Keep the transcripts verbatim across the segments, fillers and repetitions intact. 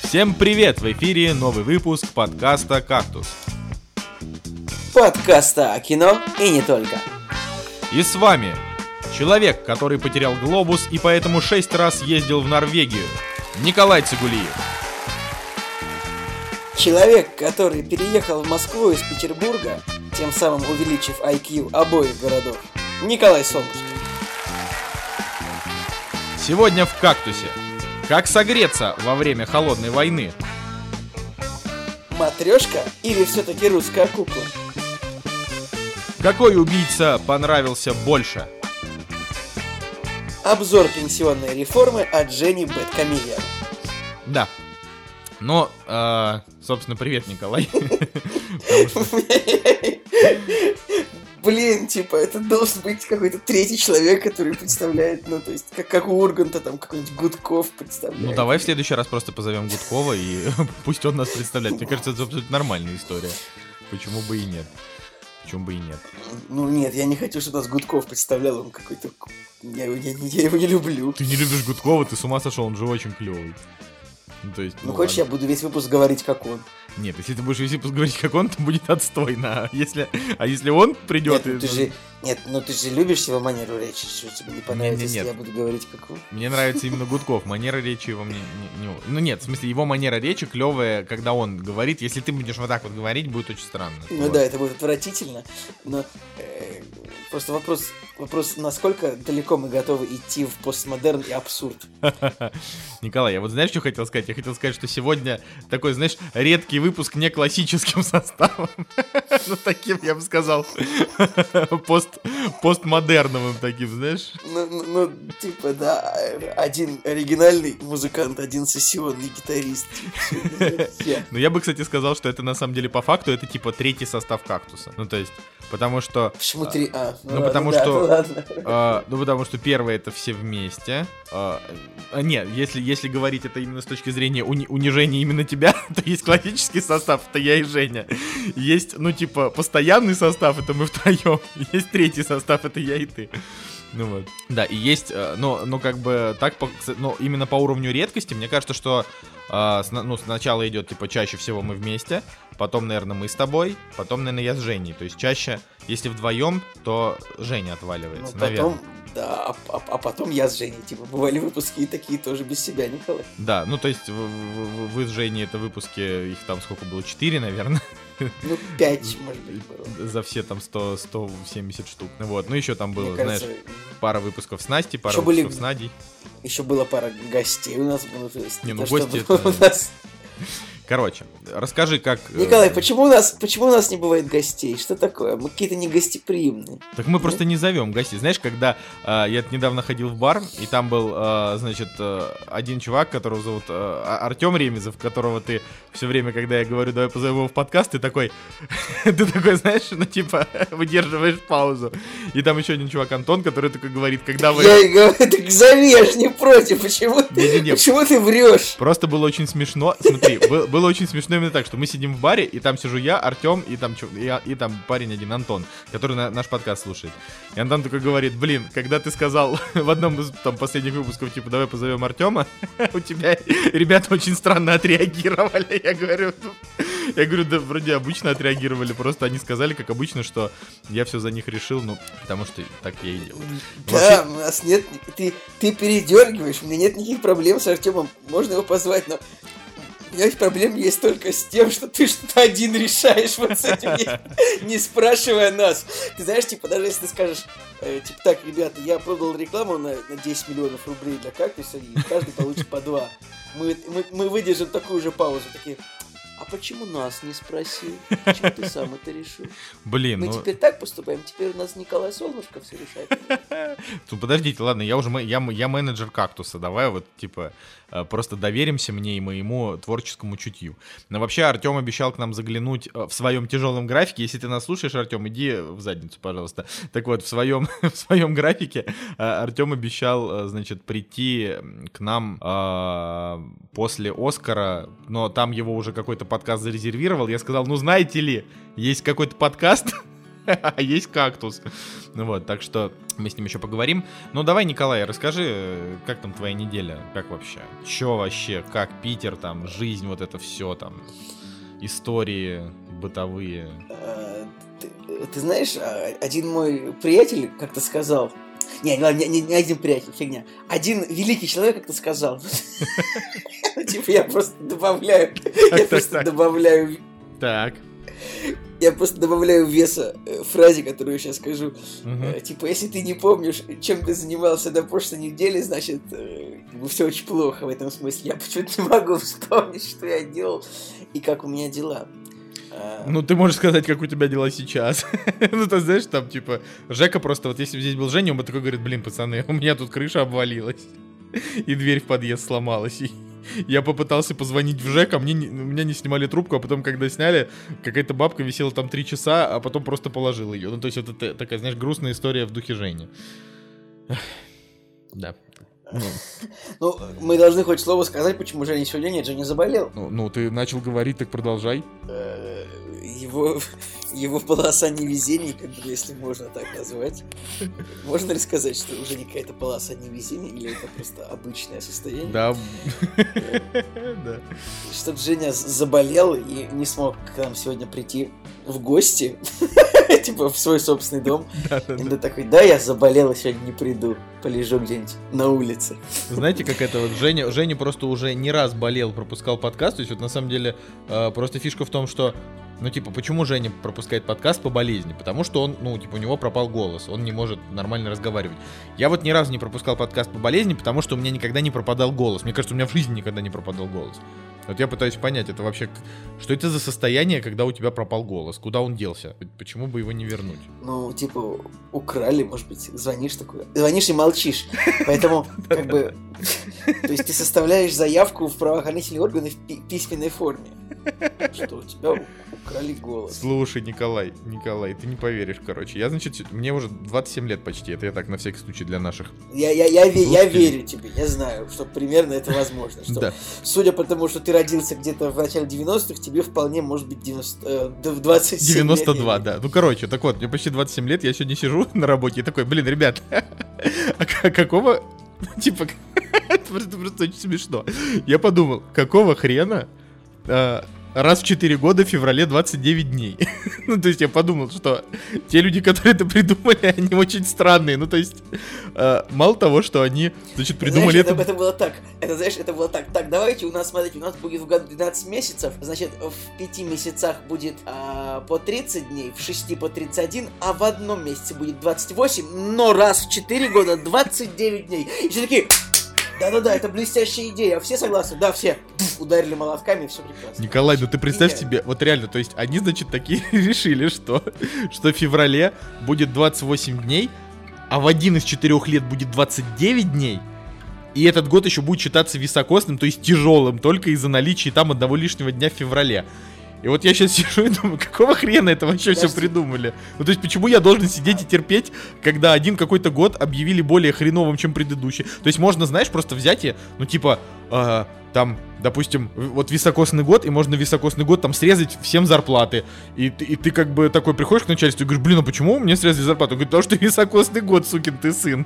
Всем привет! В эфире новый выпуск подкаста «Кактус». Подкаста о кино и не только. И с вами человек, который потерял глобус и поэтому шесть раз ездил в Норвегию, Николай Цигулиев. Человек, который переехал в Москву из Петербурга, тем самым увеличив ай кью обоих городов, Николай Солнышко. Сегодня в «Кактусе». Как согреться во время холодной войны? Матрешка или все-таки русская кукла? Какой убийца понравился больше? Обзор пенсионной реформы от Жени Бэдкомедиана. Да. Но, э, собственно, привет, Николай. Блин, типа, это должен быть какой-то третий человек, который представляет, ну, то есть, как, как у Урганта, там, какой-нибудь Гудков представляет. Ну, давай в следующий раз просто позовем Гудкова, и пусть он нас представляет. Мне кажется, это абсолютно нормальная история. Почему бы и нет? Почему бы и нет? Ну, нет, я не хочу, чтобы нас Гудков представлял, он какой-то... Я, я, я его не люблю. Ты не любишь Гудкова, ты с ума сошел, он же очень клевый. Ну, то есть, ну, ну хочешь, ладно. я буду весь выпуск говорить, как он. Нет, если ты будешь весь выпуск говорить, как он, то будет отстойно. А если, а если он придет... Нет, ну, и... ты же, нет, ну ты же любишь его манеру речи, что тебе не понравится, Нет, нет, если нет. я буду говорить, как он? Мне нравится именно Гудков. Манера речи его мне не, не... Ну нет, в смысле, его манера речи клевая, когда он говорит. Если ты будешь вот так вот говорить, будет очень странно. Ну вот. да, это будет отвратительно, но э, просто вопрос, вопрос, насколько далеко мы готовы идти в постмодерн и абсурд. Николай, я вот знаешь, что хотел сказать? Я хотел сказать, что сегодня такой, знаешь, редкий выпуск не классическим составом. Ну, таким, я бы сказал, пост, постмодерновым таким, знаешь? Ну, ну, ну, типа, да, один оригинальный музыкант, один сессионный гитарист. Ну, я бы, кстати, сказал, что это на самом деле по факту это типа третий состав «Кактуса». Ну, то есть, потому что... Почему три? А, ну, Ну, ладно, потому да, что... ну, ладно. А, ну, потому что первое это все вместе. А, а, нет, если, если говорить это именно с точки зрения уни- унижения именно тебя, то есть классический состав, это я и Женя. Есть, ну, типа, постоянный состав, это мы втроем. Есть третий состав, это я и ты. Ну вот. Да, и есть, но, но как бы так, по, но именно по уровню редкости, мне кажется, что э, с, ну, сначала идет, типа, чаще всего мы вместе, потом, наверное, мы с тобой, потом, наверное, я с Женей. То есть чаще, если вдвоем, то Женя отваливается, Ну, наверное. потом, да, а, а, а потом я с Женей. Типа, бывали выпуски и такие тоже без себя, Николай. Да, ну то есть вы, вы, вы с Женей это выпуски, их там сколько было, четыре, наверное. Ну, пять, может быть, было. За все там сто, сто семьдесят штук. Ну вот, ну еще там было, Мне кажется, знаешь, пара выпусков с Настей, пара еще выпусков были- с Надей. Еще была пара гостей у нас было. То есть, Не, ну то, что гости было это- у нас. Короче, расскажи, как... э, Николай, почему у нас, почему у нас не бывает гостей? Что такое? Мы какие-то не гостеприимные. Так мы просто не зовем гостей. Знаешь, когда э, я недавно ходил в бар, и там был, э, значит, э, один чувак, которого зовут э, Артем Ремезов, которого ты все время, когда я говорю, давай позовем его в подкаст, ты такой, ты такой, знаешь, ну типа, выдерживаешь паузу. И там еще один чувак, Антон, который такой говорит, когда вы... Я и говорю, так зови, я ж не против. Почему, Не-не-не. почему ты врешь? Просто было очень смешно. Смотри, был- было очень смешно именно так, что мы сидим в баре, и там сижу я, Артем, и там, чу- и, и там парень один, Антон, который на- наш подкаст слушает. И Антон такой говорит, блин, когда ты сказал в одном из там последних выпусков, типа, давай позовем Артема, у тебя ребята очень странно отреагировали. Я говорю, «Ну, я говорю, да вроде обычно отреагировали, просто они сказали, как обычно, что я все за них решил, ну, потому что так я и делаю. Да, у нас нет, ты, ты передергиваешь, у меня нет никаких проблем с Артемом, можно его позвать, но у меня проблем есть только с тем, что ты что-то один решаешь вот с этим, не, не спрашивая нас. Ты знаешь, типа, даже если ты скажешь, э, типа, так, ребята, я продал рекламу на, на десять миллионов рублей для «Кактуса», и каждый получит по два. Мы, мы, мы выдержим такую же паузу, такие... А почему нас не спросил? Почему ты сам это решил? Блин, Мы ну... теперь так поступаем, теперь у нас Николай Солнышко все решает. Ну, подождите, ладно, я уже ме- я, м- я менеджер «Кактуса», давай вот, типа, э, просто доверимся мне и моему творческому чутью. Но вообще Артем обещал к нам заглянуть э, в своем тяжелом графике. Если ты нас слушаешь, Артем, иди в задницу, пожалуйста. Так вот, в своем, в своем графике э, Артем обещал, э, значит, прийти к нам э, после «Оскара», но там его уже какой-то подкаст зарезервировал. Я сказал, ну, знаете ли, есть какой-то подкаст, а есть кактус. Ну вот, так что мы с ним еще поговорим. Ну давай, Николай, расскажи, как там твоя неделя, как вообще? Че вообще, как Питер, там, жизнь, вот это все там, истории бытовые. Ты, ты знаешь, один мой приятель как-то сказал... Не, не, не, не один приятель, фигня. Один великий человек как-то сказал. Типа я просто добавляю... Я просто добавляю... Так. Я просто добавляю веса фразе, которую я сейчас скажу. Типа, если ты не помнишь, чем ты занимался до прошлой недели, значит, все очень плохо в этом смысле. Я почему-то не могу вспомнить, что я делал и как у меня дела. Ну, ты можешь сказать, как у тебя дела сейчас. Ну, ты знаешь, там, типа, Жека просто, вот если бы здесь был Женя, он бы такой говорит, блин, пацаны, у меня тут крыша обвалилась, и дверь в подъезд сломалась, и я попытался позвонить в ЖЭК, а мне не, у меня не снимали трубку, а потом, когда сняли, какая-то бабка висела там три часа, а потом просто положила ее. Ну, то есть, вот это такая, знаешь, грустная история в духе Жени. Да. Ну. ну, мы должны хоть слово сказать, почему Женя сегодня нет, Женя заболел. Ну, ну ты начал говорить, так продолжай. Его, его полоса невезений, как бы, если можно так назвать. Можно ли сказать, что уже не какая-то полоса невезения, или это просто обычное состояние? Да. Что-то Женя заболел и не смог к нам сегодня прийти в гости, типа в свой собственный дом. И ты такой, да, я заболел, и сегодня не приду, полежу где-нибудь на улице. Знаете, как это вот, Женя, Женя просто уже не раз болел, пропускал подкаст, то есть вот на самом деле просто фишка в том, что ну, типа, почему Женя пропускает подкаст по болезни? Потому что он, ну, типа, у него пропал голос, он не может нормально разговаривать. Я вот ни разу не пропускал подкаст по болезни, потому что у меня никогда не пропадал голос. Мне кажется, у меня в жизни никогда не пропадал голос. Вот я пытаюсь понять, это вообще, что это за состояние, когда у тебя пропал голос? Куда он делся? Почему бы его не вернуть? Ну, типа, украли, может быть, звонишь такой, звонишь и молчишь. Поэтому, как бы, то есть ты составляешь заявку в правоохранительные органы в письменной форме, что у тебя украли голос. Слушай, Николай, Николай, ты не поверишь, короче. Я, значит, мне уже двадцать семь лет почти. Это я так на всякий случай для наших. Я, я, я, я верю тебе, я знаю, что примерно это возможно. Что, да. Судя по тому, что ты родился где-то в начале девяностых, тебе вполне может быть девяносто, э, двадцать семь девяносто два, лет. Да. Ну, короче, так вот, мне почти двадцать семь лет, я сегодня сижу на работе и такой, блин, ребят, а какого... Типа, это просто очень смешно. Я подумал, какого хрена... раз в четыре года в феврале двадцать девять дней. Ну, то есть я подумал, что те люди, которые это придумали, они очень странные. Ну, то есть, э, мало того, что они, значит, придумали знаешь, это... это... Это было так, это, знаешь, это было так. Так, давайте, у нас, смотрите, у нас будет в году двенадцать месяцев, значит, в пяти месяцах будет а, по тридцать дней, в шести по тридцать один, а в одном месяце будет двадцать восемь, но раз в четыре года двадцать девять дней. И все такие... Да-да-да, это блестящая идея. Все согласны? Да, все. Пфф, ударили молотками, и все прекрасно. Николай, ну ты представь Идеально. себе, вот реально, то есть они, значит, такие решили, что, что в феврале будет двадцать восемь дней, а в один из четырех лет будет двадцать девять дней, и этот год еще будет считаться високосным, то есть тяжелым, только из-за наличия там одного лишнего дня в феврале. И вот я сейчас сижу и думаю, какого хрена это вообще Подожди. все придумали? Ну, то есть, почему я должен сидеть и терпеть, когда один какой-то год объявили более хреновым, чем предыдущий? То есть, можно, знаешь, просто взять и, ну, типа, э, там, допустим, вот високосный год, и можно високосный год там срезать всем зарплаты. И, и ты как бы такой приходишь к начальству и говоришь, блин, а почему мне срезали зарплату? Он говорит, потому что високосный год, сукин ты сын.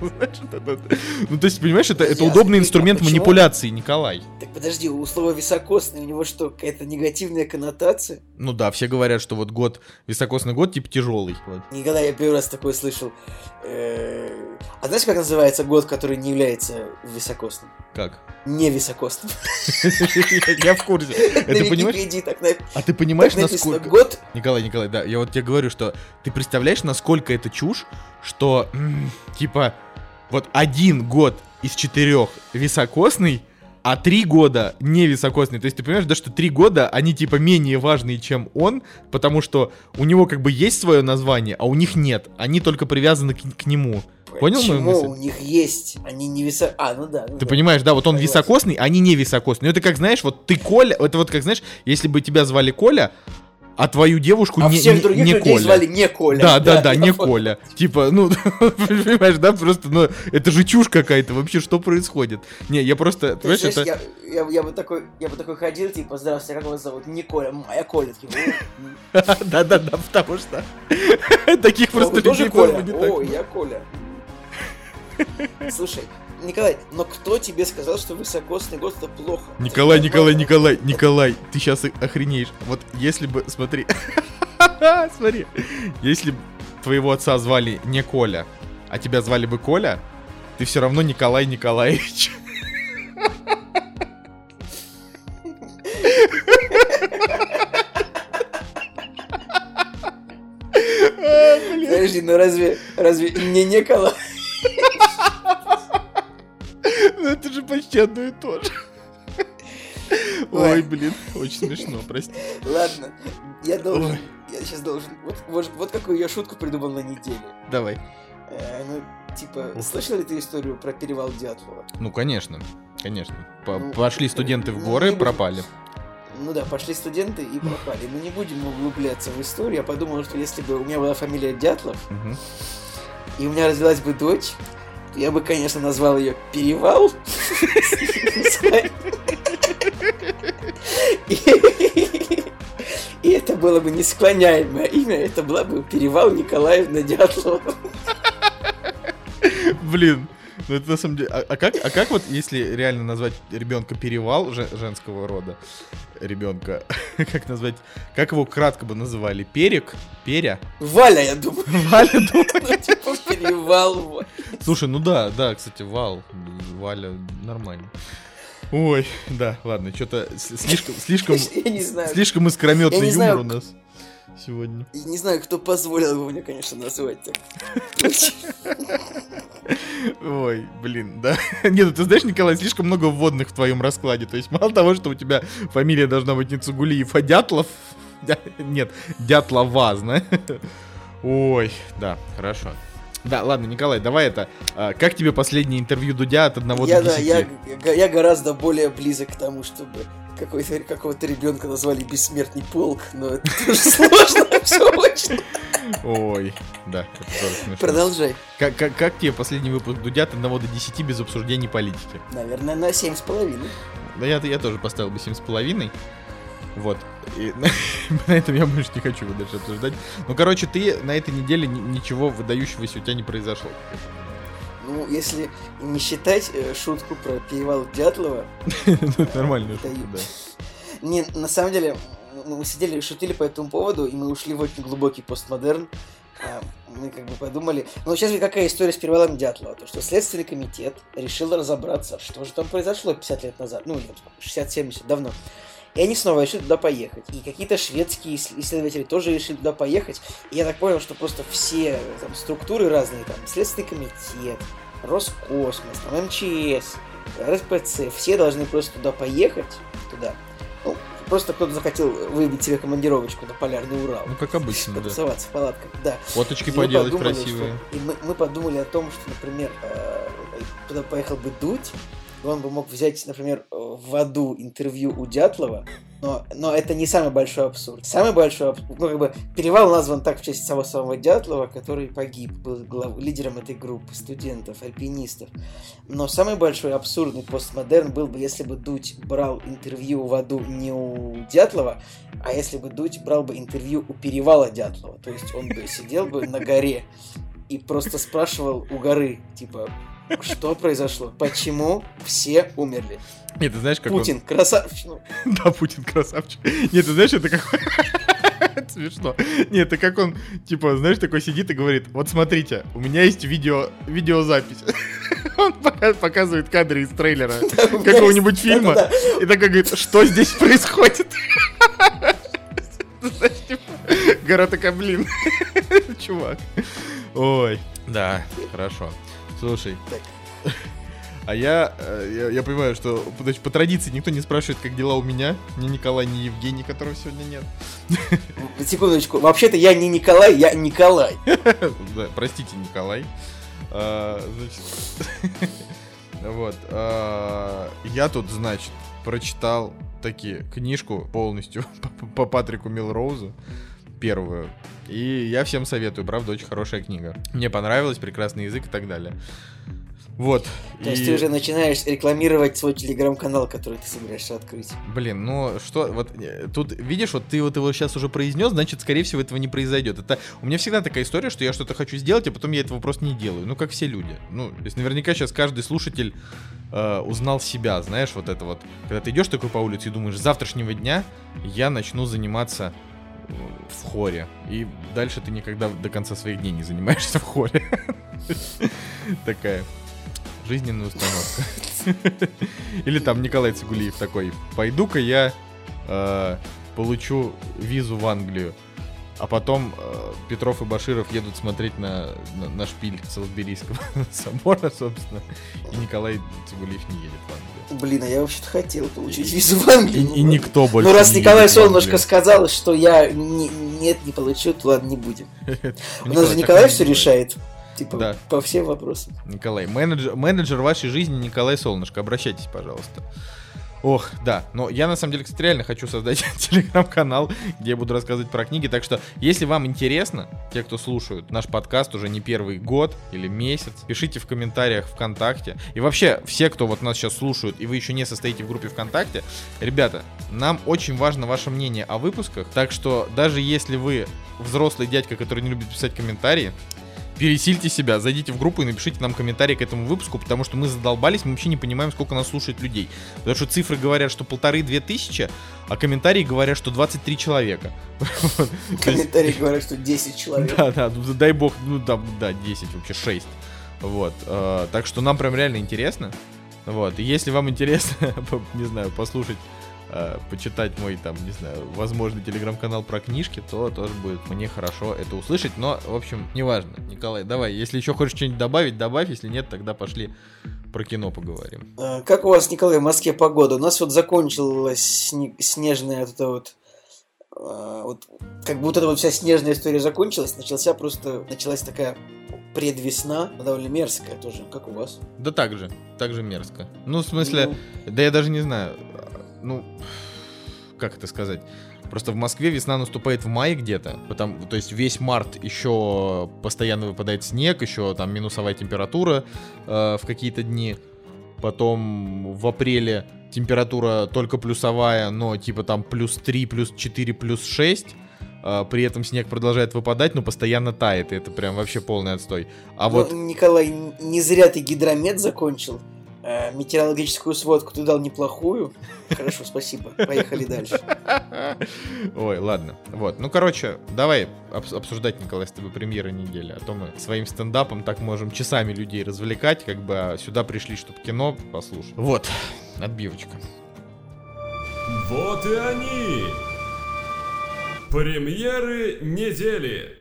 Ну, то есть, понимаешь, это, это удобный инструмент манипуляции, Николай. Так подожди, у слова високосный, у него что, какая-то негативная коннотация? Ну да, все говорят, что вот год, високосный год, типа тяжелый. Никогда я первый раз такое слышал. А знаешь, как называется год, который не является високосным? Как? Не високосным. Я в курсе. Это понимаешь? А ты понимаешь, насколько... год? Николай, Николай, да, я вот тебе говорю, что ты представляешь, насколько это чушь, что, типа, вот один год из четырех високосный, а три года не високосный. То есть ты понимаешь, да, что три года, они типа менее важные, чем он, потому что у него как бы есть свое название, а у них нет. Они только привязаны к, к нему. Понял мою мысль? Почему у них есть? Они не високосные. А, ну да. Ну ты да. понимаешь, да, вот он Согласен. високосный, а они не високосные. Ну это как, знаешь, вот ты Коля, это вот как, знаешь, если бы тебя звали Коля, А твою девушку а не, всех не, других не людей Коля. звали не Коля. Да, да, да, я не понял. Коля. Типа, ну, понимаешь, да, просто, ну, это же чушь какая-то, вообще, что происходит? Не, я просто, То есть, понимаешь, знаешь, это... я, я, я, бы такой, я бы такой ходил, типа, здравствуйте, как вас зовут? Не Коля, моя Коля. Такие, Да-да-да, потому что таких «О, просто вы тоже людей Коля? просто не так. О, я Коля. Слушай, Николай, но кто тебе сказал, что высокосный год это плохо? Николай, Это Николай, нормально. Николай, Николай, ты сейчас охренеешь. Вот если бы, смотри, смотри, если бы твоего отца звали не Коля, а тебя звали бы Коля, ты все равно Николай Николаевич. Подожди, ну разве, разве не Николай? Ну это же почти одно и то же. Ой, блин, очень смешно, прости. Ладно, я должен, Ой. я сейчас должен, вот, вот, вот какую я шутку придумал на неделе. Давай. Э, ну, типа, Ух. слышал ли ты историю про перевал Дятлова? Ну, конечно, конечно. По- Ну, Пошли студенты в ну, горы, не будем. пропали. Ну да, пошли студенты и пропали. Но не будем углубляться в историю. Я подумал, что если бы у меня была фамилия Дятлов, Мгм. и у меня родилась бы дочь, то я бы, конечно, назвал ее Перевал. И- И это было бы несклоняемое имя, это была бы Перевал Николаевна Дятлова. Блин, ну это на самом деле... А, а как, а как вот, если реально назвать ребенка Перевал же- женского рода ребенка, как назвать, как его кратко бы называли? Перек? Перя? Валя, я думаю. Валя, думаю. Ну, типа Перевал. вот. Слушай, ну да, да, кстати, Вал, Валя, нормально. Ой, да, ладно, что-то слишком, слишком, Я не знаю. слишком искрометный Я не юмор знаю, у нас сегодня. И не знаю, кто позволил его мне, конечно, назвать так. Ой, блин, да. Нет, ну ты знаешь, Николай, слишком много вводных в твоем раскладе. То есть мало того, что у тебя фамилия должна быть не Цугулиев, а Дятлов. Дя- Нет, Дятлова, знаешь. Ой, да, хорошо. Да, ладно, Николай, давай это. а, Как тебе последнее интервью Дудя от одного Я, до да, я, десяти? я, я гораздо более близок к тому, чтобы какой-то, какого-то ребенка назвали Бессмертный полк, но это тоже сложно, все очень. Ой, да, это тоже смешно. Продолжай. Как, как, как тебе последний выпуск Дудя от одного до десяти без обсуждений политики? Наверное, на семь с половиной. Да я, я тоже поставил бы семь с половиной. Вот. И на, на этом я больше не хочу его дальше обсуждать. Ну, короче, ты на этой неделе ни- ничего выдающегося у тебя не произошло. Ну, если не считать э, шутку про перевал Дятлова, Ну, нормально. даю. Да. Не, на самом деле, мы мы сидели и шутили по этому поводу, и мы ушли в очень глубокий постмодерн. А, Мы как бы подумали... Ну, сейчас ведь какая история с перевалом Дятлова? То, что Следственный комитет решил разобраться, что же там произошло пятьдесят лет назад. Ну, или там шестьдесят-семьдесят, давно. И они снова решили туда поехать. И какие-то шведские ис- исследователи тоже решили туда поехать. И я так понял, что просто все там, структуры разные, там, Следственный комитет, Роскосмос, там, эм че эс, эр эс пэ цэ, все должны просто туда поехать, туда. Ну, просто кто-то захотел выбить себе командировочку на Полярный Урал. Ну, как обычно, да. Потусоваться в палатках, да. Фоточки И мы поделать подумали, красивые. что- и мы, мы подумали о том, что, например, э, туда поехал бы Дудь, и он бы мог взять, например, э, в аду интервью у Дятлова, но, но это не самый большой абсурд. Самый большой абсурд, ну, как бы, перевал назван так в честь того самого Дятлова, который погиб, был глав- лидером этой группы студентов, альпинистов. Но самый большой абсурдный постмодерн был бы, если бы Дудь брал интервью в аду не у Дятлова, а если бы Дудь брал бы интервью у перевала Дятлова. То есть он бы сидел бы на горе и просто спрашивал у горы, типа, что произошло, почему все умерли. Нет, ты знаешь, как Путин, красавчик. Ну, он... Да, Путин красавчик. Нет, ты знаешь, это как... Это смешно. Нет, это как он, типа, знаешь, такой сидит и говорит: вот смотрите, у меня есть видео, видеозапись. Он пока- показывает кадры из трейлера какого-нибудь фильма. да-да-да. И такой говорит: что здесь происходит? Знаешь, типа, гора такая, блин, чувак. Ой, да, хорошо. Слушай, Так. а я, э, я, я понимаю, что значит, по традиции никто не спрашивает, как дела у меня. Ни Николай, ни Евгений, которого сегодня нет. Секундочку. Вообще-то я не Николай, я Николай. Да, простите, Николай. А, значит, вот. а, я тут, значит, прочитал таки книжку полностью по, по Патрику Мелроузу, первую. И я всем советую, правда, очень хорошая книга. Мне понравилось, прекрасный язык и так далее. Вот. То и... есть ты уже начинаешь рекламировать свой телеграм-канал, который ты собираешься открыть. Блин, ну что, вот тут, видишь, вот ты вот его сейчас уже произнес, значит, скорее всего, этого не произойдет. Это у меня всегда такая история, что я что-то хочу сделать, а потом я этого просто не делаю. Ну, как все люди. Ну, то есть наверняка сейчас каждый слушатель э, узнал себя, знаешь, вот это вот. Когда ты идешь такой по улице и думаешь, с завтрашнего дня я начну заниматься в хоре. И дальше ты никогда до конца своих дней не занимаешься в хоре. Такая жизненная установка. Или там Николай Цигулиев такой: пойду-ка я э, получу визу в Англию. А потом э, Петров и Баширов едут смотреть на, на, на шпиль Солсберийского собора, собственно. И Николай Цигулиев не едет в Англию. Блин, а я вообще-то хотел получить визу в Англию. И, и никто больше Ну, раз не Николай едет в Солнышко Англию. сказал, что я не, нет, не получу, то ладно, не будем. У нас же Николай все решает. Типа, Да. по всем вопросам. Николай, менеджер, менеджер вашей жизни Николай Солнышко, обращайтесь, пожалуйста. Ох, да, но я на самом деле, кстати, реально хочу создать телеграм-канал, где я буду рассказывать про книги, так что, если вам интересно, те, кто слушают наш подкаст уже не первый год или месяц, пишите в комментариях ВКонтакте, и вообще, все, кто вот нас сейчас слушают, и вы еще не состоите в группе ВКонтакте, ребята, нам очень важно ваше мнение о выпусках, так что, даже если вы взрослый дядька, который не любит писать комментарии, пересильте себя, зайдите в группу и напишите нам комментарий к этому выпуску, потому что мы задолбались, мы вообще не понимаем, сколько нас слушает людей. Потому что цифры говорят, что полторы-две тысячи, а комментарии говорят, что двадцать три человека. Комментарии говорят, что десять человек. Да, да, дай бог, ну да, да, десять, вообще шесть. Вот, так что нам прям реально интересно. Вот, и если вам интересно, не знаю, послушать, почитать мой, там, не знаю, возможный телеграм-канал про книжки, то тоже будет мне хорошо это услышать, но, в общем, неважно. Николай, давай, если еще хочешь что-нибудь добавить, добавь, если нет, тогда пошли про кино поговорим. Как у вас, Николай, в Москве погода? У нас вот закончилась снежная вот эта вот, вот, как будто вот вся снежная история закончилась, начался просто, началась такая предвесна, довольно мерзкая тоже, как у вас? Да так же, так же мерзко. Ну, в смысле, ну... да я даже не знаю, ну, как это сказать? Просто в Москве весна наступает в мае где-то, потому, то есть весь март еще постоянно выпадает снег, еще там минусовая температура э, в какие-то дни. Потом в апреле температура только плюсовая, но типа там плюс три, плюс четыре, плюс шесть. Э, при этом снег продолжает выпадать, но постоянно тает, и это прям вообще полный отстой. А ну, вот... Николай, не зря ты гидромет закончил. Метеорологическую сводку ты дал неплохую. Хорошо, спасибо. Поехали дальше. Ой, ладно. Вот. Ну, короче, давай обсуждать, Николай, с тобой премьеры недели. А то мы своим стендапом так можем часами людей развлекать, как бы а сюда пришли, чтобы кино послушать. Вот. Отбивочка. Вот и они. Премьеры недели.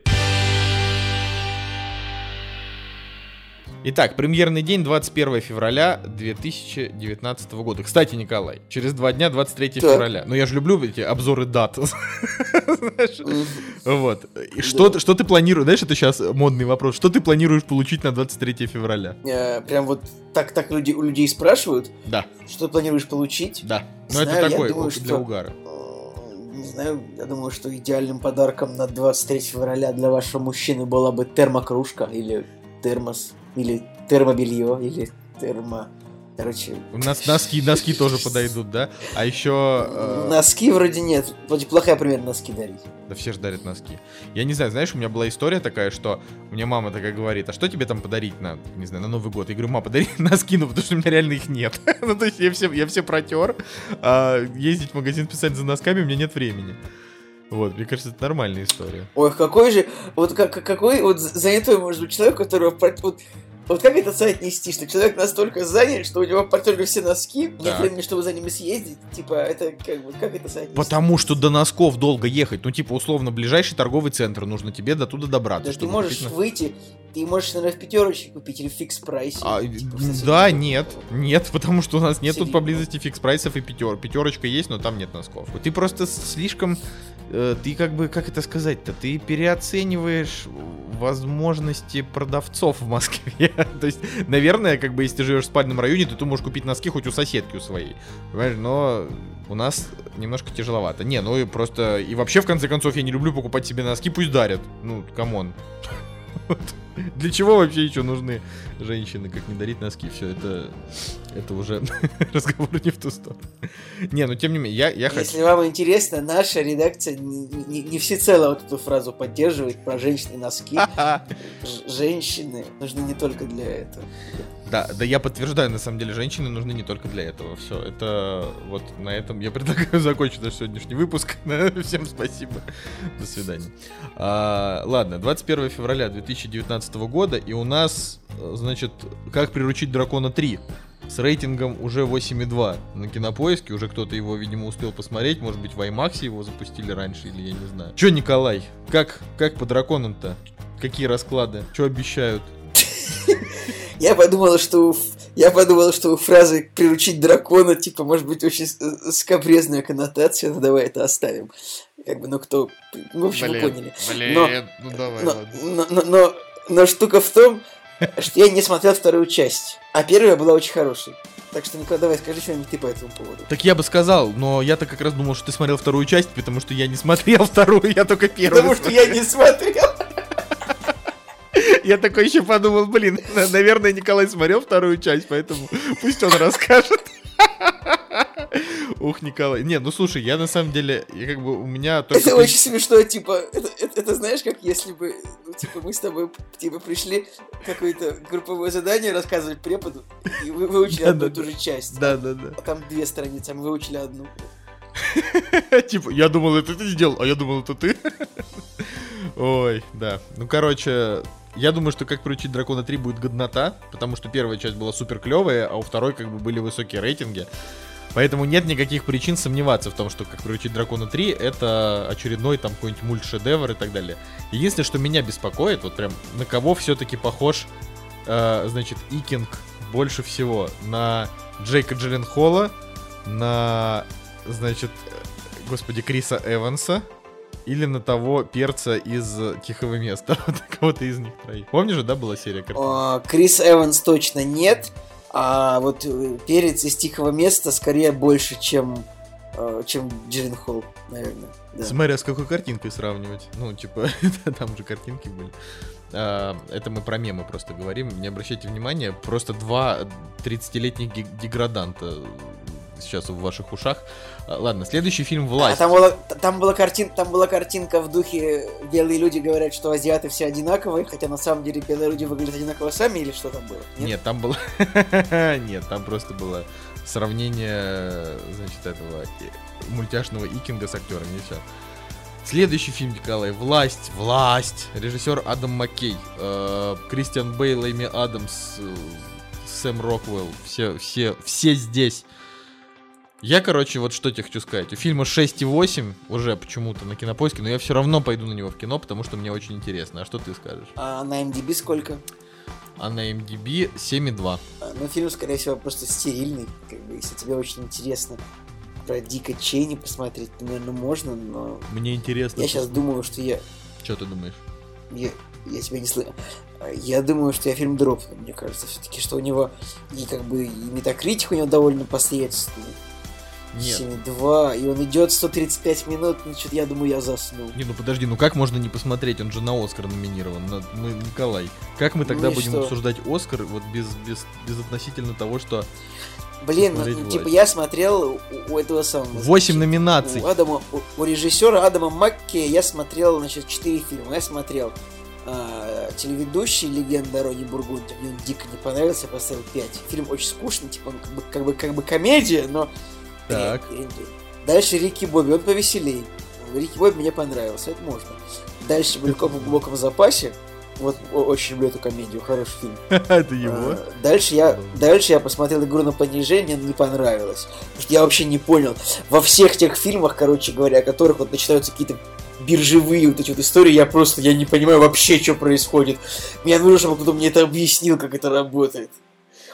Итак, премьерный день двадцать первого февраля две тысячи девятнадцатого года. Кстати, Николай, через два дня двадцать третьего февраля. Но я же люблю эти обзоры дат. Вот. Что ты планируешь? Знаешь, это сейчас модный вопрос. Что ты планируешь получить на двадцать третьего февраля? Прям вот так так у людей спрашивают? Да. Что планируешь получить? Да. Ну это такой для угара. Не знаю, я думаю, что идеальным подарком на двадцать третьего февраля для вашего мужчины была бы термокружка или термос. Или термобелье, или термо... Короче... У нас носки, носки тоже подойдут, да? А еще... Э... Носки вроде нет. Вроде плохая пример носки дарить. Да все же дарят носки. Я не знаю, знаешь, у меня была история такая, что у меня мама такая говорит: а что тебе там подарить на, не знаю, на Новый год? Я говорю: мама, подари носки, ну потому что у меня реально их нет. Ну то есть я все, я все протер, а ездить в магазин писать за носками у меня нет времени. Вот, мне кажется, это нормальная история. Ой, какой же, вот как, какой вот занятой может быть человек, у которого, вот, вот как это соотнести, что человек настолько занят, что у него портерли все носки, нет так. времени, чтобы за ними съездить, типа, это как бы, как это соотнести? Потому что до носков долго ехать, ну, типа, условно, ближайший торговый центр, нужно тебе до туда добраться. Да ты можешь купить... выйти, ты можешь, наверное, в пятерочке купить или в фикс-прайсе. А, типа, да, нет, нет, потому что у нас нет Серьезно? Тут поблизости фикс-прайсов и пятер, пятерочка есть, но там нет носков. Ты просто слишком... э, ты как бы, как это сказать-то, ты переоцениваешь возможности продавцов в Москве. То есть, наверное, как бы, если ты живешь в спальном районе, то ты можешь купить носки хоть у соседки у своей. Понимаешь, но у нас немножко тяжеловато. Не, ну и просто, и вообще, в конце концов, я не люблю покупать себе носки, пусть дарят. Ну, камон. Для чего вообще еще нужны женщины, как не дарить носки? Все, это, это уже разговор не в ту сторону. Не, ну тем не менее, я, я хочу... Если вам интересно, наша редакция не, не, не всецело вот эту фразу поддерживает про женщины носки. Ж- женщины нужны не только для этого. Да, да, я подтверждаю, на самом деле, женщины нужны не только для этого. Все, это вот на этом я предлагаю закончить наш сегодняшний выпуск. Всем спасибо. До свидания. А, ладно, двадцать первого февраля две тысячи девятнадцатого года, и у нас, значит, «Как приручить дракона три» с рейтингом уже восемь и два на Кинопоиске. Уже кто-то его, видимо, успел посмотреть. Может быть, в IMAX его запустили раньше, или я не знаю. Че, Николай, как, как по драконам-то? Какие расклады? Что обещают? Я подумал, что у, я подумал, что у фразы «приручить дракона» типа может быть очень скабрезная коннотация, но давай это оставим. Как бы, ну кто... Ну, в общем, блин, вы поняли. Блин, но, ну давай, но, ладно. Но, но, но, но штука в том, что я не смотрел вторую часть, а первая была очень хорошей. Так что, Николай, давай скажи что-нибудь ты по этому поводу. Так я бы сказал, но я-то как раз думал, что ты смотрел вторую часть, потому что я не смотрел вторую, я только первую. Потому что я не смотрел. Я такой еще подумал, блин, наверное, Николай смотрел вторую часть, поэтому пусть он расскажет. Ух, Николай. Не, ну слушай, я на самом деле, я как бы у меня только... Это очень смешно, типа, это, это, это знаешь, как если бы, ну, типа, мы с тобой, типа, пришли какое-то групповое задание рассказывать преподу, и вы выучили одну и ту же часть. Да-да-да. А там две страницы, а мы выучили одну. Типа, я думал, это ты сделал, а я думал, это ты. Ой, да. Ну, короче, я думаю, что «Как приручить дракона три» будет годнота, потому что первая часть была супер клевая, а у второй как бы были высокие рейтинги. Поэтому нет никаких причин сомневаться в том, что «Как приручить дракона три» это очередной там какой-нибудь мультшедевр и так далее. Единственное, что меня беспокоит, вот прям на кого все-таки похож, э, значит, Икинг больше всего? На Джейка Джилленхола, на, значит, господи, Криса Эванса, или на того перца из «Тихого места». Вот кого-то из них троих. Помнишь же, да, была серия картин? О, Крис Эванс точно нет, а вот перец из «Тихого места» скорее больше, чем, чем Джилленхол, наверное. Да. Смотря с какой картинкой сравнивать. Ну, типа, там же картинки были. А, это мы про мемы просто говорим. Не обращайте внимания, просто два тридцатилетних деграданта сейчас в ваших ушах. А, ладно, следующий фильм «Власть». А там, была, там, была картин, там была картинка в духе «Белые люди говорят, что азиаты все одинаковые», хотя на самом деле белые люди выглядят одинаково сами, или что там было? Нет, Нет там было... Нет, там просто было сравнение, значит, этого мультяшного Икинга с актерами, и все. Следующий фильм, Николай, «Власть», «Власть», режиссер Адам Маккей, э, Кристиан Бейл, Эми Адамс, э, Сэм Роквелл, все, все, все здесь. Я, короче, вот что тебе хочу сказать. У фильма шесть и восемь уже почему-то на Кинопоиске, но я все равно пойду на него в кино, потому что мне очень интересно. А что ты скажешь? А на эм ди би сколько? А на эм ди би семь и два. А, ну, фильм, скорее всего, просто стерильный. Как бы, если тебе очень интересно про Дика Чейни посмотреть, то, наверное, можно, но... Мне интересно. Я сейчас думаю, что я... Что ты думаешь? Я, я тебя не слышу. Я думаю, что я фильм дропну, мне кажется, все-таки, что у него и как бы и метакритик у него довольно посредственный. Нет. семь и два, и он идет сто тридцать пять минут, ну что-то я думаю, я заснул. Не, ну подожди, ну как можно не посмотреть? Он же на Оскар номинирован. На, мы, Николай, как мы тогда ну будем что? обсуждать Оскар вот без, без, без относительно того, что... Блин, ну, «Власть». типа я смотрел у, у этого самого... Восемь значит, номинаций. У, Адама, у, у режиссера Адама Маккея я смотрел, значит, четыре фильма. Я смотрел э, телеведущий «Легенда Рони Бургунди». Мне он дико не понравился, я поставил пять. Фильм очень скучный, типа он как бы, как бы, как бы комедия, но... Так. Дальше Рики Бобби, он повеселей. Рики Бобби мне понравился, это можно. Дальше «Далеко в глубоком запасе». Вот очень люблю эту комедию, хороший фильм. Это его? А, дальше я, дальше я посмотрел «Игру на понижение», не понравилось. Потому что я вообще не понял. Во всех тех фильмах, короче говоря, о которых вот начинаются какие-то биржевые вот эти вот истории, я просто, я не понимаю вообще, что происходит. Мне нужно, чтобы кто-то мне это объяснил, как это работает.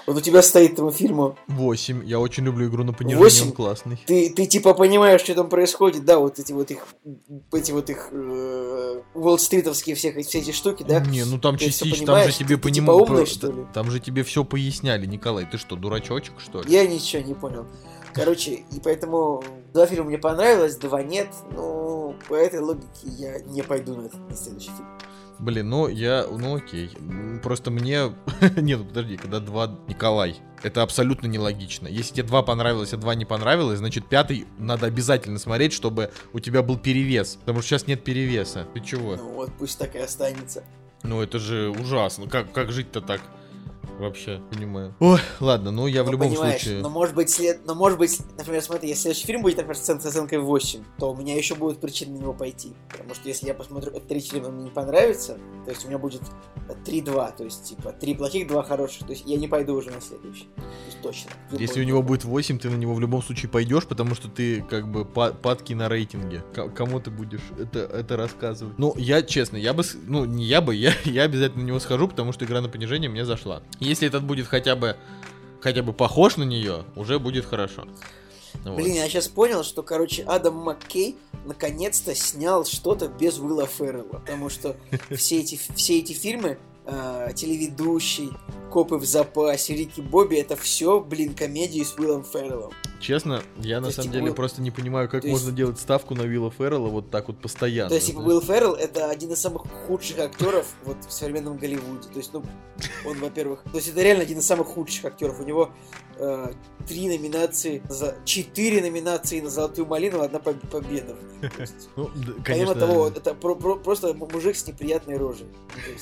Вот у тебя стоит этому фильму восемь. Я очень люблю игру на понижение, восемь? Он классный. Ты, ты типа понимаешь, что там происходит, да, вот эти вот их, эти вот их э, Уолл-стритовские все, все эти штуки, да? Не, ну там Ты частично, там же тебе ты, ты, понимаю, типа умный, что ли? там же тебе все поясняли, Николай. Ты что, дурачочек, что ли? Я ничего не понял. Короче, и поэтому два фильма мне понравилось, два нет. Ну, по этой логике я не пойду на, этот, на следующий фильм. Блин, ну я, ну окей. Просто мне... Нет, ну подожди, когда два... Николай, это абсолютно нелогично. Если тебе два понравилось, а два не понравилось, значит пятый надо обязательно смотреть, чтобы у тебя был перевес. Потому что сейчас нет перевеса. Ты чего? Ну вот, пусть так и останется. Ну это же ужасно. Как, как жить-то так? Вообще, понимаю. Ой, ладно, ну я ну, в любом понимаешь, случае... Но может быть, след... но может быть, например, смотри, если следующий фильм будет, например, с оценкой восемь, то у меня еще будут причины на него пойти. Потому что если я посмотрю этот три фильма, мне не понравится, то есть у меня будет три-два, то есть типа три плохих, два хороших, то есть я не пойду уже на следующий. То есть точно. Если у него будет восемь, ты на него в любом случае пойдешь, потому что ты как бы падки на рейтинге. К- кому ты будешь это, это рассказывать? Ну, я честно, я бы, ну не я бы, я, я обязательно на него схожу, потому что игра на понижение мне зашла. Если этот будет хотя бы, хотя бы похож на нее, уже будет хорошо. Вот. Блин, я сейчас понял, что, короче, Адам Маккей наконец-то снял что-то без Уилла Феррелла, потому что все эти, все эти фильмы, э, телеведущий, Копы в запасе, Рики Бобби, это все, блин, комедии с Уиллом Ферреллом. Честно, я то на есть, самом типа, деле Уилл... просто не понимаю, как то можно есть... делать ставку на Уилла Феррелла вот так вот постоянно. То есть, типа, Уилл Феррелл это один из самых худших актеров вот в современном Голливуде. То есть, ну, он, во-первых... То есть, это реально один из самых худших актеров. У него э, три номинации, за четыре номинации на «Золотую малину», одна победа. Есть, ну, да, помимо конечно... того, это про- про- просто мужик с неприятной рожей. Ну, то есть,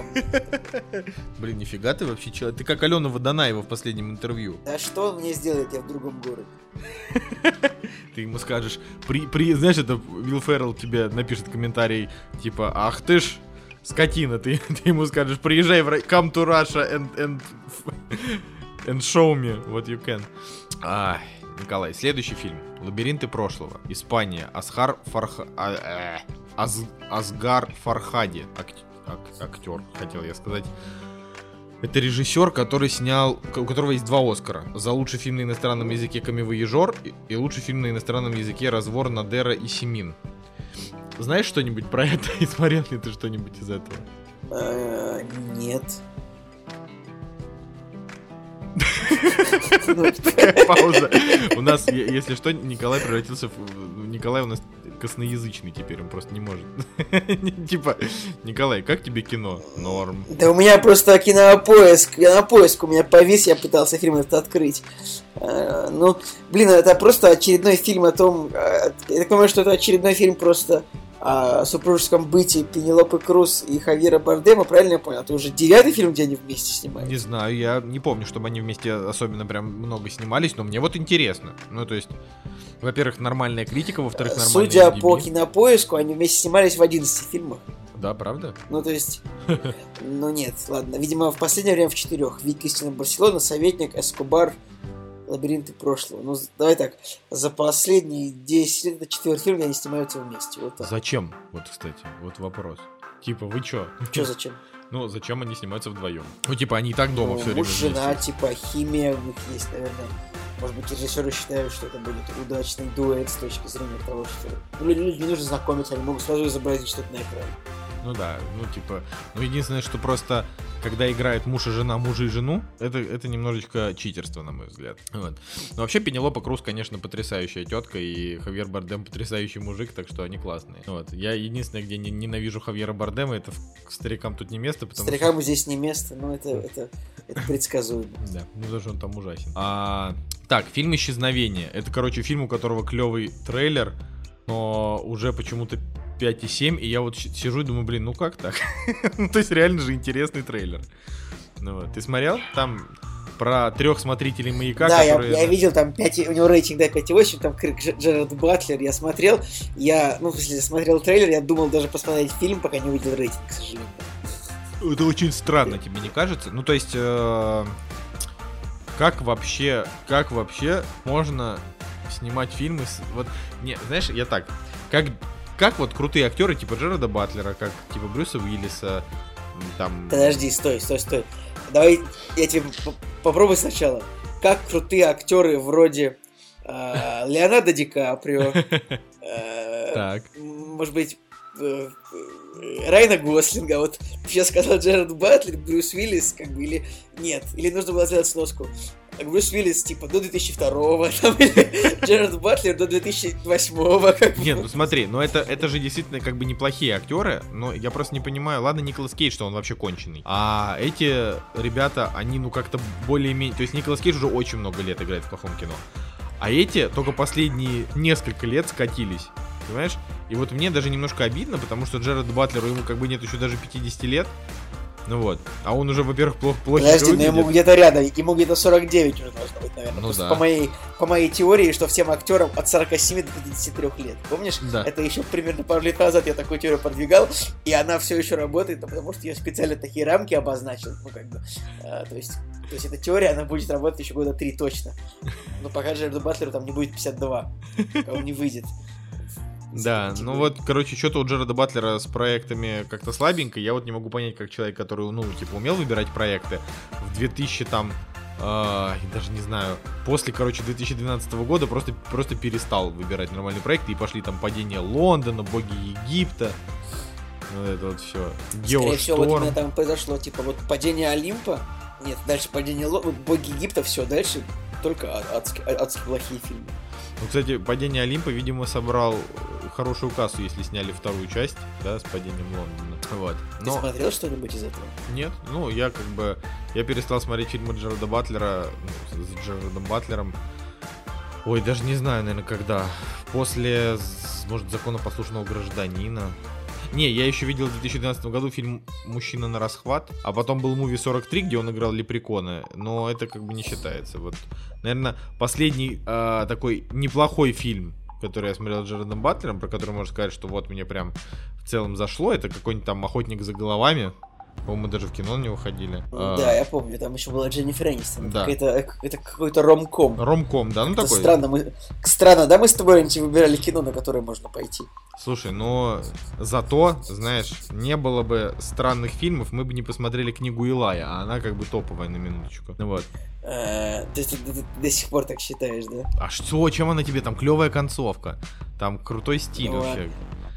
моем... Блин, нифига ты вообще человек. Ты как Алена Водонаева в последнем интервью. Да что он мне сделает, я в другом городе? Ты ему скажешь, при, при, знаешь, это Уилл Феррелл тебе напишет комментарий, типа, ах ты ж скотина, ты, ты ему скажешь, приезжай в come to Russia and, and, and show me what you can. Ай, Николай, следующий фильм. Лабиринты прошлого. Испания. Асхар Фарха... А, э, Аз... Асгар Фархади. Ак... Ак... Актер, хотел я сказать. Это режиссер, который снял, у которого есть два Оскара. За лучший фильм на иностранном языке «Камевояжер» и лучший фильм на иностранном языке «Развор Надера и Симин». Знаешь что-нибудь про это? И смотрел ли ты что-нибудь из этого? Нет. Такая пауза. У нас, если что, Николай превратился в... Николай у нас косноязычный теперь, он просто не может. Типа, Николай, как тебе кино? Норм. Да у меня просто кинопоиск, кинопоиск у меня повис, я пытался фильм этот открыть. А, ну, блин, это просто очередной фильм о том... Я так понимаю, что это очередной фильм просто о супружеском бытии Пенелопы Круз и Хавьера Бардема, правильно я понял? Это уже девятый фильм, где они вместе снимают? Не знаю, я не помню, чтобы они вместе особенно прям много снимались, но мне вот интересно. Ну, то есть, во-первых, нормальная критика, во-вторых, нормальная Судя ай ди би. по кинопоиску, они вместе снимались в одиннадцати фильмах. Да, правда? Ну, то есть... Ну, нет, ладно. Видимо, в последнее время в четырех. Вик Истина Барселона, Советник, Эскобар, Лабиринты прошлого. Ну, давай так. За последние десять лет это четвертый фильм, где они снимаются вместе. Вот так. Зачем? Вот, кстати, вот вопрос. Типа, вы чё? Чё зачем? Ну, зачем они снимаются вдвоем? Ну, типа, они и так дома Ну, все время муж, жена, вместе. типа, химия у них есть, наверное. Может быть, режиссеры считают, что это будет удачный дуэт с точки зрения того, что... Ну, людям не нужно знакомиться, они могут сразу изобразить что-то на экране. Ну да, ну типа, ну единственное, что просто, когда играет муж и жена, мужа и жену, это, это немножечко читерство, на мой взгляд. Вот. Но вообще Пенелопа Круз, конечно, потрясающая тетка, и Хавьер Бардем потрясающий мужик, так что они классные. Вот. Я единственное, где не, ненавижу Хавьера Бардема, это в, к старикам тут не место, потому Старикам что... здесь не место, но это, это, это предсказуемо. Да, ну даже он там ужасен. А, так, фильм «Исчезновение». Это, короче, фильм, у которого клевый трейлер, но уже почему-то пять и семь, и я вот сижу и думаю, блин, ну как так? То есть реально же интересный трейлер. Ну вот, ты смотрел? Там про трех смотрителей маяка, да, которые... я, я видел там пять, у него рейтинг, да, пять и восемь, там Крик Джерард Батлер, я смотрел, я, ну, если я смотрел трейлер, я думал даже посмотреть фильм, пока не увидел рейтинг, к сожалению. Это очень странно, тебе не кажется? Ну, то есть, э, как вообще, как вообще можно снимать фильмы с... Вот, не, знаешь, я так, как... Как вот крутые актеры типа Джерарда Батлера, как типа Брюса Уиллиса, там... Подожди, стой, стой, стой. Давай я тебе попробуй сначала. Как крутые актеры вроде э, Леонардо Ди Каприо, э, Так. может быть, э, э, Райана Гослинга. Вот я сказал Джерард Батлер, Брюс Уиллис, как бы, или нет, или нужно было сделать сноску. Брюс Уиллис, типа, до две тысячи второго, там, или Джерард Батлер до две тысячи восьмого, как бы. Нет, ну смотри, ну это, это же действительно как бы неплохие актеры, но я просто не понимаю, ладно, Николас Кейдж, что он вообще конченый, а эти ребята, они ну как-то более-менее, то есть Николас Кейдж уже очень много лет играет в плохом кино, а эти только последние несколько лет скатились, понимаешь? И вот мне даже немножко обидно, потому что Джерарду Батлеру ему как бы нет еще даже пятидесяти лет. Ну вот, а он уже, во-первых, плохо плохо Подожди, но ему где-то рядом, ему где-то сорок девять уже должно быть, наверное. Ну да. По моей, по моей теории, что всем актерам от сорока семи до пятидесяти трёх лет. Помнишь? Да. Это еще примерно пару лет назад я такую теорию продвигал, и она все еще работает, но потому что я специально такие рамки обозначил. Ну, как бы, а, то есть, то есть эта теория, она будет работать еще года три точно. Но пока Джерарду Батлеру там не будет пятьдесят два, пока он не выйдет. Да, ну вот, короче, что-то у Джерарда Батлера с проектами как-то слабенько. Я вот не могу понять, как человек, который, ну, типа, умел выбирать проекты в две тысячи там, э, даже не знаю, после, короче, две тысячи двенадцатого года просто, просто перестал выбирать нормальные проекты, и пошли там «Падение Лондона», «Боги Египта», вот это вот все. Скорее всего, вот именно там произошло, типа, вот «Падение Олимпа», нет, дальше «Падение Лондона», «Боги Египта», все, дальше только адски, адски плохие фильмы. Ну, кстати, «Падение Олимпа», видимо, собрал хорошую кассу, если сняли вторую часть, да, с «Падением Лондона». Вот. Ты Но... смотрел что-нибудь из этого? Нет, ну, я как бы... Я перестал смотреть фильмы Джерарда Батлера, ну, с Джерардом Батлером. Ой, даже не знаю, наверное, когда. После, может, «Законопослушного гражданина». Не, я еще видел в две тысячи двенадцатом году фильм «Мужчина на расхват», а потом был «Муви сорок три», где он играл Лепрекона, но это как бы не считается. Вот, наверное, последний э, такой неплохой фильм, который я смотрел с Джерардом Батлером, про который можно сказать, что вот мне прям в целом зашло, это какой-нибудь там «Охотник за головами». По-моему, мы даже в кино на него ходили. Да, а... я помню, там еще была Дженнифер Энистон. Да. Это, это какой-то ромком. Ромком, да, ну это такой. Странно, мы... странно, да, мы с тобой раньше выбирали кино, на которое можно пойти. Слушай, но зато, знаешь, не было бы странных фильмов, мы бы не посмотрели «Книгу Илая», а она как бы топовая на минуточку. Ну вот. А, то есть ты, ты, ты до сих пор так считаешь, да? А что, чем она тебе? Там клевая концовка. Там крутой стиль ну, вообще.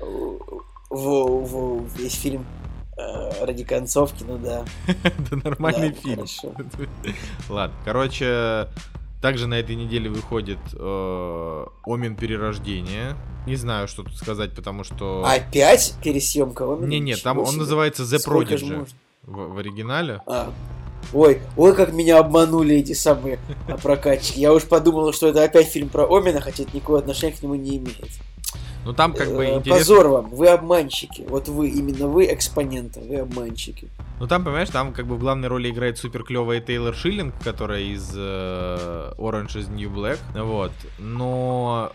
Воу, воу, весь фильм ради концовки, ну да. Это нормальный да, фильм. Хорошо. Ладно, короче, также на этой неделе выходит э, «Омен перерождения». Не знаю, что тут сказать, потому что... Опять пересъемка «Омена»? Не, нет, там он себе. Называется «The Сколько Prodigy» в, в оригинале. А. Ой, ой, как меня обманули эти самые прокатчики. Я уж подумал, что это опять фильм про Омена, хотя это никакого отношения к нему не имеет. Ну там как бы интересно... Позор вам, вы обманщики. Вот вы, именно вы экспоненты, вы обманщики. Ну там, понимаешь, там как бы в главной роли играет супер клевая Тейлор Шиллинг, которая из uh, Orange is the New Black. Вот. Но...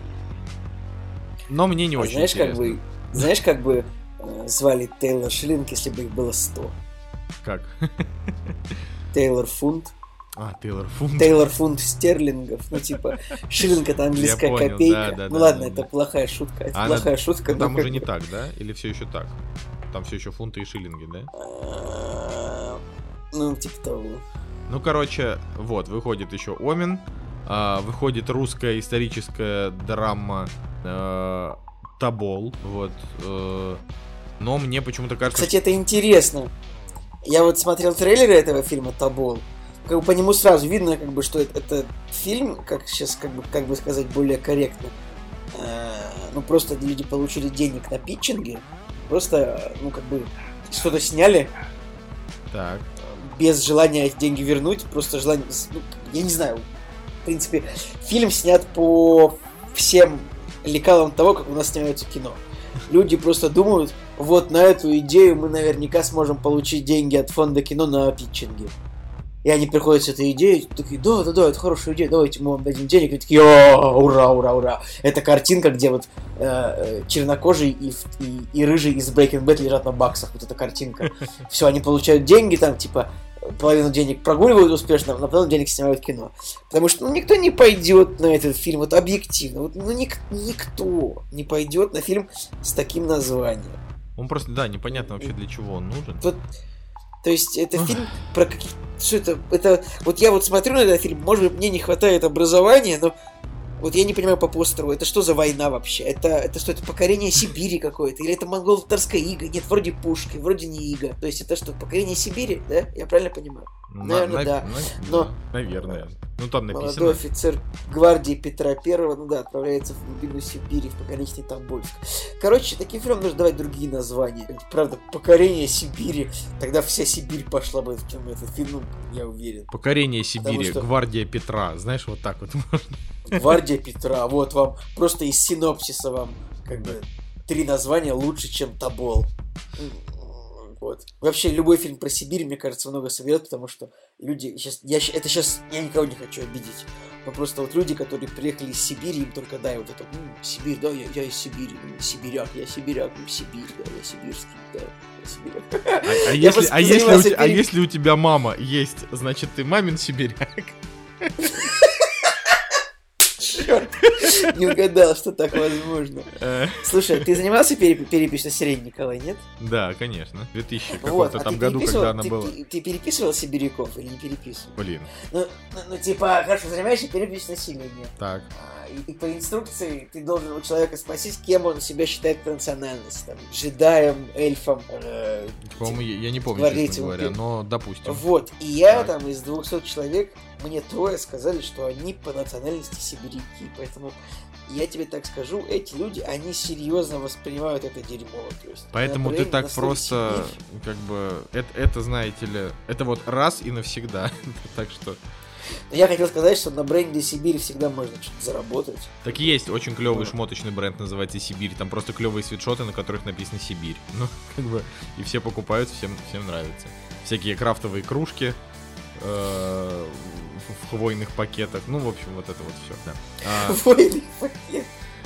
Но мне не а очень знаешь, интересно. Как бы, знаешь, как бы э, звали Тейлор Шиллинг, если бы их было сто? Как? Тейлор Фунт. А, Тейлор Фунт. Тейлор Фунт стерлингов. Ну, типа, шиллинг — это английская понял, копейка. Да, да, ну, да, ладно, да, это да. плохая шутка. Это а плохая она... шутка. Ну, там уже не так, да? Или все еще так? Там все еще фунты и шиллинги, да? Ну, типа того. Ну, короче, вот, выходит еще «Омен». Выходит русская историческая драма «Тобол». Вот. Но мне почему-то кажется... Кстати, это интересно. Я вот смотрел трейлеры этого фильма «Тобол». Как бы по нему сразу видно, как бы, что это, это фильм, как сейчас, как бы, как бы сказать, более корректно. Э, ну, просто люди получили денег на питчинге. Просто, ну, как бы, что-то сняли. Так. Без желания эти деньги вернуть. Просто желание... Ну, я не знаю. В принципе, фильм снят по всем лекалам того, как у нас снимается кино. Люди просто думают, вот на эту идею мы наверняка сможем получить деньги от фонда кино на питчинге. И они приходят с этой идеей, такие, да, да, да, это хорошая идея, давайте мы вам дадим денег. И такие, ура, ура, ура. Это картинка, где вот э, чернокожий и, и, и рыжий из Breaking Bad лежат на баксах. Вот эта картинка. Все, они получают деньги, там, типа, половину денег прогуливают успешно, на половину денег снимают кино. Потому что ну, никто не пойдет на этот фильм, вот объективно. Вот, ну, ник- никто не пойдет на фильм с таким названием. Он просто, да, непонятно вообще, для чего он нужен. Вот, то есть, это фильм про каких-то что это, это, вот я вот смотрю на этот фильм, может быть, мне не хватает образования, но вот я не понимаю по постеру, это что за война вообще? Это, это что, это покорение Сибири какое-то? Или это монголо-татарская ига? Нет, вроде пушки, вроде не ига. То есть это что, покорение Сибири, да? Я правильно понимаю? На- Наверное, на- да. на- Но Наверное. Ну там написано. молодой офицер гвардии Петра Первого, ну да, отправляется в глубину Сибири, в покоричный Тобольск. Короче, таким фильмам нужно давать другие названия. Правда, покорение Сибири. Тогда вся Сибирь пошла бы в кино. Этот фильм, ну, я уверен. Покорение Сибири, что- гвардия Петра. Знаешь, вот так вот можно. Гвардия Петра. Вот вам просто из синопсиса вам как бы три названия лучше, чем Тобол. Вот. Вообще, любой фильм про Сибирь, мне кажется, много соберет, потому что люди сейчас, я, щ- это сейчас, я никого не хочу обидеть, но просто вот люди, которые приехали из Сибири, им только дай вот это, «М, Сибирь, да, я, я из Сибири, м, сибиряк, я сибиряк, м, Сибирь, да, я сибирский, да, я сибиряк». А, а Я если, просто а, если у, занимался те- а пере- если у тебя мама есть, значит ты мамин сибиряк. Черт, не угадал, что так возможно. Э, Слушай, ты занимался переп- переписью серии, Николай, нет? Да, конечно. В двухтысячном Вот, каком-то а там ты году, переписывал- когда она ты, была. ты- ты переписывал сибиряков или не переписывал? Блин, Ну, ну, ну, типа, хорошо, занимаешься перепись населения. так. А, И, и по инструкции ты должен у человека спросить, кем он себя считает по национальности. Там, джедаем, эльфом. э, По-моему, я, я не помню, гвардейцы честно говоря, убили. но допустим. Вот. И я Так. там из двухсот человек, мне трое сказали, что они по национальности сибиряки. Поэтому я тебе так скажу, эти люди, они серьезно воспринимают это дерьмо. То есть, Поэтому на ты бренде так на слове просто, Сибирь. как бы, это, это, знаете ли, это вот раз и навсегда. Так что, Но я хотел сказать, что на бренде Сибирь всегда можно что-то заработать. так и есть очень клевый Ну. шмоточный бренд, называется Сибирь. Там просто клевые свитшоты, на которых написано Сибирь. Ну, как бы, и все покупают, всем, всем нравится. Всякие крафтовые кружки э, в в хвойных пакетах. Ну, в общем, вот это вот все. Да. А, Хвойный пакет.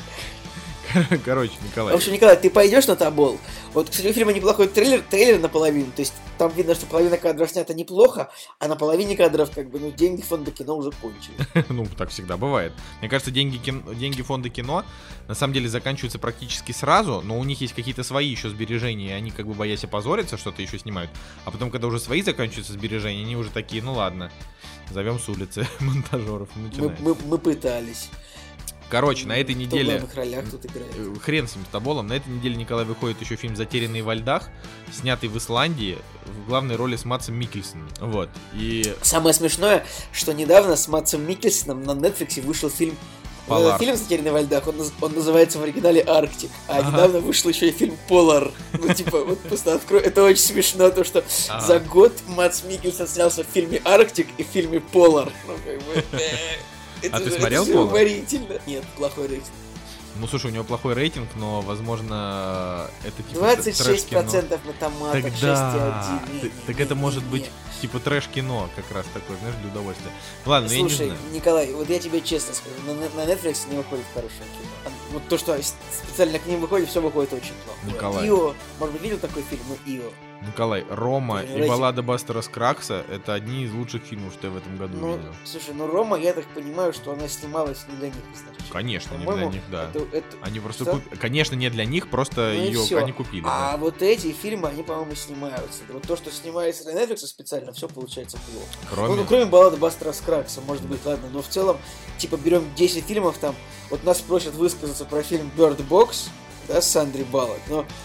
короче, Николай. В общем, Николай, ты пойдешь на Тобол? Вот, кстати, у фильма неплохой трейлер, трейлер наполовину. То есть там видно, что половина кадров снята неплохо, а на половине кадров, как бы, ну, деньги фонда кино уже кончились. Ну, так всегда бывает. Мне кажется, деньги, кин- деньги фонда кино на самом деле заканчиваются практически сразу, но у них есть какие-то свои еще сбережения, и они, как бы, боясь опозориться, что-то еще снимают. А потом, когда уже свои заканчиваются сбережения, они уже такие, ну ладно, зовем с улицы монтажеров и Мы, начинаем. мы, мы пытались. Короче, на этой Кто в неделе... главных ролях тут играет? э, Хрен с ним, с Тоболом. На этой неделе, Николай, выходит еще фильм «Затерянные во льдах», снятый в Исландии, в главной роли с Матсом Миккельсеном. Вот. И... Самое смешное, что недавно с Матсом Миккельсоном на Netflix вышел фильм Polar. э, фильм «Затерянный во льдах», он, наз- он называется в оригинале «Арктик», а Ага. недавно вышел еще и фильм «Полар». Ну, типа, вот просто открой, это очень смешно, то, что Ага. за год Матс Миккельсон снялся в фильме «Арктик» и в фильме «Полар». Ну, как бы, э, это А ты же- смотрел это же «Полар»? уморительно. Нет, плохой рейтинг. Ну, слушай, у него плохой рейтинг, но, возможно, это типа двадцать трэш-кино. шесть процентов на томатах, шесть и Тогда, один. ты- так это может быть типа трэш-кино, как раз такое, знаешь, для удовольствия. Ладно, ну я не Слушай, знаю. Николай, вот я тебе честно скажу, на, на Netflix не выходит хорошее кино. А Вот то, что с- специально к ним выходит, все выходит очень плохо. Николай. Ио, может быть, видел такой фильм? Ну, Ио. Николай, Рома и Рейтинг. баллада Бастера Скракса — это одни из лучших фильмов, что я в этом году Ну, видел. слушай, ну Рома, я так понимаю, что она снималась не для них изначально. Конечно, не для По-моему, них, да. это- это- Они просто что? куп- Конечно, не для них, просто Ну и ее всё. они купили. А да. вот эти фильмы, они, по-моему, снимаются. Вот то, что снимается для Netflix специально, все получается плохо. Кроме... Ну, ну, кроме баллады Бастера Скракса, может быть, ладно. Но в целом, типа, берем десять фильмов там. Вот нас просят высказаться про фильм Bird Box, да, с Сандри Баллок. Но, э,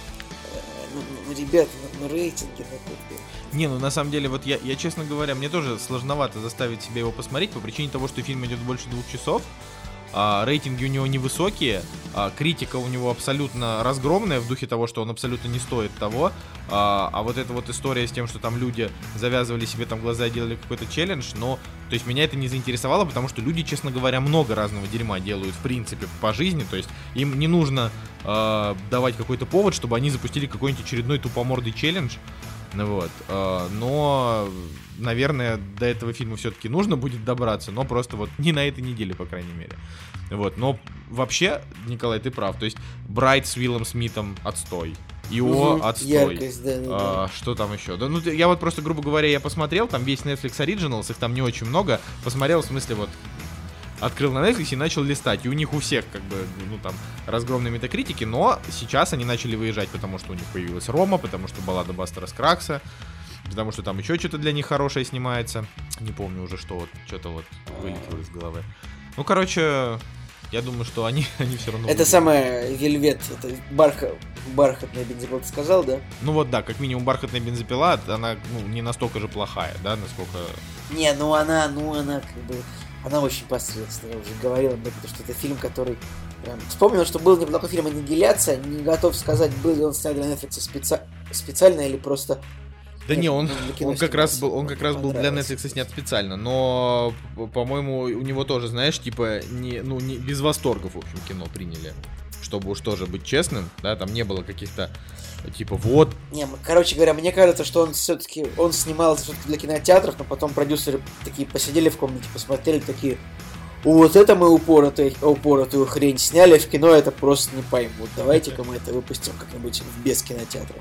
ну, ну, ребят, ну, ну, рейтинги, ну, как бы. Не, ну на самом деле, вот я, я, честно говоря, мне тоже сложновато заставить себя его посмотреть по причине того, что фильм идет больше двух часов. А, рейтинги у него невысокие, а, критика у него абсолютно разгромная в духе того, что он абсолютно не стоит того. А, а вот эта вот история с тем, что там люди завязывали себе там глаза и делали какой-то челлендж, но, то есть меня это не заинтересовало, потому что люди, честно говоря, много разного дерьма делают в принципе по жизни, то есть им не нужно а, давать какой-то повод, чтобы они запустили какой-нибудь очередной тупомордый челлендж. Ну вот, э, но, наверное, до этого фильма все-таки нужно будет добраться, но просто вот не на этой неделе, по крайней мере. Вот, но вообще, Николай, ты прав, то есть Брайт с Уиллом Смитом отстой, Ио Мгм, отстой. яркость, да, да, да. А, что там еще? Да, ну, я вот просто, грубо говоря, я посмотрел, там весь Netflix Originals, их там не очень много, посмотрел, в смысле, вот, открыл на Netflix и начал листать, и у них у всех, как бы, ну, там, разгромные метакритики, но сейчас они начали выезжать, потому что у них появилась Рома, потому что баллада Бастера Скракса, потому что там еще что-то для них хорошее снимается. Не помню уже, что вот, что-то вот вылетело из головы. Ну, короче, я думаю, что они, они все равно... Это будут. самое Вельвет, это барха, бархатная бензопила, ты сказал, да? Ну вот да, как минимум бархатная бензопила, она ну, не настолько же плохая, да, насколько... Не, ну она, ну она как бы... Она очень посредственная, я уже говорил об этом, что это фильм, который... Прям... Вспомнил, что был неплохой фильм «Аннигиляция», не готов сказать, был ли он снят для Netflix специ... специально или просто... Да Нет, не, он, кино он как раз был, он как раз был для понравилось. Netflix снят специально, но, по-моему, у него тоже, знаешь, типа, не, ну, не, без восторгов, в общем, кино приняли. Чтобы уж тоже быть честным, да, там не было каких-то, типа, вот. Не, короче говоря, мне кажется, что он все-таки, он снимал это все-таки для кинотеатров, но потом продюсеры такие посидели в комнате, посмотрели, такие, вот это мы упоротую, упоротую хрень сняли, в кино это просто не поймут. Давайте-ка мы это выпустим как-нибудь без кинотеатров.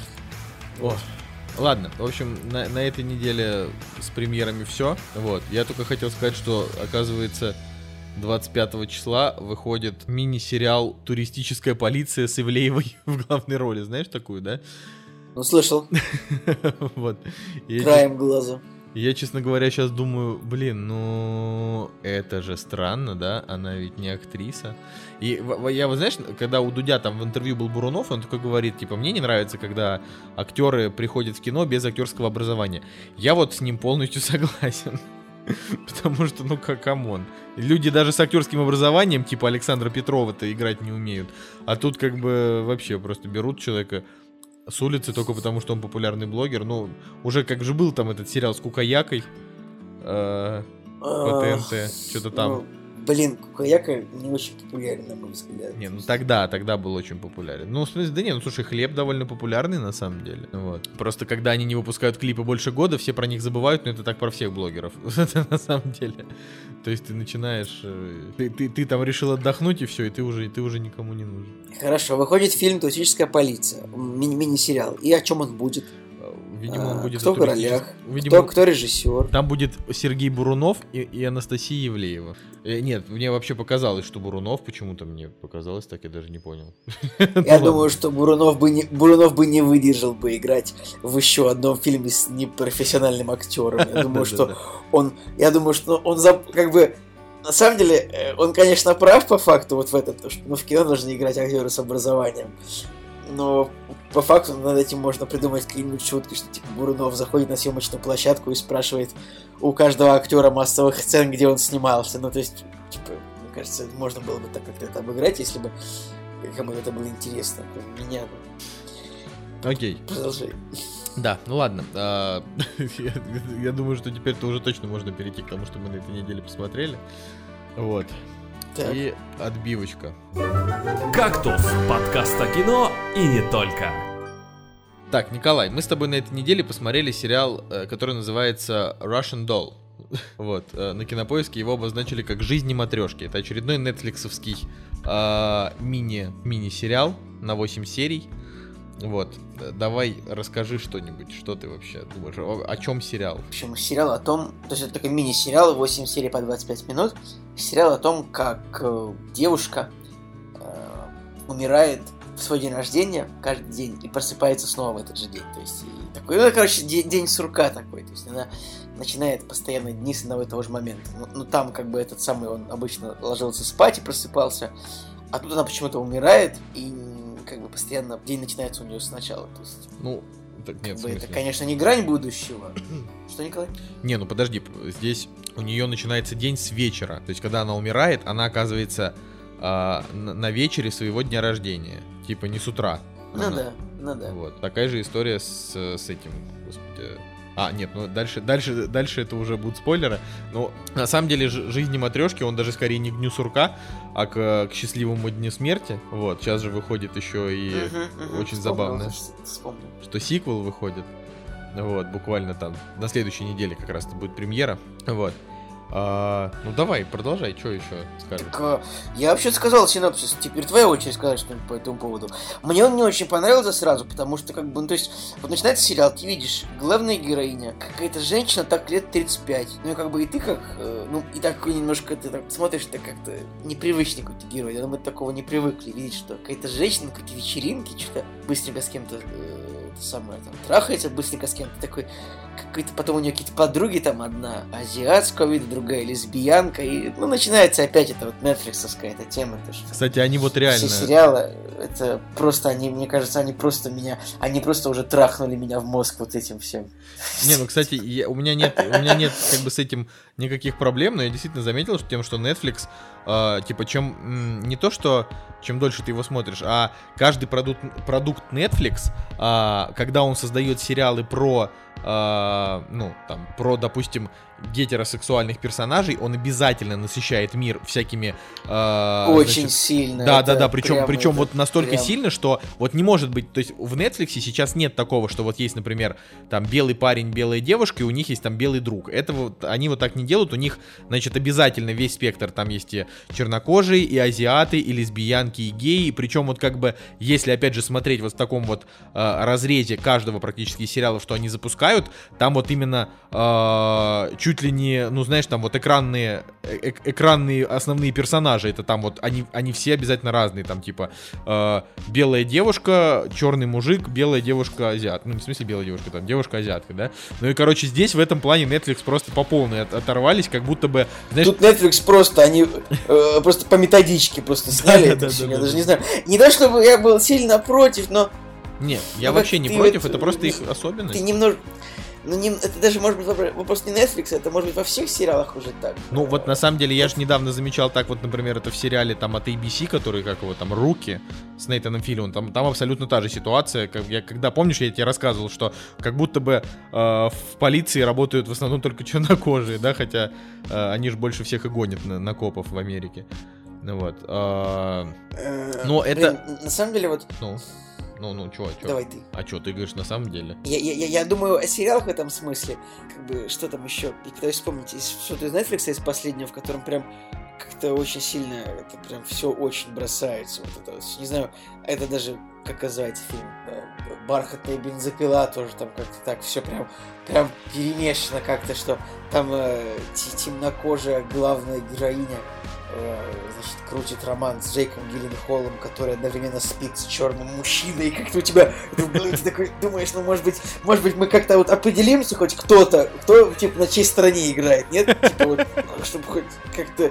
О. Ладно, в общем, на, на этой неделе с премьерами все. Вот. Я только хотел сказать, что, оказывается, двадцать пятого числа выходит мини-сериал «Туристическая полиция» с Ивлеевой в главной роли. Знаешь такую, да? Ну, слышал. Вот. Краем глаза. Я, честно говоря, сейчас думаю, блин, ну это же странно, да? Она ведь не актриса. И я, вот знаешь, когда у Дудя там в интервью был Бурунов, он такой говорит, типа, мне не нравится, когда актеры приходят в кино без актерского образования. Я вот с ним полностью согласен. Потому что, ну как, камон. Люди даже с актерским образованием, типа Александра Петрова-то, играть не умеют. А тут как бы вообще просто берут человека с улицы только потому, что он популярный блогер. Ну, уже как же был там этот сериал с Кукаякой э, по ТНТ, что-то там. Ну, блин, Кукаяка не очень популярен, на мой взгляд. Не, ну тогда, тогда был очень популярен. Ну, в смысле, да не, ну слушай, Хлеб довольно популярный на самом деле. Вот. Просто когда они не выпускают клипы больше года, все про них забывают, но это так про всех блогеров. Это на самом деле. То есть ты начинаешь... Ты, ты, ты там решил отдохнуть, и все, и ты уже, и ты уже никому не нужен. Хорошо, выходит фильм «Туристическая полиция», ми- мини-сериал. И о чем он будет? Видимо, он будет... Кто в ролях? Видимо, кто, кто режиссер? Там будет Сергей Бурунов и, и Анастасия Евлеева. Э, нет, мне вообще показалось, что Бурунов, почему-то мне показалось, так я даже не понял. Я думаю, что Бурунов бы, не, Бурунов бы не выдержал бы играть в еще одном фильме с непрофессиональным актером. Я думаю, что он... Я думаю, что он как бы... На самом деле, он, конечно, прав по факту вот в этом, что ну, в кино должны играть актеры с образованием. Но по факту над этим можно придумать какие-нибудь шутки, что типа Бурунов заходит на съемочную площадку и спрашивает у каждого актера массовых сцен, где он снимался. Ну, то есть, типа, мне кажется, можно было бы так как-то это обыграть, если бы кому это было интересно. Меня. Окей. Продолжай. Да, ну ладно. А, я, я думаю, что теперь-то уже точно можно перейти к тому, что мы на этой неделе посмотрели. Вот. Так. И отбивочка. «Кактус» — подкаст о кино и не только. Так, Николай, мы с тобой на этой неделе посмотрели сериал, который называется Russian Doll. Вот, на Кинопоиске его обозначили как «Жизни матрешки». Это очередной нетфликсовский э, мини, мини-сериал на восемь серий. Вот, давай расскажи что-нибудь, что ты вообще думаешь, о, о чем сериал? В общем, сериал о том, то есть это такой мини-сериал, восемь серий по двадцать пять минут, сериал о том, как э, девушка э, умирает в свой день рождения каждый день и просыпается снова в этот же день, то есть и такой, ну, короче, день, день сурка такой, то есть она начинает постоянно дни с одного и того же момента, ну, ну там как бы этот самый, он обычно ложился спать и просыпался, а тут она почему-то умирает и как бы постоянно день начинается у нее сначала. То есть, ну, так нет, как бы это, конечно, не грань будущего. Что, Николай? Не, ну подожди, здесь у нее начинается день с вечера. То есть, когда она умирает, она оказывается э, на, на вечере своего дня рождения. Типа не с утра. Ну она. да, ну да. Вот. Такая же история с, с этим. Господи. А, нет, ну дальше, дальше, дальше это уже будут спойлеры. Но на самом деле ж, жизни матрешки, он даже скорее не к дню сурка, а к, к счастливому дню смерти. Вот, сейчас же выходит еще и uh-huh, uh-huh. очень Вспомнил, забавно, вспомнил. что сиквел выходит. Вот, буквально там на следующей неделе как раз это будет премьера. Вот. А, ну давай, продолжай, что еще скажешь? Так, а, я вообще сказал синопсис, теперь твоя очередь сказать что-нибудь по этому поводу. Мне он не очень понравился сразу, потому что как бы, ну то есть, вот начинается сериал, ты видишь, главная героиня, какая-то женщина так лет тридцать пять, ну и как бы и ты как, э, ну и так немножко ты так смотришь, ты как-то непривычный какой-то герой, да, мы такого не привыкли видеть, что какая-то женщина на какие-то вечеринки, что-то быстренько с кем-то э, это самое, там, трахается быстренько с кем-то, такой, какой-то, потом у нее какие-то подруги, там, одна азиатского вида, другая лесбиянка, и, ну, начинается опять эта вот нетфликсовская эта тема. То, что Кстати, они вот реально... Все сериалы, это просто, они, мне кажется, они просто меня, они просто уже трахнули меня в мозг вот этим всем. Не, ну, кстати, я, у меня нет, у меня нет, как бы, с этим никаких проблем, но я действительно заметил, что тем, что Netflix, э, типа, чем, м, не то, что чем дольше ты его смотришь, а каждый продукт, продукт Netflix, э, когда он создает сериалы про, э, ну, там, про, допустим, гетеросексуальных персонажей, он обязательно насыщает мир всякими... Э, Очень значит, сильно. Да, да, да, причем, причем это, вот настолько прям... сильно, что вот не может быть, то есть в Netflix сейчас нет такого, что вот есть, например, там белый парень, белая девушка, и у них есть там белый друг. Это вот, они вот так не делают, у них, значит, обязательно весь спектр, там есть и чернокожие, и азиаты, и лесбиянки, и геи, причем вот как бы, если опять же смотреть вот в таком вот э, разрезе каждого практически сериала, что они запускают, там вот именно э, чуть ли не, ну знаешь, там вот экранные, э- экранные основные персонажи, это там вот, они, они все обязательно разные, там типа э, белая девушка, черный мужик, белая девушка азиат, ну не в смысле белая девушка, там девушка азиатка, да, ну и короче здесь в этом плане Netflix просто по полной от- оторвались, как будто бы, знаешь... Тут Netflix просто, они э, просто по методичке просто сняли это все, я даже не знаю, не то чтобы я был сильно против, но... Нет, я ну, вообще не ты против, вот, это просто ты, их особенность. Ты немного... Ну, не, это даже может быть вопрос не Netflix, это может быть во всех сериалах уже так. Ну, вот на самом деле, я же недавно замечал так вот, например, это в сериале там от эй би си, который, как его там, «Руки» с Нейтаном Филлионом, там, там абсолютно та же ситуация, как я, когда, помнишь, я тебе рассказывал, что как будто бы э, в полиции работают в основном только чернокожие, да, хотя э, они же больше всех и гонят на, на копов в Америке. Ну вот. Э, но это... Блин, на самом деле, вот... Ну... Ну, ну, чё, чё? Давай ты. А чё, ты говоришь на самом деле? Я, я, я думаю о сериалах в этом смысле, как бы, что там еще, и пытаюсь вспомнить, из, что-то из Netflix, из последнего, в котором прям как-то очень сильно, это прям все очень бросается, вот это, не знаю, это даже, как называется фильм, «Бархатная бензопила», тоже там как-то так все прям, прям перемешано как-то, что там э, темнокожая главная героиня, значит, крутит роман с Джейком Гилленхолом, который одновременно спит с черным мужчиной, и как-то у тебя в голове ты такой думаешь, ну, может быть, может быть, мы как-то вот определимся, хоть кто-то, кто, типа, на чьей стороне играет, нет? Типа, вот, чтобы хоть как-то...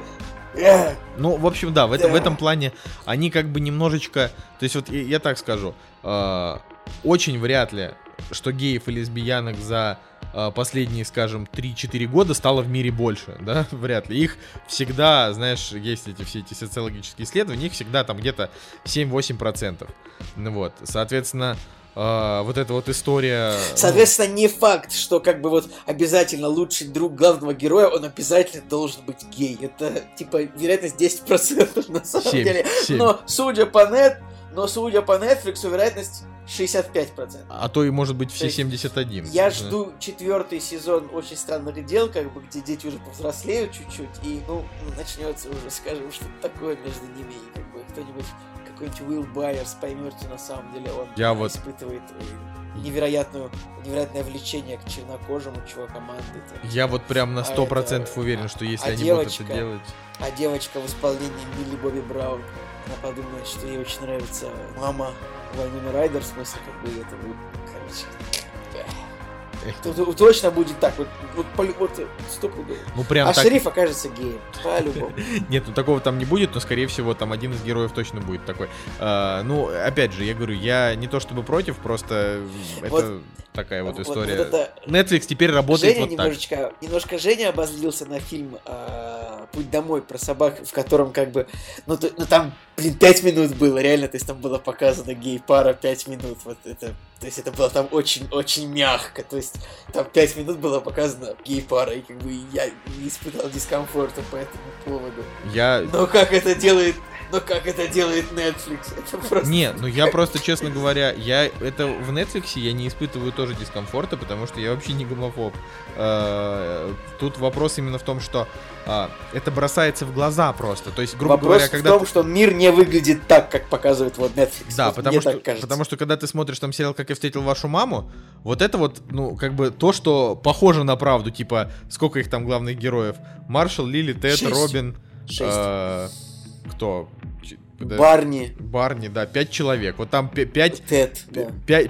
Ну, в общем, да, в, это, в этом плане они как бы немножечко... То есть вот я, я так скажу, э, очень вряд ли, что геев и лесбиянок за э, последние, скажем, три-четыре года стало в мире больше, да, вряд ли. Их всегда, знаешь, есть эти все эти социологические исследования, их всегда там где-то семь-восемь процентов. Ну вот, соответственно... Uh, вот эта вот история... Соответственно, не факт, что как бы вот обязательно лучший друг главного героя, он обязательно должен быть гей. Это, типа, вероятность десять процентов на самом семь, деле. семь. Но судя по нет, но судя по Netflix, вероятность шестьдесят пять процентов. А то и может быть все есть семьдесят один. Я да. жду четвертый сезон «Очень странных дел», как бы, где дети уже повзрослеют чуть-чуть, и, ну, начнется уже, скажем, что-то такое между ними, и как бы кто-нибудь... какой-нибудь Уилл Байерс поймет, что на самом деле он Я вот... испытывает невероятную, невероятное влечение к чернокожему, чего команды. Я вот прям на сто процентов а уверен, это... что если а они девочка, будут это делать... А девочка в исполнении Билли Бобби Браун, она подумает, что ей очень нравится мама Вайноны Райдер, в смысле, как бы это будет, короче... Тут точно будет так, вот, вот, вот стопудово. Ну, прям а так... шериф окажется геем, по-любому. Нет, ну такого там не будет, но, скорее всего, там один из героев точно будет такой. А, ну, опять же, я говорю, я не то чтобы против, просто вот, это такая вот, вот история. Вот это... Netflix теперь работает Женя вот немножечко, так. Немножко Женя обозлился на фильм э, «Путь домой» про собак, в котором как бы, ну, то, ну там, блин, пять минут было, реально, то есть там было показано гей-пара пять минут, вот это, то есть это было там очень-очень мягко, то есть там пять минут было показано гей-пара, и как бы я не испытал дискомфорта по этому поводу. Я... Но как это делает... Но как это делает Netflix? Это просто... Не, ну я просто, честно говоря, я это в Netflix я не испытываю тоже дискомфорта, потому что я вообще не гомофоб. Тут вопрос именно в том, что это бросается в глаза просто. То есть, грубо вопрос говоря, когда... в том, что мир не выглядит так, как показывает вот Netflix. Да, вот потому что, так потому что когда ты смотришь там сериал «Как я встретил вашу маму», вот это вот, ну, как бы то, что похоже на правду, типа, сколько их там главных героев? Маршал, Лили, Тед, Шесть. Робин... Шесть. Э, кто? Барни. Барни, да, пять человек. Вот там пять... Тед, да. Пять...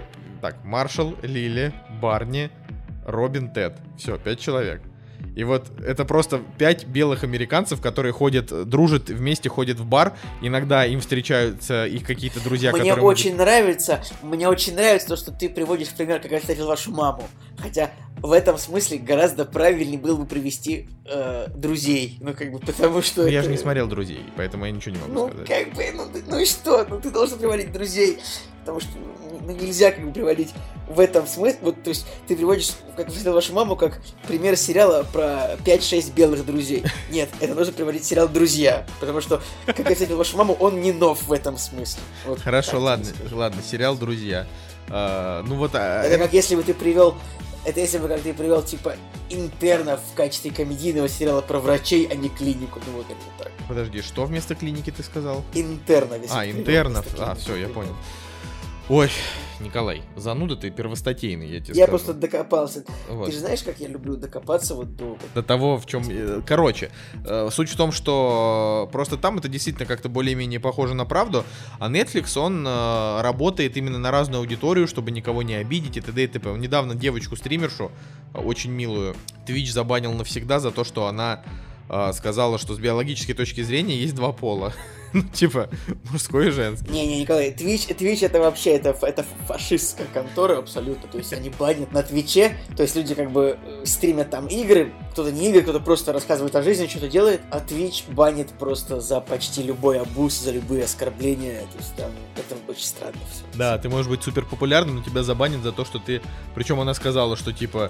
так, Маршал, Лили, Барни, Робин, Тед. Все, пять человек. И вот это просто пять белых американцев, которые ходят, дружат вместе, ходят в бар. Иногда им встречаются их какие-то друзья, мне которые... Мне очень могут... нравится, мне очень нравится то, что ты приводишь в пример, как я встретил вашу маму. Хотя в этом смысле гораздо правильнее было бы привести э, друзей. Ну, как бы, потому что... Ну, это... я же не смотрел «Друзей», поэтому я ничего не могу ну, сказать. Как бы, ну, ну и что? Ну, ты должен приводить друзей. Потому что ну, нельзя как бы приводить в этом смысле. Вот, то есть ты приводишь, как встретил вашу маму, как пример сериала про пять-шесть белых друзей. Нет, это нужно приводить сериал «Друзья». Потому что, как я встретил вашу маму, он не нов в этом смысле. Вот, хорошо, ладно, ладно, сериал «Друзья». А, ну вот... А... Это как если бы ты привел... Это если бы как ты привел, типа, интернов в качестве комедийного сериала про врачей, а не клинику. Ну вот это так. Подожди, что вместо клиники ты сказал? Интернов. А, интернов. А, все, я понял. Ой, Николай, зануда ты первостатейный, я тебе Я скажу. просто докопался. Вот. Ты же знаешь, как я люблю докопаться вот до... До того, в чем... Короче, суть в том, что просто там это действительно как-то более-менее похоже на правду, а Netflix, он работает именно на разную аудиторию, чтобы никого не обидеть и т.д. и т.п. Он недавно девочку-стримершу, очень милую, Twitch забанил навсегда за то, что она сказала, что с биологической точки зрения есть два пола. Ну, типа, мужской и женский. Не-не, Николай, Twitch, Twitch это вообще, это, это фашистская контора абсолютно. То есть они банят на Твиче, то есть люди как бы стримят там игры, кто-то не игры, кто-то просто рассказывает о жизни, что-то делает, а Twitch банит просто за почти любой абуз, за любые оскорбления. То есть там это очень странно все. Да, ты можешь быть супер популярным, но тебя забанят за то, что ты... Причем она сказала, что типа...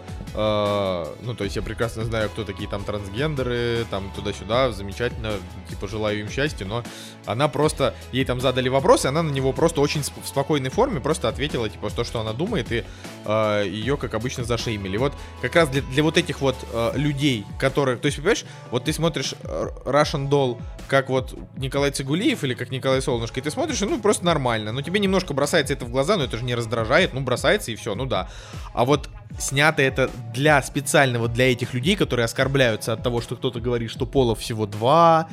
Э, ну, то есть я прекрасно знаю, кто такие там трансгендеры, там туда-сюда, замечательно, типа желаю им счастья, но она просто... Ей там задали вопрос, и она на него просто очень сп- в спокойной форме просто ответила, типа, то, что она думает, и э, ее, как обычно, зашеймили. Вот как раз для, для вот этих вот э, людей, которые... То есть, понимаешь, вот ты смотришь Russian Doll, как вот Николай Цигулиев или как Николай Солнышко, и ты смотришь, и, ну, просто нормально. Но тебе немножко бросается это в глаза, но это же не раздражает, ну, бросается и все, ну да. А вот снято это для специального, для этих людей, которые оскорбляются от того, что кто-то говорит, что полов всего два,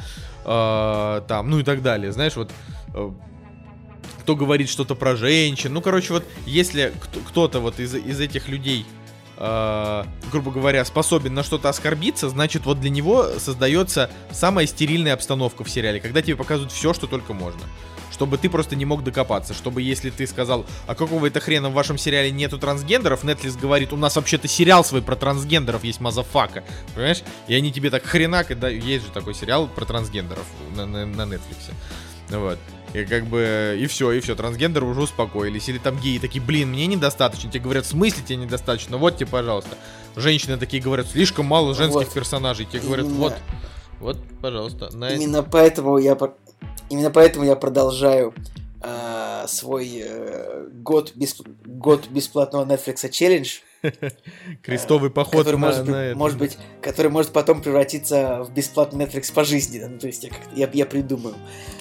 э, там, ну и так далее, знаешь, вот... Э, кто говорит что-то про женщин, ну, короче, вот, если кто-то вот из, из этих людей... Uh, грубо говоря, способен на что-то оскорбиться, значит, вот для него создается самая стерильная обстановка в сериале, когда тебе показывают все, что только можно. Чтобы ты просто не мог докопаться. Чтобы если ты сказал, а какого это хрена в вашем сериале нету трансгендеров, Netflix говорит, у нас вообще-то сериал свой про трансгендеров есть, мазафака. Понимаешь? И они тебе так хрена, когда есть же такой сериал про трансгендеров на, на, на Netflix. Вот. И как бы, и все, и все, трансгендеры уже успокоились. Или там геи такие, блин, мне недостаточно. Тебе говорят, в смысле тебе недостаточно? Вот тебе, пожалуйста. Женщины такие говорят, слишком мало женских вот. персонажей. Тебе говорят, именно, вот, вот, пожалуйста. На именно, это... поэтому я, именно поэтому я продолжаю э, свой э, год, бесп... год бесплатного Netflix челлендж. Крестовый поход который, на, может, на быть, может быть, который может потом превратиться в бесплатный Netflix по жизни. Ну, то есть я, я, я придумаю.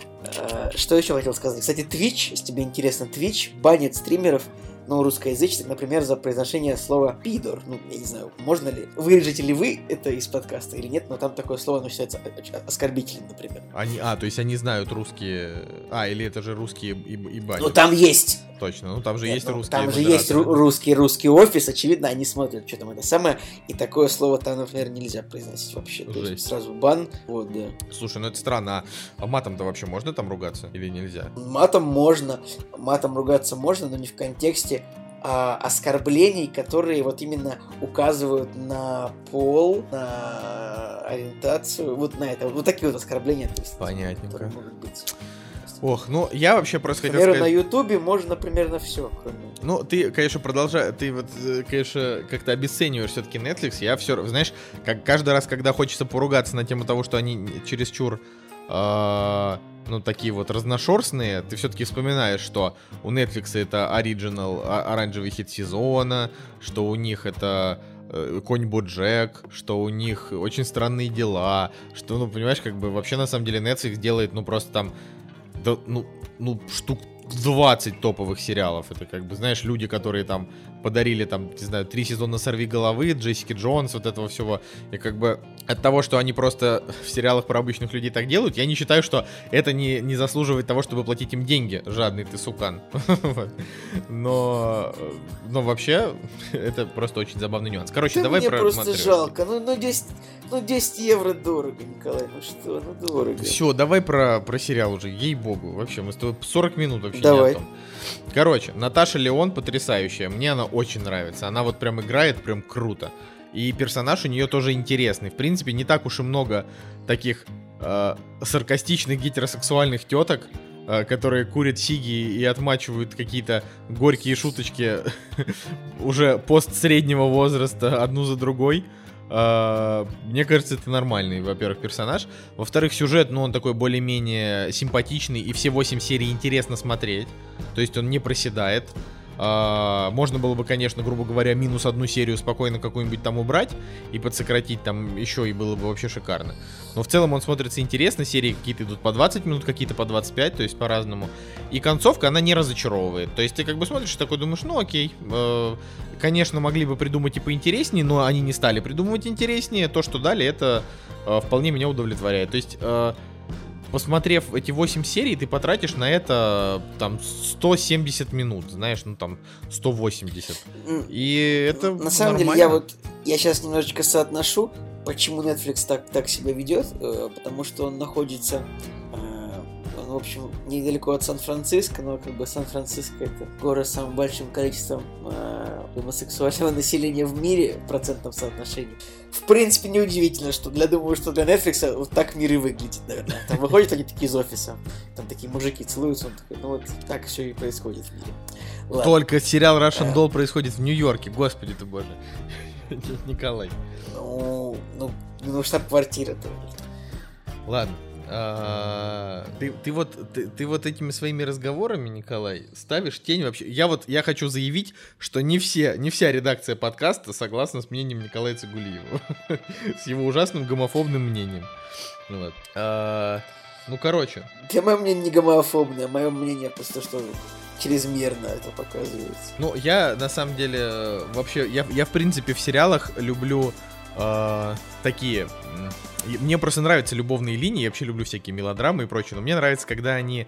Что еще хотел сказать? Кстати, Twitch, если тебе интересно, Twitch банит стримеров, ну, русскоязычных, например, за произношение слова «пидор». Ну, я не знаю, можно ли... Вырежете ли вы это из подкаста или нет, но там такое слово, оно считается оскорбительным, например. Они, а, то есть они знают русские... А, или это же русские и, и банят. Ну, там есть... Точно, ну там же Нет, есть ну, русские Там же модераторы. есть ру- русский, русский офис, очевидно, они смотрят, что там это самое, и такое слово там, например, нельзя произносить вообще. То есть сразу бан, вот, да. Слушай, ну это странно, а матом-то вообще можно там ругаться или нельзя? Матом можно, матом ругаться можно, но не в контексте а, оскорблений, которые вот именно указывают на пол, на ориентацию, вот на это, вот такие вот оскорбления. То есть, понятненько. Которые могут быть. Ох, ну я вообще просто хотел сказать... сказать... на Ютубе можно примерно все, кроме... Ну, ты, конечно, продолжаешь, ты вот, конечно, как-то обесцениваешь все-таки Netflix. Я все, знаешь, как каждый раз, когда хочется поругаться на тему того, что они чересчур, э, ну, такие вот разношерстные, ты все-таки вспоминаешь, что у Netflix это оригинал, оранжевый хит сезона, что у них это... Конь Боджек, что у них очень странные дела, что, ну, понимаешь, как бы вообще на самом деле Netflix делает, ну, просто там, да, ну, ну, штук двадцать топовых сериалов. Это как бы, знаешь, люди, которые там подарили там, не знаю, три сезона «Сорвиголовы», Джессики Джонс, вот этого всего. И как бы от того, что они просто в сериалах про обычных людей так делают, я не считаю, что это не, не заслуживает того, чтобы платить им деньги. Жадный ты сукан. Но, но вообще, это просто очень забавный нюанс. Короче, да давай мне про просто матрешки. жалко. Ну, ну, десять, ну, десять евро дорого, Николай. Ну что, ну дорого. Все, давай про, про сериал уже, ей-богу. Вообще, мы с тобой сорок минут вообще Давай. не о том. Короче, Наташа Леон потрясающая. Мне она очень нравится. Она вот прям играет прям круто. И персонаж у нее тоже интересный. В принципе, не так уж и много таких э, саркастичных гетеросексуальных теток, э, которые курят сиги и отмачивают какие-то горькие шуточки уже постсреднего возраста одну за другой. Uh, мне кажется, это нормальный, во-первых, персонаж. Во-вторых, сюжет, ну, он такой более-менее симпатичный, и все восемь серий интересно смотреть. То есть он не проседает. Uh, можно было бы, конечно, грубо говоря, минус одну серию спокойно какую-нибудь там убрать и подсократить там еще, и было бы вообще шикарно. Но в целом он смотрится интересно. Серии какие-то идут по двадцать минут, какие-то по двадцать пять, то есть по-разному. И концовка, она не разочаровывает. То есть ты как бы смотришь и такой думаешь, ну окей, э, конечно, могли бы придумать и поинтереснее, но они не стали придумывать интереснее. То, что дали, это э, вполне меня удовлетворяет. То есть, э, посмотрев эти восемь серий, ты потратишь на это там сто семьдесят минут, знаешь, ну там сто восемьдесит. И это на самом нормально. деле, я вот, я сейчас немножечко соотношу, почему Netflix так, так себя ведет, э, потому что он находится, э, он, в общем, недалеко от Сан-Франциско, но как бы Сан-Франциско — это город с самым большим количеством э, гомосексуального населения в мире в процентном соотношении. В принципе, неудивительно, что для, думаю, что для Netflix вот так мир и выглядит, наверное. Там выходят они такие из офиса, там такие мужики целуются, он такой, ну вот так все и происходит в мире. Ладно. Только сериал Russian Doll происходит в Нью-Йорке, господи ты боже. Николай. Ну, ну, ну штаб-квартира-то. Ладно. А, ты, ты вот ты, ты вот этими своими разговорами, Николай, ставишь тень вообще. Я вот я хочу заявить, что не все, не вся редакция подкаста согласна с мнением Николая Цигулиева, с его ужасным гомофобным мнением. Вот. А, ну, короче. Да, мое мнение не гомофобное, мое мнение просто, что чрезмерно это показывается. Ну, я на самом деле вообще, я, я в принципе в сериалах люблю э, такие. Мне просто нравятся любовные линии, я вообще люблю всякие мелодрамы и прочее, но мне нравится, когда они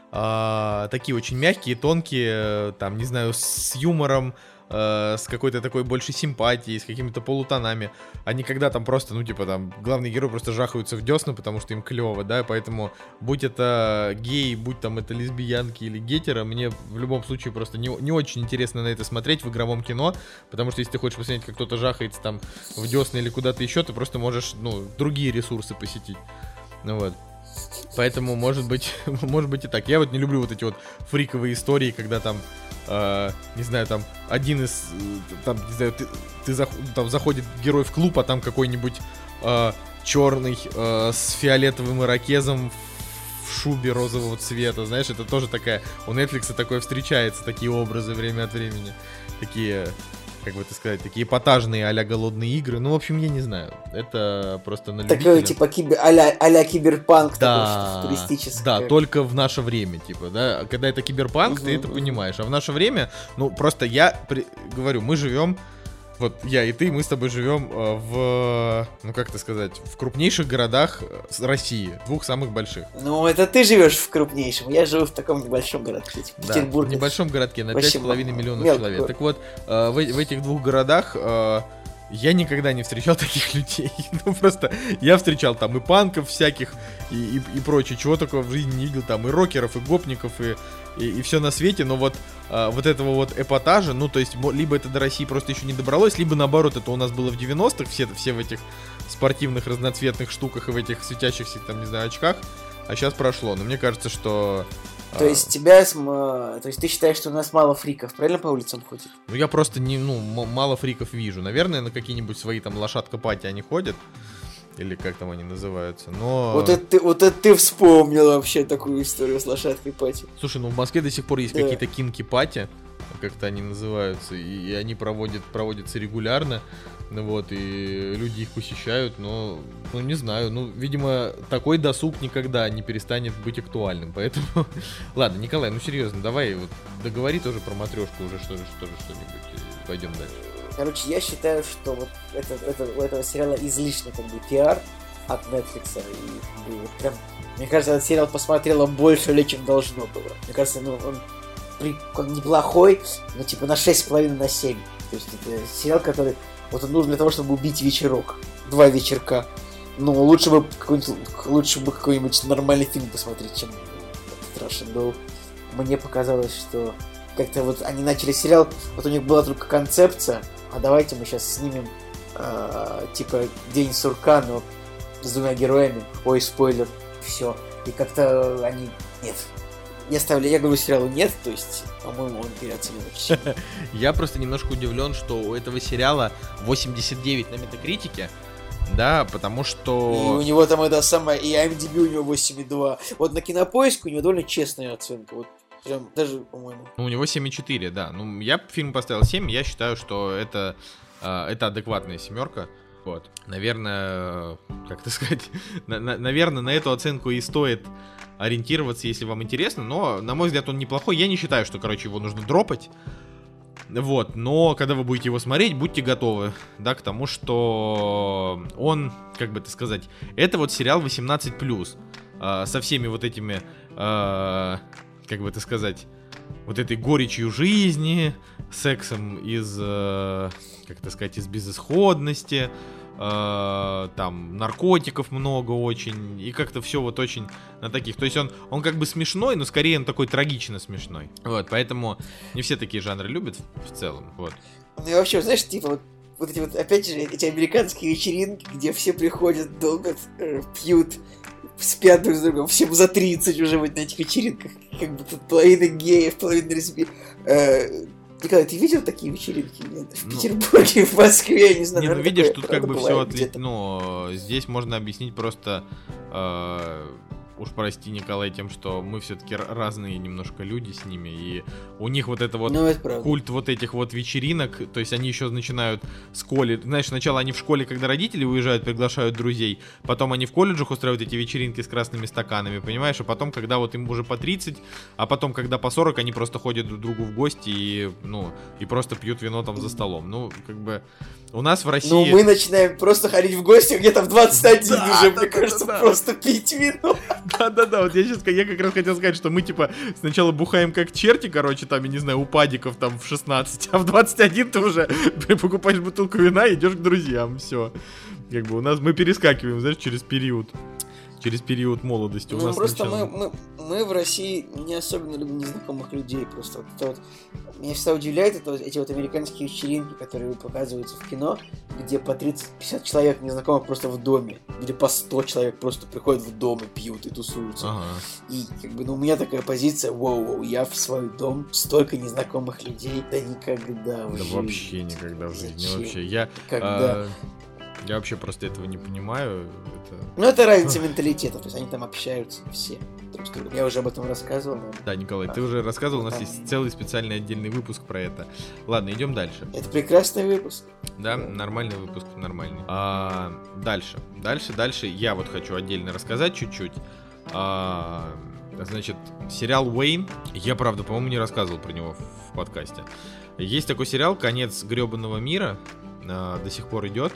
э, такие очень мягкие, тонкие, там, не знаю, с юмором, э, с какой-то такой большей симпатией, с какими-то полутонами, а не когда там просто, ну, типа, там, главные герои просто жахаются в десна, потому что им клево, да, поэтому, будь это гей, будь там это лесбиянки или гетеро, мне в любом случае просто не, не очень интересно на это смотреть в игровом кино, потому что если ты хочешь посмотреть, как кто-то жахается там в десна или куда-то еще, ты просто можешь, ну, другие ресурсы посетить, ну вот. Поэтому, может быть, может быть и так. Я вот не люблю вот эти вот фриковые истории, когда там, э, не знаю, там один из, там, не знаю, ты, ты зах, там заходит герой в клуб, а там какой-нибудь э, черный э, с фиолетовым ирокезом в шубе розового цвета, знаешь, это тоже такая, у Netflix такое встречается, такие образы время от времени, такие, как бы это сказать, такие эпатажные а-ля голодные игры. Ну, в общем, я не знаю. Это просто на любителя. Такой, типа, кибер, а-ля, а-ля киберпанк, да, такой туристический. Да, только в наше время, типа, да. Когда это киберпанк, угу, ты это угу. понимаешь. А в наше время, ну, просто я при... говорю, мы живем, вот я и ты, мы с тобой живем в, ну, как это сказать, в крупнейших городах России, двух самых больших. Ну, это ты живешь в крупнейшем, я живу в таком небольшом городке, типа, да, Петербург. в небольшом городке на пять с половиной миллионов человек. Город. Так вот, в, в этих двух городах я никогда не встречал таких людей. Ну, просто я встречал там и панков всяких, и, и, и прочее, чего такого в жизни не видел, там и рокеров, и гопников, и, и, и все на свете, но вот, а, вот этого вот эпатажа, ну, то есть, либо это до России просто еще не добралось, либо, наоборот, это у нас было в девяностых, все, все в этих спортивных разноцветных штуках и в этих светящихся, там, не знаю, очках, а сейчас прошло, но мне кажется, что... То есть тебя, то есть ты считаешь, что у нас мало фриков, правильно по улицам ходит? Ну я просто не, ну, м- мало фриков вижу. Наверное, на какие-нибудь свои там лошадка-пати они ходят. Или как там они называются, но... Вот это, ты, вот это ты вспомнил вообще такую историю с лошадкой пати. Слушай, ну в Москве до сих пор есть да. какие-то кинки-пати, как-то они называются, и, и они проводят, проводятся регулярно. Ну вот, и люди их посещают, но, ну, не знаю, ну, видимо, такой досуг никогда не перестанет быть актуальным, поэтому... Ладно, Николай, ну, серьезно, давай, вот, договори тоже про матрешку уже, что, что, что-нибудь. пойдем дальше. Короче, я считаю, что вот это, это, у этого сериала излишне как бы пиар от Netflix. И вот прям, мне кажется, этот сериал посмотрело больше, чем должно было. Мне кажется, ну, он, он неплохой, но типа на шесть с половиной на семь. То есть это сериал, который вот он нужен для того, чтобы убить вечерок. Два вечерка. Ну, лучше бы какой-нибудь, лучше бы какой-нибудь нормальный фильм посмотреть, чем этот Russian Doll. Мне показалось, что как-то вот они начали сериал, вот у них была только концепция, а давайте мы сейчас снимем э, типа День сурка, но с двумя героями. Ой, спойлер, все. И как-то они... Нет. Я ставлю, я говорю сериалу нет, то есть, по-моему, он переоценен вообще. Я просто немножко удивлен, что у этого сериала восемьдесят девять на Метакритике, да, потому что... И у него там это самое, и ай эм ди би у него восемь и два. Вот на Кинопоиск у него довольно честная оценка, вот прям даже, по-моему. Ну, у него семь и четыре, да. Ну, я фильм поставил семь, я считаю, что это, это адекватная семерка. Вот. Наверное, как это сказать, на, на, наверное, на эту оценку и стоит ориентироваться, если вам интересно, но, на мой взгляд, он неплохой. Я не считаю, что, короче, его нужно дропать. Вот, но когда вы будете его смотреть, будьте готовы, да, к тому, что он, как бы это сказать, это вот сериал восемнадцать плюс, э, со всеми вот этими, э, как бы это сказать, вот этой горечью жизни, сексом из, э, как это сказать, из безысходности, э, там наркотиков много очень, и как-то все вот очень на таких, то есть он, он как бы смешной, но скорее он такой трагично смешной, вот, поэтому не все такие жанры любят в, в целом, вот. Ну и вообще, знаешь, типа вот, вот эти вот, опять же, эти американские вечеринки, где все приходят, долго э, пьют, спят друг с другом, всем за тридцать уже вот на этих вечеринках, как бы тут половина геев, половина лесби. Э, Николай, ты видел такие вечеринки? Нет, в ну, Петербурге, в Москве, я не знаю. Не, ну видишь, тут как бы все отлично. Ну, здесь можно объяснить просто... Э, уж прости, Николай, тем, что мы все-таки разные немножко люди с ними, и у них вот это вот ну, это культ вот этих вот вечеринок, то есть они еще начинают с колледжа, знаешь, сначала они в школе, когда родители уезжают, приглашают друзей, потом они в колледжах устраивают эти вечеринки с красными стаканами, понимаешь, а потом, когда вот им уже по тридцать, а потом, когда по сорок, они просто ходят друг к другу в гости и, ну, и просто пьют вино там за столом, ну, как бы... У нас в России... Ну, мы начинаем просто ходить в гости где-то в двадцать один да, уже, да, мне да, кажется, да, просто да. пить вино. Да-да-да, вот я сейчас, я как раз хотел сказать, что мы, типа, сначала бухаем как черти, короче, там, я не знаю, у падиков там в шестнадцать, а в двадцать один ты уже покупаешь бутылку вина и идешь к друзьям, все. Как бы у нас, мы перескакиваем, знаешь, через период. Через период молодости. Ну, у нас просто начало... мы, мы, мы в России не особенно любим незнакомых людей. Просто вот это вот... Меня всегда удивляет это вот, эти вот американские вечеринки, которые показываются в кино, где по тридцать-пятьдесят человек незнакомых просто в доме. Или по сто человек просто приходят в дом и пьют, и тусуются. Ага. И как бы, ну, у меня такая позиция, воу-воу, я в свой дом, столько незнакомых людей, да никогда в да жизни. Да вообще никогда в жизни. Зачем? Вообще. Я, Когда... а... Я вообще просто этого не понимаю. Это... Ну, это разница менталитетов, то есть они там общаются все. Я уже об этом рассказывал. Но... Да, Николай, а, ты уже рассказывал, у нас там... есть целый специальный отдельный выпуск про это. Ладно, идем дальше. Это прекрасный выпуск. Да, нормальный выпуск, нормальный. А, дальше, дальше, дальше я вот хочу отдельно рассказать чуть-чуть. А, значит, сериал Уэйн. Я, правда, по-моему, не рассказывал про него в подкасте. Есть такой сериал «Конец гребаного мира». А, до сих пор идет.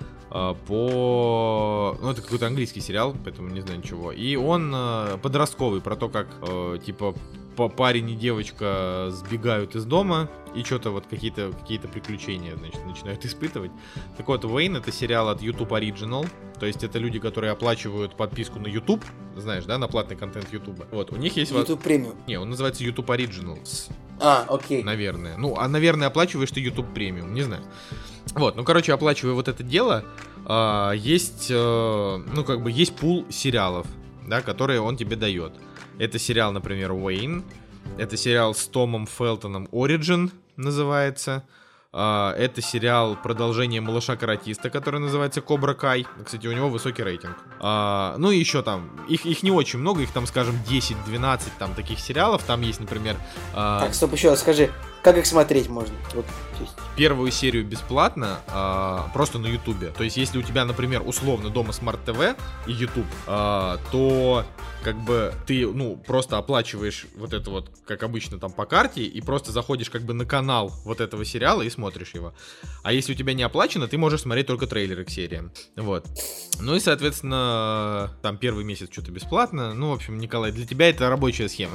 По... Ну, это какой-то английский сериал, поэтому не знаю ничего. И он э, подростковый, про то, как, э, типа, парень и девочка сбегают из дома и что-то вот какие-то, какие-то приключения, значит, начинают испытывать. Так вот, Уэйн — это сериал от YouTube Original, то есть это люди, которые оплачивают подписку на YouTube, знаешь, да, на платный контент YouTube. Вот, у них есть... YouTube Premium. Не, он называется YouTube Originals. А, окей. Наверное. Ну, а, наверное, оплачиваешь ты YouTube Premium, не знаю. Вот, ну, короче, оплачивая вот это дело, э, есть, э, ну, как бы, есть пул сериалов, да, которые он тебе дает. Это сериал, например, Уэйн, это сериал с Томом Фелтоном Origin называется, э, это сериал продолжение Малыша-каратиста, который называется Кобра Кай, кстати, у него высокий рейтинг. Э, ну, и еще там, их, их не очень много, их там, скажем, десять-двенадцать там таких сериалов, там есть, например... Э... Так, стоп, еще раз скажи. как их смотреть можно? Вот, есть. Первую серию бесплатно, а, просто на Ютубе. То есть, если у тебя, например, условно дома Смарт ТВ и Ютуб, а, то как бы ты, ну, просто оплачиваешь вот это вот, как обычно, там по карте, и просто заходишь как бы на канал вот этого сериала и смотришь его. А если у тебя не оплачено, ты можешь смотреть только трейлеры к сериям. Вот. Ну и, соответственно, там первый месяц что-то бесплатно. Ну, в общем, Николай, для тебя это рабочая схема.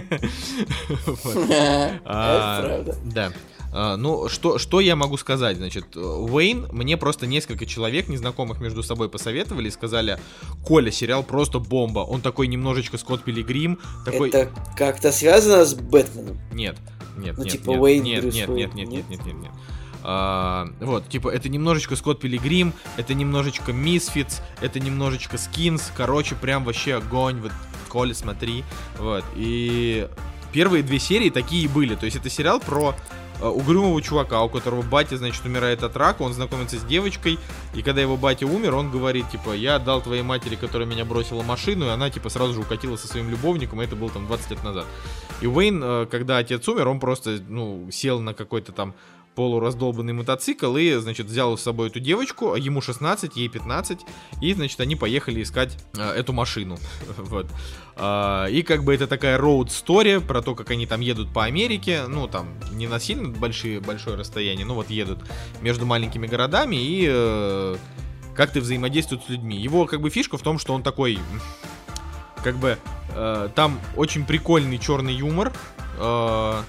Это правда. Да. Uh, ну, что, что я могу сказать, значит, Уэйн, мне просто несколько человек, незнакомых между собой, посоветовали и сказали: Коля, сериал просто бомба, он такой немножечко Скотт Пилигрим, такой... Это как-то связано с Бэтменом? Нет, нет, ну, нет, типа нет, Уэйн, нет, Брюс нет, Уэйн, нет, нет, нет, нет, нет, нет. Uh, вот, типа, это немножечко Скотт Пилигрим, это немножечко Misfits, это немножечко Skins, короче, прям вообще огонь, вот, Коля, смотри, вот, и первые две серии такие и были, то есть это сериал про угрюмого чувака, у которого батя, значит, умирает от рака, он знакомится с девочкой, и когда его батя умер, он говорит, типа, я отдал твоей матери, которая меня бросила, машину, и она, типа, сразу же укатила со своим любовником, и это было там двадцать лет назад. И Уэйн, когда отец умер, он просто, ну, сел на какой-то там полураздолбанный мотоцикл и, значит, взял с собой эту девочку, ему шестнадцать, ей пятнадцать, и, значит, они поехали искать э, эту машину, вот. Э, и как бы это такая роуд-стори про то, как они там едут по Америке, ну, там, не на сильно большие, большое расстояние, но вот едут между маленькими городами и э, как-то взаимодействуют с людьми. Его, как бы, фишка в том, что он такой, как бы, э, там очень прикольный черный юмор, э,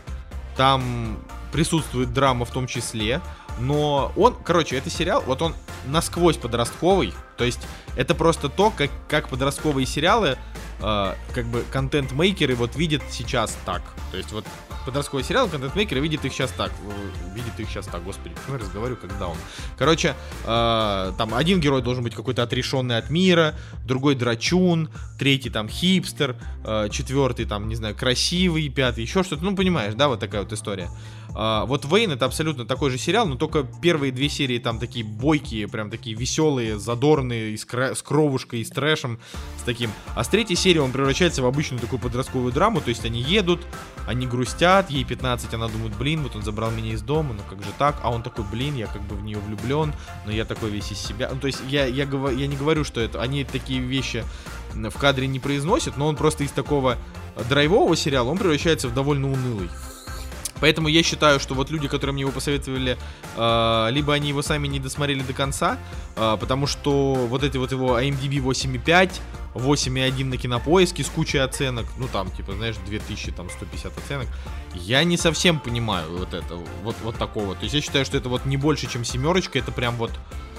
там присутствует драма в том числе, но он, короче, это сериал, вот он насквозь подростковый, то есть это просто то, как, как подростковые сериалы, э, как бы контент-мейкеры вот видят сейчас так, то есть вот подростковые сериалы, контент-мейкеры видят их сейчас так, видят их сейчас так, господи, почему я разговариваю как даун. Короче, э, там один герой должен быть какой-то отрешенный от мира, другой драчун, третий там хипстер, э, четвертый там, не знаю, красивый, пятый, еще что-то, ну понимаешь, да, вот такая вот история. Uh, вот Уэйн это абсолютно такой же сериал, но только первые две серии там такие бойкие, прям такие веселые, задорные, с, кра- с кровушкой и с трэшем, с таким. А с третьей серии он превращается в обычную такую подростковую драму, то есть они едут, они грустят, ей пятнадцать, она думает, блин, вот он забрал меня из дома, ну как же так, а он такой, блин, я как бы в нее влюблен, но я такой весь из себя, ну то есть я, я, я, я не говорю, что это, они такие вещи в кадре не произносят, но он просто из такого драйвового сериала, он превращается в довольно унылый. Поэтому я считаю, что вот люди, которые мне его посоветовали, э, либо они его сами не досмотрели до конца, э, потому что вот эти вот его ай эм ди би восемь и пять, восемь и один на Кинопоиске с кучей оценок, ну там, типа, знаешь, две тысячи сто пятьдесят оценок, я не совсем понимаю вот это, вот, вот такого. То есть я считаю, что это вот не больше, чем семерочка, это прям вот,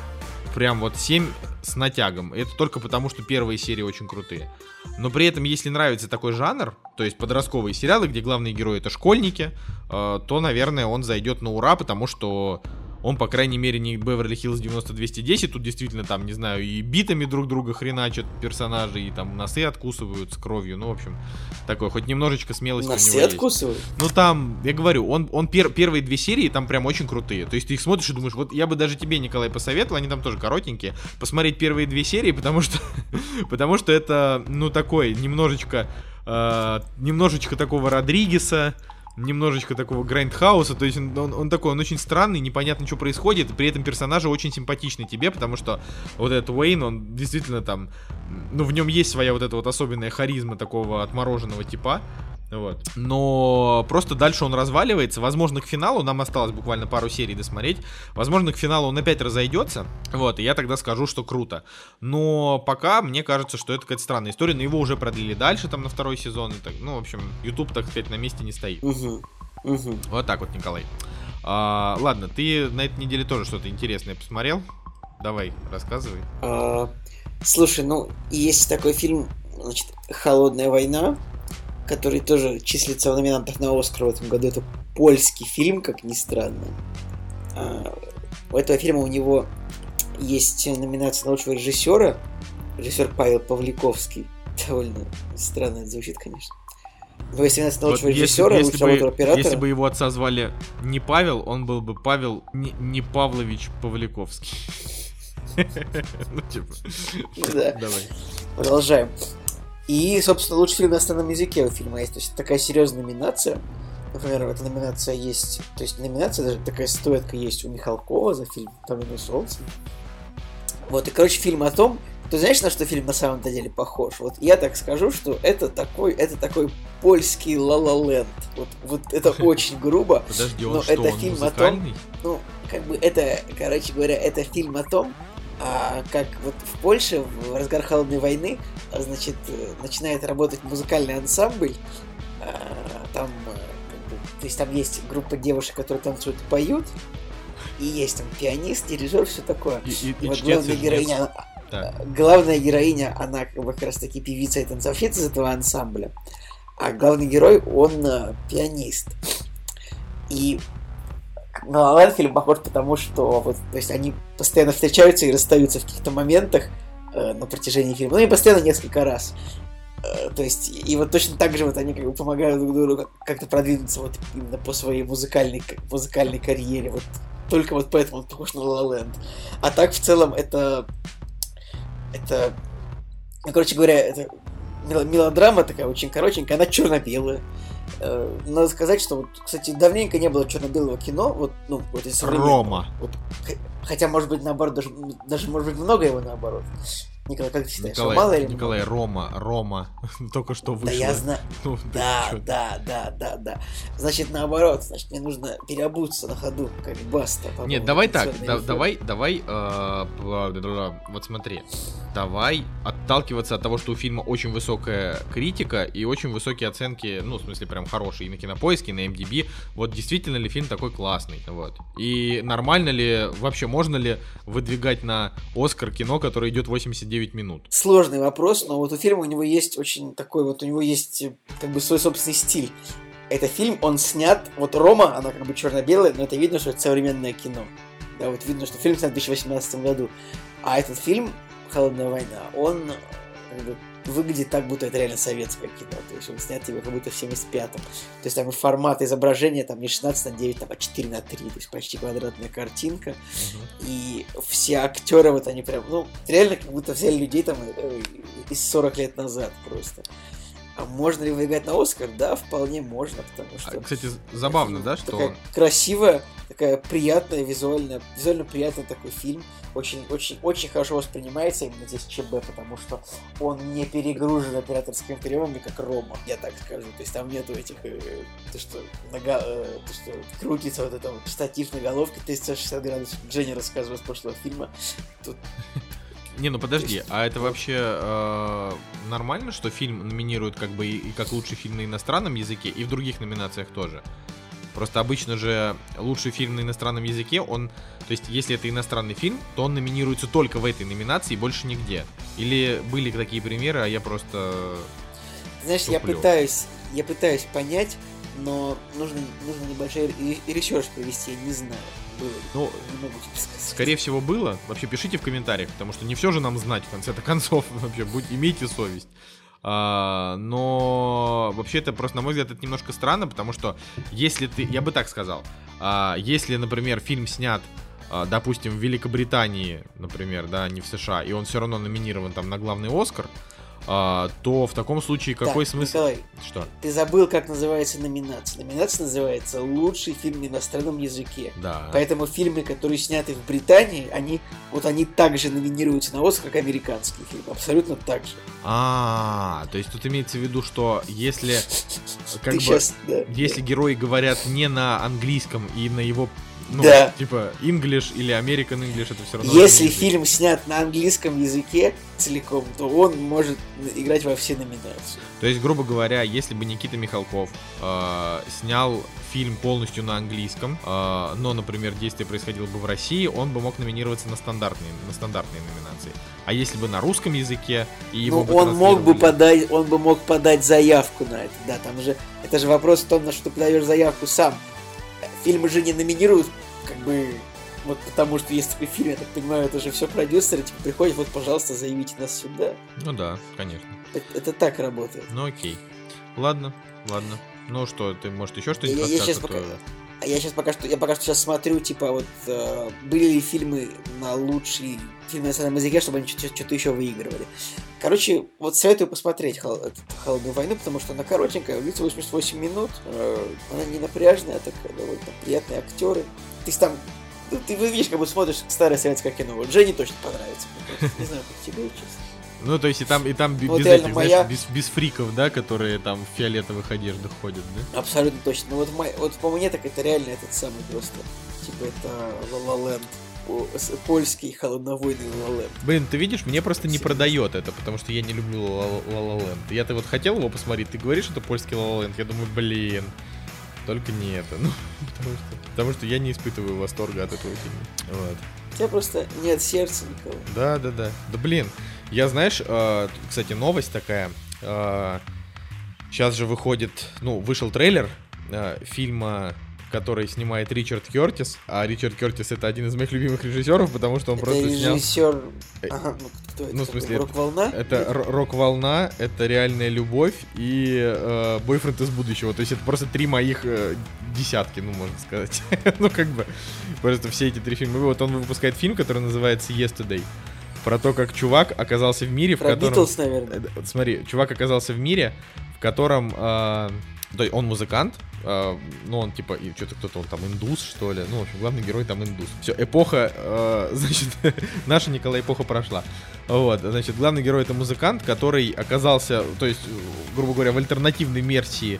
прям вот семь с натягом. Это только потому, что первые серии очень крутые. Но при этом, если нравится такой жанр, то есть подростковые сериалы, где главные герои это школьники, э, то, наверное, он зайдет на ура, потому что он, по крайней мере, не Беверли-Хиллз девяносто двести десять, тут действительно там, не знаю, и битами друг друга хреначат персонажи, и там носы откусывают с кровью, ну, в общем, такой, хоть немножечко смелости носы у него есть. Откусывают? Ну, там, я говорю, он, он пер, первые две серии там прям очень крутые, то есть ты их смотришь и думаешь, вот я бы даже тебе, Николай, посоветовал, они там тоже коротенькие, посмотреть первые две серии, потому что, потому что это, ну, такой, немножечко, э, немножечко такого Родригеса, немножечко такого грайндхауса, то есть он, он, он такой, он очень странный, непонятно, что происходит, и при этом персонажи очень симпатичны тебе, потому что вот этот Уэйн, он действительно там, ну, в нем есть своя вот эта вот особенная харизма такого отмороженного типа, вот, но просто дальше он разваливается, возможно, к финалу, нам осталось буквально пару серий досмотреть, возможно, к финалу он опять разойдется, вот, и я тогда скажу, что круто, но пока мне кажется, что это какая-то странная история, но его уже продлили дальше, там, на второй сезон, и так, ну, в общем, YouTube, так сказать, на месте не стоит. Угу. Угу. Вот так вот, Николай. А, ладно, ты на этой неделе тоже что-то интересное посмотрел? Давай, рассказывай. А, слушай, ну, есть такой фильм, значит, «Холодная война», который тоже числится в номинантах на Оскар в этом году. Это польский фильм, как ни странно. А, у этого фильма у него есть номинация на лучшего режиссера. Режиссер Павел Павликовский. Довольно странно это звучит, конечно. Но есть номинация на лучшего вот режиссера, если, лучшего если оператора. Если бы его отца звали не Павел, он был бы Павел не, не Павлович Павликовский. Ну, типа. Давай. Продолжаем. И, собственно, лучший фильм на иностранном языке у фильма есть. То есть такая серьезная номинация. например, эта номинация есть, то есть номинация, даже такая статуэтка есть у Михалкова за фильм «Помимо солнца». Вот, и, короче, фильм о том, ты знаешь, на что фильм на самом-то деле похож? Вот я так скажу, что это такой, это такой польский Ла Ла Ленд. Вот, вот это очень грубо. Подожди, он но что, это он фильм музыкальный? о том, ну, как бы это, короче говоря, это фильм о том, а, как вот в Польше в разгар холодной войны, значит, начинает работать музыкальный ансамбль. А, там, как бы, то есть там есть группа девушек, которые танцуют и поют. И есть там пианист, дирижер, все такое. И, и, и и вот главная героиня, она, да. главная героиня, она как бы как раз таки певица и танцовщица из этого ансамбля. А главный герой, он uh, пианист. И на Ла Ла Ленд фильм похож потому, что вот, то есть они постоянно встречаются и расстаются в каких-то моментах uh, на протяжении фильма. Ну и постоянно несколько раз. Uh, то есть, и вот точно так же вот они как бы помогают друг другу как-то продвинуться вот именно по своей музыкальной, музыкальной карьере. Вот только вот поэтому он похож на Ла Ла Ленд. А так в целом это... Это... Ну, короче говоря, это мелодрама такая очень коротенькая, она черно-белая. Э, надо сказать, что вот, кстати, давненько не было черно-белого кино. Вот, ну, вот из Рома. Вот, хотя, может быть, наоборот, даже, даже может быть, много его наоборот. Николай, как ты считаешь, Николай, мало или Николай, много? Рома, Рома, только что вышло. Да я знаю. Ну, да, чё? да, да, да, да. Значит, наоборот, значит, мне нужно переобуться на ходу, как Баста. Нет, давай так, да, давай, давай, э, вот смотри, давай отталкиваться от того, что у фильма очень высокая критика и очень высокие оценки, ну, в смысле, прям хорошие, и на Кинопоиске, и на эм ди би. Вот действительно ли фильм такой классный, вот. И нормально ли, вообще можно ли выдвигать на Оскар кино, которое идет восемьдесят девять минут? Сложный вопрос, но вот у фильма у него есть очень такой вот, у него есть как бы свой собственный стиль. Это фильм, он снят, вот Рома, она как бы черно-белая, но это видно, что это современное кино. Да, вот видно, что фильм снят в две тысячи восемнадцатом году. А этот фильм «Холодная война», он как бы выглядит так, будто это реально советское кино. То есть он снят типа как будто в семьдесят пятом. То есть там и формат изображения там не шестнадцать на девять, там, а четыре на три. То есть почти квадратная картинка. Uh-huh. И все актеры, вот они прям, ну, реально как будто взяли людей там из сорок лет назад просто. А можно ли выиграть на Оскар? Да, вполне можно, потому что... А, кстати, забавно, да, что... Такая красивая, такая приятная, визуально, визуально приятный такой фильм. Очень, очень, очень хорошо воспринимается именно здесь ЧБ, потому что он не перегружен операторским приемами, как Рома, я так скажу. То есть там нету этих... Э, то, что, нога, э, то, что крутится вот это вот штатив на головке триста шестьдесят градусов. Женя рассказывала с прошлого фильма. Тут... Не, ну подожди, а это вообще э, нормально, что фильм номинируют как бы и, и как лучший фильм на иностранном языке, и в других номинациях тоже? Просто обычно же лучший фильм на иностранном языке, он, то есть если это иностранный фильм, то он номинируется только в этой номинации, больше нигде. Или были такие примеры, а я просто... Знаешь, туплю. я пытаюсь, я пытаюсь понять, но нужно, нужно небольшой ресерч провести, я не знаю. Было. Ну, не могу тебе сказать. Скорее всего было. Вообще пишите в комментариях, потому что не все же нам знать в конце-то концов. Вообще, будь, имейте совесть. А, но вообще это просто, на мой взгляд, это немножко странно, потому что если ты, я бы так сказал, а, если, например, фильм снят, а, допустим, в Великобритании, например, да, не в США, и он все равно номинирован там на главный Оскар, а, то в таком случае какой так, смысл? Николай, что? Ты забыл, как называется номинация. Номинация называется «Лучший фильм на иностранном языке». Да. Поэтому фильмы, которые сняты в Британии, они вот они также номинируются на Оскар, как американский фильм. Абсолютно так же. А, то есть тут имеется в виду, что если как Ты бы, сейчас, да, если да. герои говорят не на английском и на его, ну, да. типа English или American English, это все равно. Если фильм снят на английском языке целиком, то он может играть во все номинации. То есть, грубо говоря, если бы Никита Михалков э, снял фильм полностью на английском, э, но, например, действие происходило бы в России, он бы мог номинироваться на стандартные, на стандартные номинации. А если бы на русском языке и его ну, бы он мог бы подать, он бы мог подать заявку на это, да, там же, это же вопрос в том, на что ты подаешь заявку сам. Фильмы же не номинируют, как бы, вот потому что есть такой фильм, я так понимаю, это же все продюсеры, типа, приходят, вот, пожалуйста, заявите нас сюда. Ну да, конечно. Это, это так работает. Ну окей. Ладно, ладно. Ну что, ты, может, еще что-нибудь я, я сейчас то... пока... А я сейчас пока что, я пока что сейчас смотрю, типа, вот, э, были ли фильмы на лучший фильм на иностранном языке, чтобы они что-то еще выигрывали. Короче, вот советую посмотреть хол- «Холодную войну», потому что она коротенькая, длится восемьдесят восемь минут, э, она не напряжная, такая довольно приятные актеры. Ты там, ну, ты видишь, как бы смотришь старое советское кино. Вот Жене точно понравится. Не знаю, как тебе, честно. Ну, то есть и там, и там Вот без реально этих, моя- знаешь, без, без фриков, да, которые там в фиолетовых одеждах ходят, да? Абсолютно точно. Ну вот, мой- вот по мне так это реально этот самый просто. Типа это La La Land. По- с- Польский холодновойный La La Land. Блин, ты видишь, мне просто не Серьезно. продает это, потому что я не люблю La La Land. Я-то вот хотел его посмотреть, ты говоришь, это польский La La Land, я думаю, блин, только не это. Ну, потому что, потому что я не испытываю восторга от этого фильма. Вот. У тебя просто нет сердца никого. Да, да, да. Да блин. Я, знаешь, э, кстати, новость такая. Э, сейчас же выходит, ну, вышел трейлер э, фильма, который снимает Ричард Кёртис. А Ричард Кёртис — это один из моих любимых режиссеров, потому что он Это просто снял... режиссер. Ага, ну кто это? Ну, в смысле, Рок-волна? Это р- рок-волна, это реальная любовь и э, бойфренд из будущего. То есть это просто три моих э, десятки, ну, можно сказать. Ну, как бы, просто все эти три фильма. Вот он выпускает фильм, который называется Yesterday. Про то, как чувак оказался в мире, в Про котором... Битлз, наверное. Э, вот смотри, чувак оказался в мире, в котором... э, то есть он музыкант, э, ну, он типа, и что-то кто-то, он там индус, что ли. Ну, в общем, главный герой там индус. Все, эпоха, э, значит, наша, Николай, эпоха прошла. Вот, значит, главный герой — это музыкант, который оказался, то есть, грубо говоря, в альтернативной версии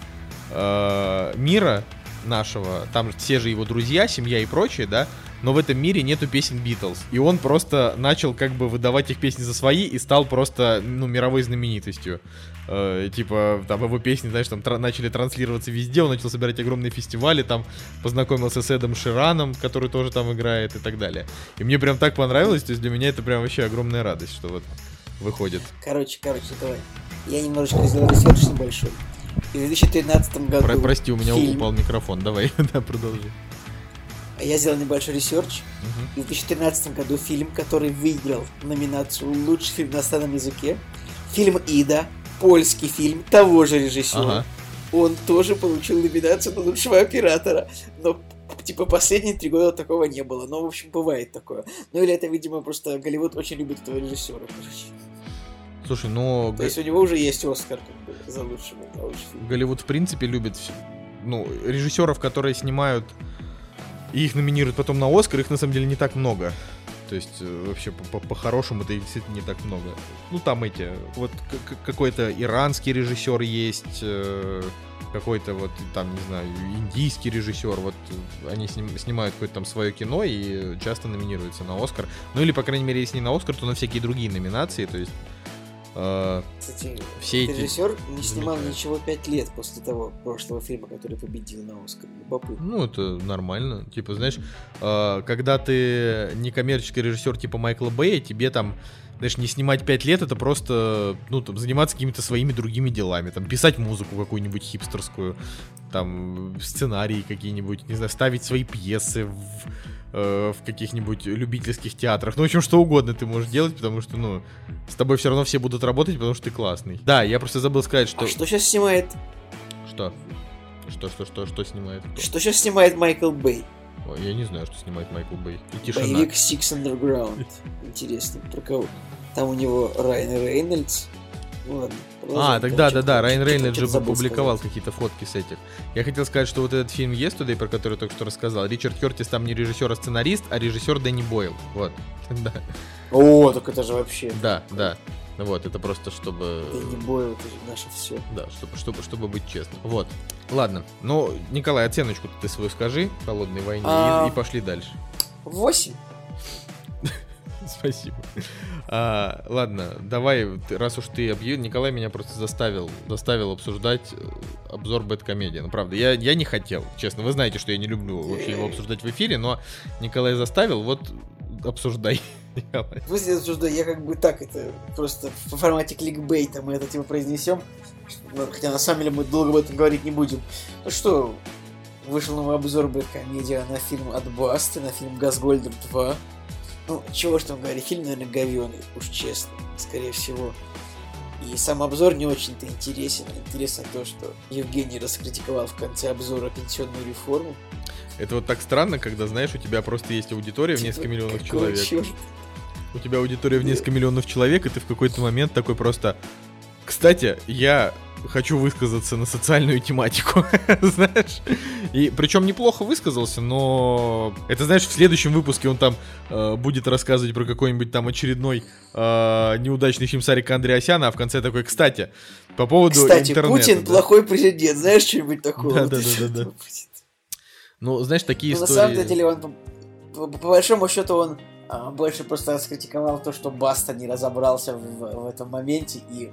э, мира нашего. Там все же его друзья, семья и прочее, да. Но в этом мире нету песен Битлз. И он просто начал как бы выдавать их песни за свои и стал просто, ну, мировой знаменитостью. Э, типа, там его песни, знаешь, там тра- начали транслироваться везде, он начал собирать огромные фестивали, там познакомился с Эдом Шираном, который тоже там играет и так далее. И мне прям так понравилось, то есть для меня это прям вообще огромная радость, что вот выходит. Короче, короче, давай. Я немножечко сделал ресерч небольшой. И в две тысячи тринадцатом году Про- прости, у меня фильм- упал микрофон, давай, да, продолжи. Я сделал небольшой ресерч. Мгм. И в две тысячи тринадцатом году фильм, который выиграл номинацию «Лучший фильм на иностранном языке», фильм «Ида», польский фильм того же режиссера. Ага. Он тоже получил номинацию на лучшего оператора. Но, типа, последние три года такого не было. Но, в общем, бывает такое. Ну, или это, видимо, просто Голливуд очень любит этого режиссера, короче. Слушай, ну... То есть у него уже есть Оскар, как бы, за лучшего, за лучший фильм. Голливуд в принципе любит, ну, режиссеров, которые снимают и их номинируют потом на Оскар, их на самом деле не так много. То есть э, вообще по- по- по-хорошему это действительно не так много. Ну там эти, вот к- к- какой-то иранский режиссер есть, э, какой-то вот там, не знаю, индийский режиссер, вот э, они сним- снимают какое-то там свое кино и часто номинируются на Оскар. Ну или, по крайней мере, если не на Оскар, то на всякие другие номинации, то есть... э, Кстати, Все этот эти режиссер не снимал замечают. ничего пять лет после того прошлого фильма, который победил на Оскар. Любопытно. Ну, это нормально. Типа, знаешь, э, когда ты некоммерческий режиссер типа Майкла Бэя, тебе там, знаешь, не снимать пять лет, это просто, ну, там, заниматься какими-то своими другими делами. Там, писать музыку какую-нибудь хипстерскую, там, сценарии какие-нибудь, не знаю, ставить свои пьесы в, э, в каких-нибудь любительских театрах. Ну, в общем, что угодно ты можешь делать, потому что, ну, с тобой все равно все будут работать, потому что ты классный. Да, я просто забыл сказать, что... А что сейчас снимает? Что? Что, что, что, что снимает кто? Что сейчас снимает Майкл Бэй? Ой, я не знаю, что снимает Майкл Бэй. И тишина. Боевик Six Underground. Интересно, про кого? Там у него Райан Рейнольдс. Ну ладно. А, тогда, да, да, Райан Рейнольдс же забыл публиковал сказать. какие-то фотки с этих. Я хотел сказать, что вот этот фильм Yesterday, про который я только что рассказал, Ричард Кёртис там не режиссер, а сценарист, а режиссер Дэнни Бойл. Вот. Да, О, так это же вообще. да, да. Вот, это просто чтобы... Дэнни Бойл, это же наше все. Да, чтобы, чтобы, чтобы быть честным. Вот. Ладно. Ну, Николай, оценочку ты свою скажи «Холодной войне» А. и, и пошли дальше. Восемь. Спасибо. А, ладно, давай, ты- раз уж ты объявил, Николай меня просто заставил, заставил обсуждать э, обзор Бэдкомедии. Ну, правда, я, я не хотел, честно. Вы знаете, что я не люблю вообще его обсуждать в эфире, но Николай заставил, вот обсуждай, Николай. В смысле, что я как бы так это просто в формате кликбейта мы это типа произнесем. Ну, хотя на самом деле мы долго об этом говорить не будем. Ну что, вышел новый обзор Бэдкомедии на фильм «От Басты», на фильм «Газгольдер два». Ну, чего ж там говорить, фильм, наверное, говёный, уж честно, скорее всего. И сам обзор не очень-то интересен. Интересно то, что Евгений раскритиковал в конце обзора пенсионную реформу. Это вот так странно, когда, знаешь, у тебя просто есть аудитория в несколько миллионов человек. Черт? У тебя аудитория в несколько миллионов человек, и ты в какой-то момент такой просто... Кстати, я хочу высказаться на социальную тематику, знаешь. И причем неплохо высказался, но... Это, знаешь, в следующем выпуске он там э, будет рассказывать про какой-нибудь там очередной э, неудачный фильм Сарика Андреасяна, а в конце такой, кстати, по поводу кстати, интернета... Путин да? плохой президент, знаешь что-нибудь такое? Да-да-да. Ну, знаешь, такие ну, истории... На самом деле, он, по, по большому счету, он а, больше просто раскритиковал то, что Баста не разобрался в, в этом моменте и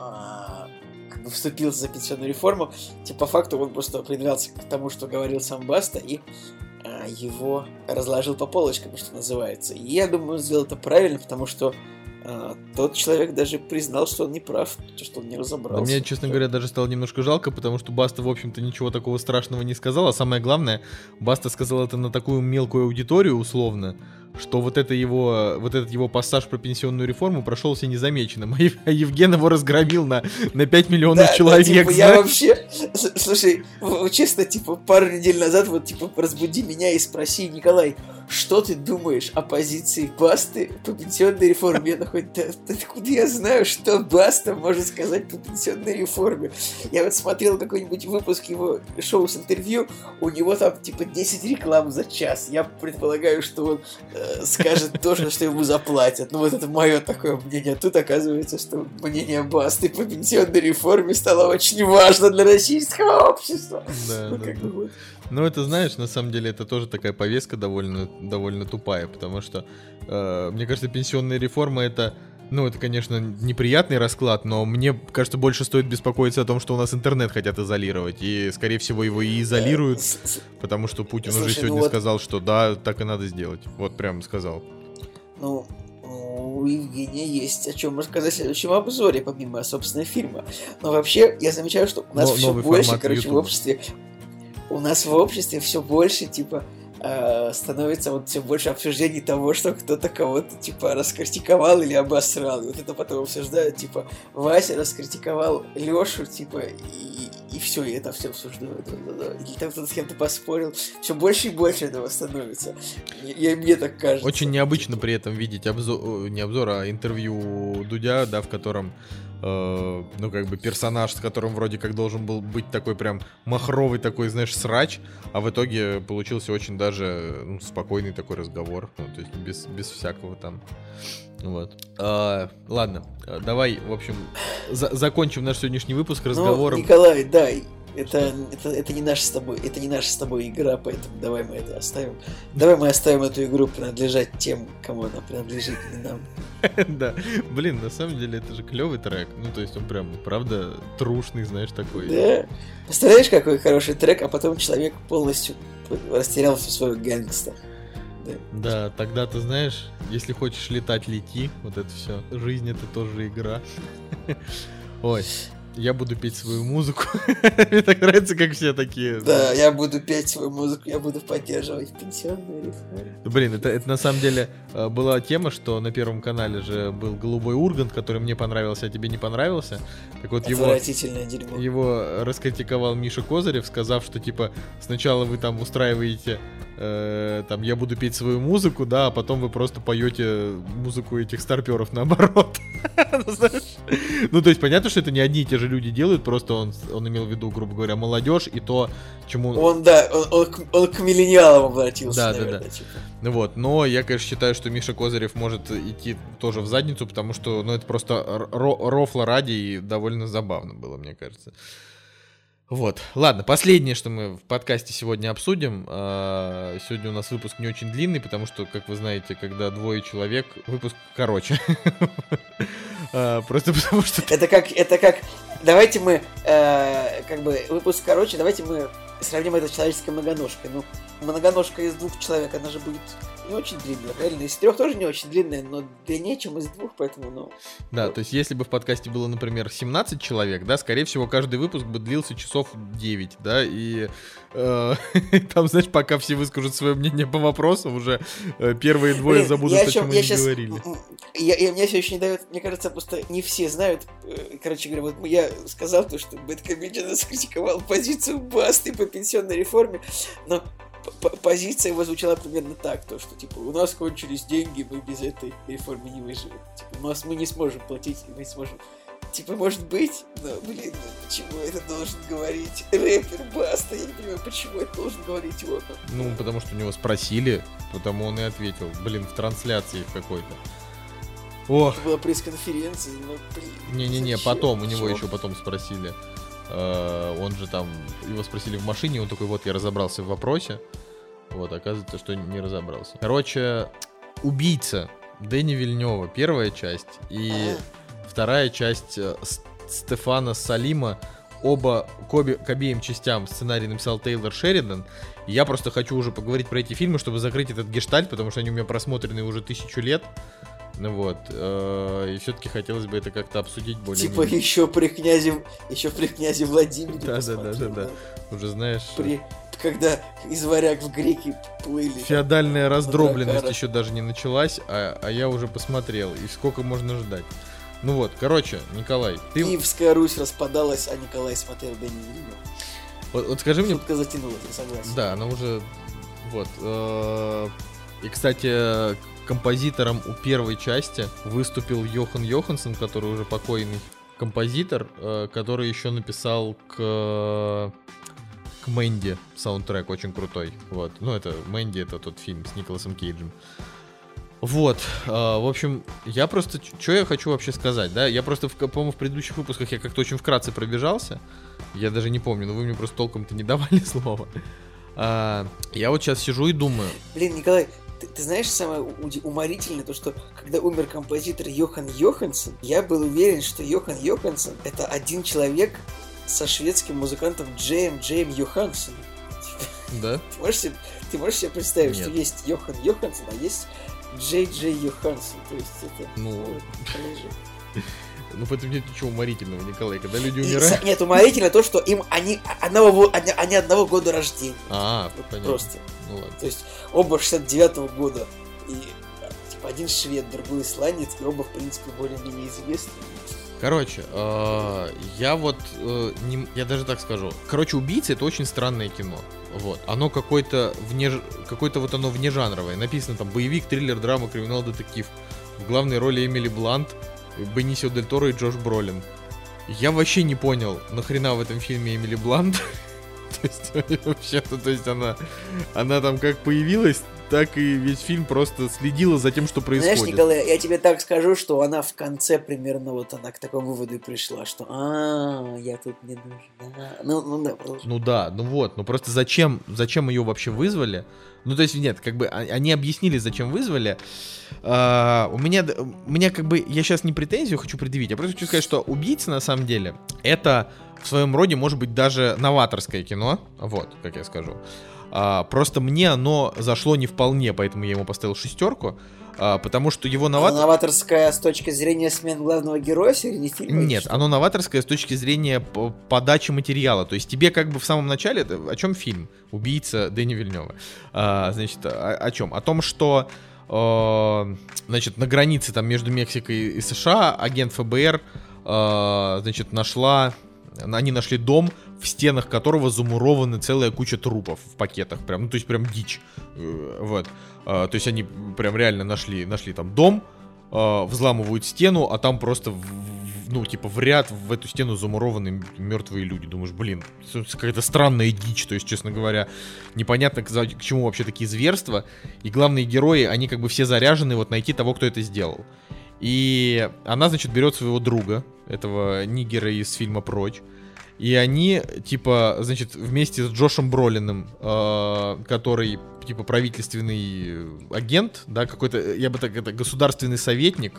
а, как бы вступился за пенсионную реформу. Типа, по факту он просто придвинулся к тому, что говорил сам Баста, и а, его разложил по полочкам, что называется. И я думаю, он сделал это правильно, потому что а, тот человек даже признал, что он не прав, что он не разобрался. А мне, честно говоря, даже стало немножко жалко, потому что Баста, в общем-то, ничего такого страшного не сказал. А самое главное, Баста сказал это на такую мелкую аудиторию, условно, что вот, это его, вот этот его пассаж про пенсионную реформу прошелся незамеченным. А Евген его разгромил на, на пять миллионов да, человек. Да, типа, я вообще... Слушай, честно, типа, пару недель назад, вот, типа, разбуди меня и спроси, Николай, что ты думаешь о позиции Басты по пенсионной реформе? Я такой, да, да откуда я знаю, что Баста может сказать по пенсионной реформе? Я вот смотрел какой-нибудь выпуск его шоу с интервью, у него там, типа, десять реклам за час. Я предполагаю, что он э, скажет то, что ему заплатят. Ну, вот это мое такое мнение. А тут оказывается, что мнение Басты по пенсионной реформе стало очень важно для российского общества. Да, ну, да, как да. бы вот. Ну, это, знаешь, на самом деле, это тоже такая повестка довольно, довольно тупая, потому что, э, мне кажется, пенсионная реформа это, ну, это, конечно, неприятный расклад, но мне кажется, больше стоит беспокоиться о том, что у нас интернет хотят изолировать, и, скорее всего, его и изолируют, потому что Путин Слушай, уже сегодня ну вот... сказал, что да, так и надо сделать, вот прям сказал. Ну, у Евгения есть о чем рассказать в следующем обзоре, помимо, собственно, фильма. Но вообще, я замечаю, что у нас но, все больше, короче, YouTube. в обществе... У нас в обществе все больше, типа, э, становится вот все больше обсуждений того, что кто-то кого-то, типа, раскритиковал или обосрал. И вот это потом обсуждают, типа, Вася раскритиковал Лешу, типа, и, и все, и это все обсуждают. Или там кто-то с кем-то поспорил. Все больше и больше этого становится. И мне так кажется. Очень необычно при этом видеть обзор, не обзор, а интервью Дудя, да, в котором ну, как бы персонаж, с которым вроде как должен был быть такой прям махровый такой, знаешь, срач, а в итоге получился очень даже ну, спокойный такой разговор, ну, то есть без, без всякого там, вот. А, ладно, давай, в общем, за- закончим наш сегодняшний выпуск разговором. Ну, Николай, дай. Это, это, это не наша с тобой, это не наша с тобой игра, поэтому давай мы это оставим. Давай мы оставим эту игру принадлежать тем, кому она принадлежит, не нам. Да, блин, на самом деле это же клевый трек. Ну, то есть он прям, правда, трушный, знаешь, такой. Да. Представляешь, какой хороший трек, а потом человек полностью растерял всю свою гангстер. Да. Да, тогда ты знаешь, если хочешь летать, лети. Вот это все. Жизнь — это тоже игра. Ой. Я буду петь свою музыку. Мне так нравится, как все такие. Да, я буду петь свою музыку, я буду поддерживать пенсионную реформу. Блин, это, это на самом деле была тема, что на Первом канале же был «Голубой Ургант», который мне понравился, а тебе не понравился. Так вот его, отвратительное дерьмо. Его раскритиковал Миша Козырев, сказав, что типа сначала вы там устраиваете э, там «Я буду петь свою музыку», да, а потом вы просто поете музыку этих старперов наоборот. Ну, то есть понятно, что это не одни и те же люди делают, просто он, он имел в виду, грубо говоря, молодежь и то, чему... Он, да, он, он, он к миллениалам обратился, да, наверное, да, да. типа. Ну вот, но я, конечно, считаю, что Миша Козырев может идти тоже в задницу, потому что, ну, это просто ро- рофла ради и довольно забавно было, мне кажется. Вот, ладно, последнее, что мы в подкасте сегодня обсудим. Сегодня у нас выпуск не очень длинный, потому что, как вы знаете, когда двое человек, выпуск короче. Просто потому что... Это как, это как... Давайте мы, как бы, выпуск короче, давайте мы сравним это с человеческой многоножкой. Ну, многоножка из двух человек, она же будет не очень длинная, правильно? Из трех тоже не очень длинная, но длиннее, чем из двух, поэтому, ну... Да, то есть если бы в подкасте было, например, семнадцать человек, да, скорее всего, каждый выпуск бы длился часов девять, да, и э, там, знаешь, пока все выскажут свое мнение по вопросам, уже э, первые двое Блин, забудут, о чем, чем они сейчас, говорили. Я, я, мне все еще не дает, мне кажется, просто не все знают, э, короче говоря, вот я сказал то, что Бэдкомедиан раскритиковал позицию Басты по пенсионной реформе, но позиция его звучала примерно так, то, что, типа, у нас кончились деньги, мы без этой реформы не выживем. Типа, у нас мы не сможем платить, и мы не сможем... Типа, может быть, но, блин, ну, почему это должен говорить рэпер Баста? Я не понимаю, почему это должен говорить он. Ну, потому что у него спросили, потому он и ответил. Блин, в трансляции какой-то. Ох. Это была пресс-конференция, но, блин... Не-не-не, потом, у него еще потом спросили. Он же там, его спросили в машине, он такой, вот я разобрался в вопросе. Вот, оказывается, что не разобрался. Короче, «Убийца» Дэни Вильнёва, первая часть, и А-а-а. вторая часть Стефана Салима, оба к, обе, к обеим частям сценарий написал Тейлор Шеридан. И я просто хочу уже поговорить про эти фильмы, чтобы закрыть этот гештальт, потому что они у меня просмотрены уже тысячу лет. Ну вот, э, и все-таки хотелось бы это как-то обсудить более. Типа еще при князе, еще при князе Владимире. Да, да, да, да, да. Уже знаешь. При, когда из варяг в греки плыли. Феодальная раздробленность еще даже не началась, а, а я уже посмотрел. И сколько можно ждать? Ну вот, короче, Николай, ты... Киевская Русь распадалась, а Николай смотрел Дэни Вильнёва. Вот, вот скажи мне... Шутка затянулась, я согласен. Да, она уже... Вот. Э... И, кстати... Композитором у первой части выступил Йохан Йоханссон, который уже покойный композитор, э, который еще написал к, к Мэнди саундтрек, очень крутой. Вот. Ну, это Мэнди, это тот фильм с Николасом Кейджем. Вот. Э, в общем, я просто... Что я хочу вообще сказать, да? Я просто, по-моему, в предыдущих выпусках я как-то очень вкратце пробежался. Я даже не помню, но вы мне просто толком-то не давали слова. А, я вот сейчас сижу и думаю... Блин, Николай... Ты, ты знаешь, самое уморительное, то, что когда умер композитор Йохан Йоханссон, я был уверен, что Йохан Йоханссон — это один человек со шведским музыкантом Джеем Джеем Йоханссоном. Да? Ты можешь себе, ты можешь себе представить, Нет. что есть Йохан Йоханссон, а есть Джей Джей Йоханссон? То есть это... Ну... Ну, в этом нет ничего уморительного, Николай, когда люди умирают... И, нет, уморительно то, что им они одного, они, они одного года рождения. А, вот понятно. Просто. Ну ладно. То есть оба шестьдесят девятого года. И типа один швед, другой исландец, и оба, в принципе, более-менее известны. Короче, э, я вот, э, не, я даже так скажу. Короче, «Убийца» — это очень странное кино. Вот. Оно какое-то вне, какое-то вот оно внежанровое. Написано там боевик, триллер, драма, криминал, детектив. В главной роли Эмили Блант, Бенисио Дель Торо и Джош Бролин. Я вообще не понял, нахрена в этом фильме Эмили Блант. То есть, вообще-то, то есть она, она там как появилась, так и весь фильм просто следила за тем, что происходит. Знаешь, Николай, я тебе так скажу, что она в конце примерно вот она к такому выводу и пришла, что а, я тут не нужна. Ну, ну да, продолжай. Ну да, ну вот, ну просто зачем, зачем ее вообще вызвали? Ну, то есть, нет, как бы они объяснили, зачем вызвали. А, у меня, у меня как бы, я сейчас не претензию хочу предъявить, я просто хочу сказать, что «Убийца» на самом деле, это в своем роде может быть даже новаторское кино, вот, как я скажу. А, просто мне оно зашло не вполне, поэтому я ему поставил шестерку, а, потому что его новатор... Новаторское с точки зрения смен главного героя или фильма? Нет, оно новаторское с точки зрения подачи материала. То есть тебе как бы в самом начале... О чем фильм? «Убийца» Дэни Вильнёва. А, значит, о, о чем? О том, что э, значит, на границе там между Мексикой и США агент эф бэ эр э, значит, нашла... Они нашли дом, в стенах которого замурованы целая куча трупов в пакетах. Прям, ну, то есть прям дичь. Вот. То есть они прям реально нашли, нашли там дом, взламывают стену, а там просто, в, ну, типа в ряд в эту стену замурованы мертвые люди. Думаешь, блин, какая-то странная дичь. То есть, честно говоря, непонятно, к, к чему вообще такие зверства. И главные герои, они как бы все заряжены вот найти того, кто это сделал. И она, значит, берет своего друга, этого нигера из фильма «Прочь», и они, типа, значит, вместе с Джошем Бролиным, э, который, типа, правительственный агент, да, какой-то, я бы так, это государственный советник,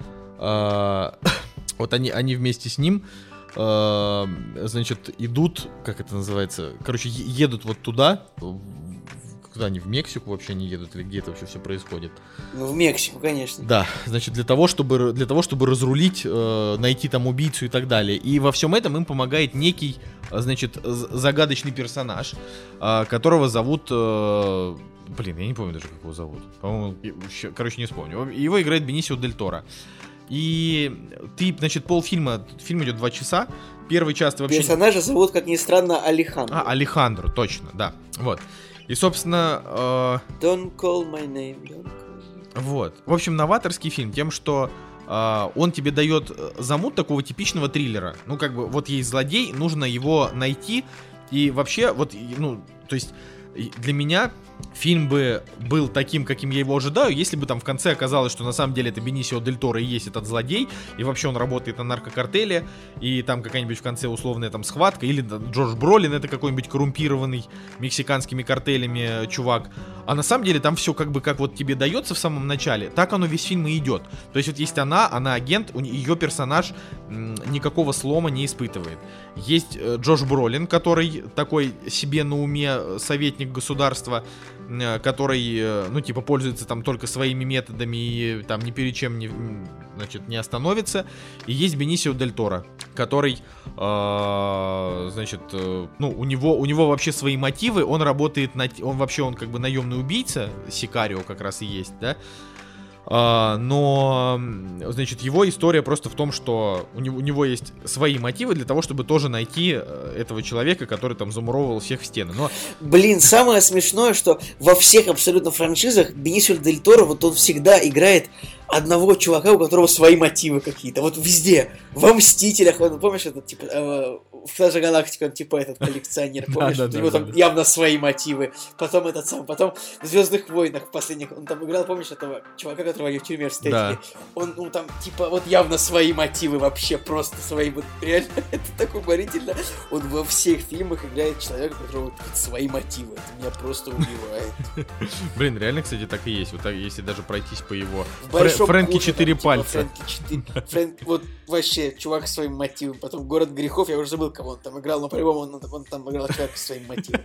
э, вот они, они вместе с ним, э, значит, идут, как это называется, короче, едут вот туда, куда они, в Мексику вообще не едут, или где это вообще все происходит? Ну, в Мексику, конечно. Да, значит, для того, чтобы, для того, чтобы разрулить, э, найти там убийцу и так далее. И во всем этом им помогает некий, значит, загадочный персонаж, э, которого зовут... Э, блин, я не помню даже, как его зовут. По-моему, короче, не вспомню. Его играет Бенисио Дель Торо. И ты, значит, полфильма, фильм идет два часа. Первый час ты вообще... Персонажа зовут, как ни странно, Алехандро. А, Алехандро, точно, да. Вот. И, собственно... Э... Don't call my name, don't call me. Вот. В общем, новаторский фильм тем, что э, он тебе дает замут такого типичного триллера. Ну, как бы, вот есть злодей, нужно его найти. И вообще, вот, ну, то есть, для меня... Фильм бы был таким, каким я его ожидаю, если бы там в конце оказалось, что на самом деле это Бенисио Дель Торо и есть этот злодей, и вообще он работает на наркокартеле, и там какая-нибудь в конце условная там схватка, или Джош Бролин это какой-нибудь коррумпированный мексиканскими картелями чувак. А на самом деле там все как бы как вот тебе дается в самом начале, так оно весь фильм и идет. То есть вот есть она, она агент, ее персонаж м, никакого слома не испытывает. Есть э, Джош Бролин, который такой себе на уме советник государства, который, ну, типа, пользуется там только своими методами и там ни перед чем не, значит, не остановится. И есть Бенисио Дель Торо, который, э, значит, э, ну, у него, у него вообще свои мотивы, он работает, на, он вообще, он как бы наемный убийца, Сикарио как раз и есть, да. Uh, но, значит, его история просто в том, что у него, у него есть свои мотивы для того, чтобы тоже найти этого человека, который там замуровывал всех в стены. Но... Блин, самое смешное, что во всех абсолютно франшизах Бенисио Дель Торо, вот он всегда играет одного чувака, у которого свои мотивы какие-то. Вот везде. Во «Мстителях», он, помнишь, этот, типа, э, в «Стражи Галактики» он, типа, этот коллекционер, помнишь? У него там явно свои мотивы. Потом этот сам, потом в «Звездных войнах» в последних, он там играл, помнишь, этого чувака, которого они в тюрьме встретили? Да. Он, ну, там, типа, вот явно свои мотивы вообще, просто свои, вот, реально, это так уморительно. Он во всех фильмах играет человека, у которого вот, свои мотивы. Это меня просто убивает. Блин, реально, кстати, так и есть. Вот так, если даже пройтись по его... Фрэнки четыре пальца. Фрэнки четыре. Фрэнк, вот вообще, чувак с своим мотивом. Потом «Город грехов», я уже забыл, кого он там играл, но по-любому он, он там играл человека с своим мотивом.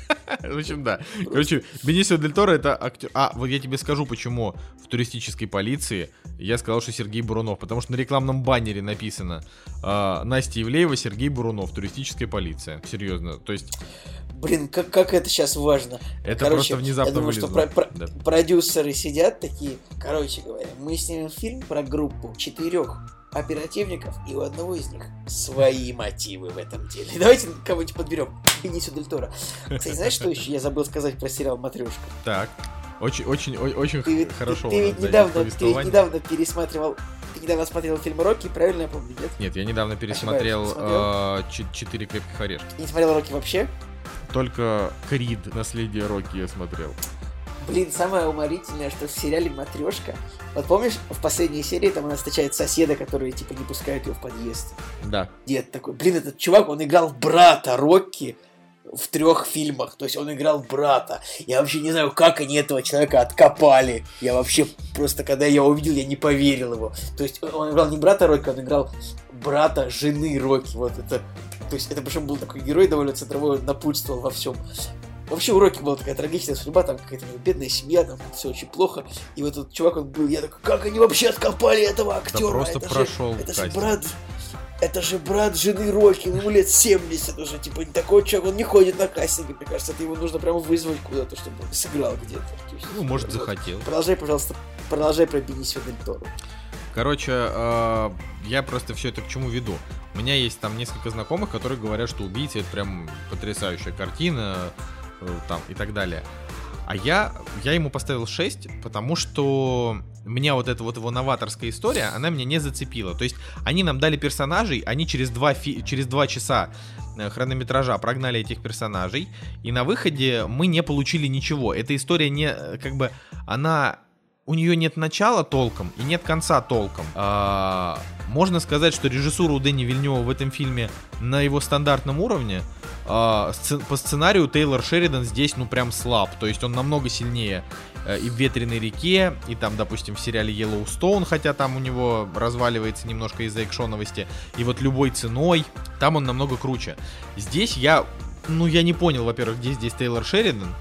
В общем, да. Короче, Бенисио Дель Торо это актер... А, вот я тебе скажу, почему в туристической полиции я сказал, что Сергей Бурунов. Потому что на рекламном баннере написано Настя Ивлеева, Сергей Бурунов, туристическая полиция. Серьезно, то есть... Блин, как, как это сейчас важно. Это короче, просто внезапно я думаю, вылезло. что про, про, да. продюсеры сидят такие, короче говоря, мы снимем фильм про группу четырех оперативников, и у одного из них свои мотивы в этом деле. Давайте кого-нибудь подберем. Бенисио Дель Торо. Кстати, знаешь, что еще я забыл сказать про сериал «Матрешка»? Так, очень, очень, очень ты, хорошо. Ты, ты, ведь недавно, ты ведь недавно пересматривал... Ты недавно смотрел фильм «Рокки», правильно я помню, нет? Нет, я недавно пересмотрел э, «Четыре крепких орешка». Ты не смотрел «Рокки» вообще? Только Крид, «Наследие Рокки» я смотрел. Блин, самое уморительное, что в сериале «Матрешка», вот помнишь, в последней серии там она встречает соседа, который типа не пускает ее в подъезд. Да. Дед такой, блин, этот чувак, он играл брата Рокки в трех фильмах, то есть он играл брата. Я вообще не знаю, как они этого человека откопали. Я вообще просто, когда я его увидел, я не поверил его. То есть он играл не брата Рокки, он играл брата жены Рокки. Вот это... То есть это причем был такой герой довольно центровой, он напутствовал во всем. Вообще у Рокки была такая трагичная судьба, там какая-то бедная семья, там все очень плохо. И вот этот чувак, он был, я такой, как они вообще откопали этого актера? Да просто это прошел же, это же кастинг. брат, это же брат жены Рокки, ему лет семьдесят уже, типа, не такой человек, он не ходит на кастинги, мне кажется, это его нужно прямо вызвать куда-то, чтобы он сыграл где-то. Есть, ну, может, вот. захотел. Продолжай, пожалуйста, продолжай про Бенисио Дель Торо. Короче, э, я просто все это к чему веду. У меня есть там несколько знакомых, которые говорят, что «Убийца» — это прям потрясающая картина, э, там, и так далее. А я, я ему поставил шесть, потому что меня вот эта вот его новаторская история, она меня не зацепила. То есть они нам дали персонажей, они через два, фи- через два часа хронометража прогнали этих персонажей, и на выходе мы не получили ничего. Эта история не, как бы, она... У нее нет начала толком и нет конца толком. А, можно сказать, что режиссура у Дэни Вильнёва в этом фильме на его стандартном уровне. А, сцен- по сценарию Тейлор Шеридан здесь, ну, прям слаб. То есть он намного сильнее э, и в «Ветреной реке», и там, допустим, в сериале «Йеллоустоун», хотя там у него разваливается немножко из-за экшоновости. И вот «Любой ценой», там он намного круче. Здесь я, ну, я не понял, во-первых, где здесь Тейлор Шеридан.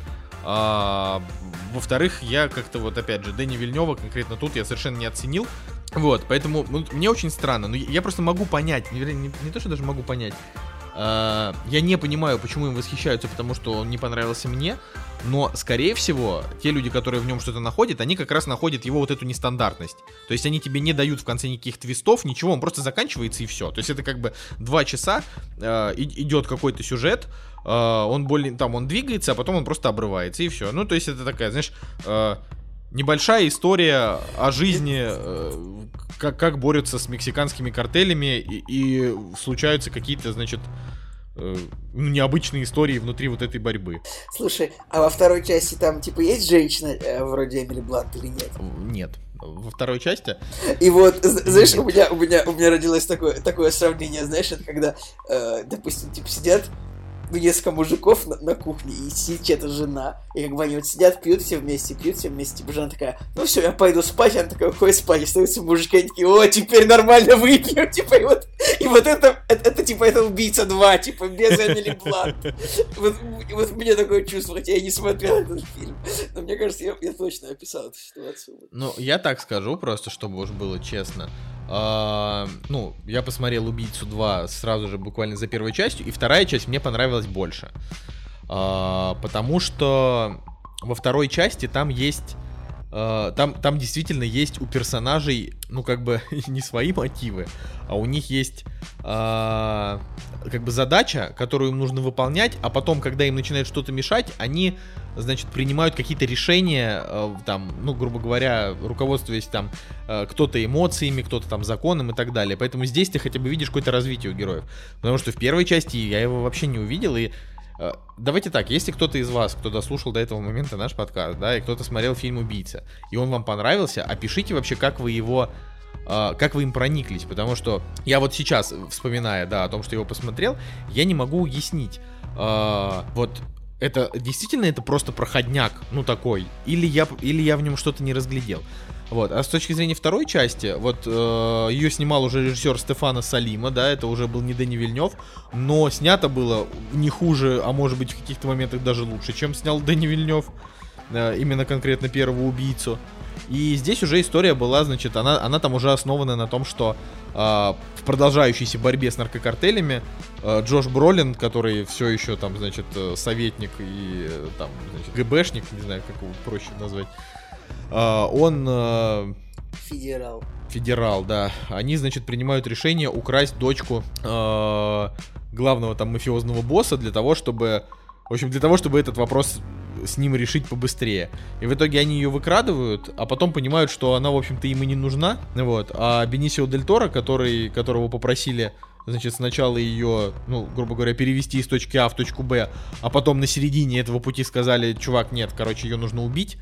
А, во-вторых, я как-то вот, опять же, Дэни Вильнёва конкретно тут я совершенно не оценил. Вот, поэтому ну, мне очень странно. Но я просто могу понять, не, не, не то, что даже могу понять. А, я не понимаю, почему им восхищаются, потому что он не понравился мне. Но, скорее всего, те люди, которые в нем что-то находят, они как раз находят его вот эту нестандартность. То есть они тебе не дают в конце никаких твистов, ничего, он просто заканчивается и все. То есть это как бы два часа э, идет какой-то сюжет, э, он более, там он двигается, а потом он просто обрывается и все. Ну, то есть это такая, знаешь, э, небольшая история о жизни, э, как, как борются с мексиканскими картелями и, и случаются какие-то, значит... необычные истории внутри вот этой борьбы. Слушай, а во второй части там типа есть женщина э, вроде Эмили Блант или нет? Нет. Во второй части? И вот, знаешь, у меня, у меня, у меня родилось такое, такое сравнение, знаешь, это когда, э, допустим, типа сидят ну, несколько мужиков на, на кухне, и сидит чья-то жена, и как бы они вот сидят, пьют все вместе, пьют все вместе, типа жена такая, ну все, я пойду спать, она такая, уходит спать, и остаются мужики, они такие, о, теперь нормально выпьем, типа, и вот, и вот это, это, это типа, это «Убийца два», типа, без Эмили Блант. Вот, вот у меня такое чувство, хотя я не смотрел этот фильм, но мне кажется, я, я точно описал эту ситуацию. Ну, я так скажу просто, чтобы уж было честно. Uh, ну, я посмотрел «Убийцу два» сразу же, буквально за первой частью, и вторая часть мне понравилась больше. Uh, потому что во второй части там есть... Uh, там, там действительно есть у персонажей, ну, как бы, не свои мотивы, а у них есть uh, как бы задача, которую им нужно выполнять, а потом, когда им начинает что-то мешать, они, значит, принимают какие-то решения, uh, там, ну, грубо говоря, руководствуясь там uh, кто-то эмоциями, кто-то там законом и так далее. Поэтому здесь ты хотя бы видишь какое-то развитие у героев. Потому что в первой части я его вообще не увидел, и давайте так, если кто-то из вас, кто дослушал до этого момента наш подкаст, да, и кто-то смотрел фильм «Убийца», и он вам понравился, опишите вообще, как вы его, э, как вы им прониклись, потому что я вот сейчас, вспоминая, да, о том, что я его посмотрел, я не могу уяснить, э, вот, это действительно это просто проходняк, ну такой, или я, или я в нем что-то не разглядел. Вот. А с точки зрения второй части, вот э, ее снимал уже режиссер Стефано Салима, да, это уже был не Дэни Вильнёв, но снято было не хуже, а может быть в каких-то моментах даже лучше, чем снял Дэни Вильнёв, э, именно конкретно первого «Убийцу». И здесь уже история была, значит, она, она там уже основана на том, что э, в продолжающейся борьбе с наркокартелями э, Джош Бролин, который все еще там, значит, советник и э, там, значит, ГБшник, не знаю, как его проще назвать, Uh, он... Uh, Федерал. Федерал, да. Они, значит, принимают решение украсть дочку uh, главного там мафиозного босса для того, чтобы... В общем, для того, чтобы этот вопрос с ним решить побыстрее. И в итоге они ее выкрадывают, а потом понимают, что она, в общем-то, им и не нужна. Вот. А Бенисио Дель Торо, который, которого попросили, значит, сначала ее, ну, грубо говоря, перевести из точки А в точку Б, а потом на середине этого пути сказали, чувак, нет, короче, ее нужно убить,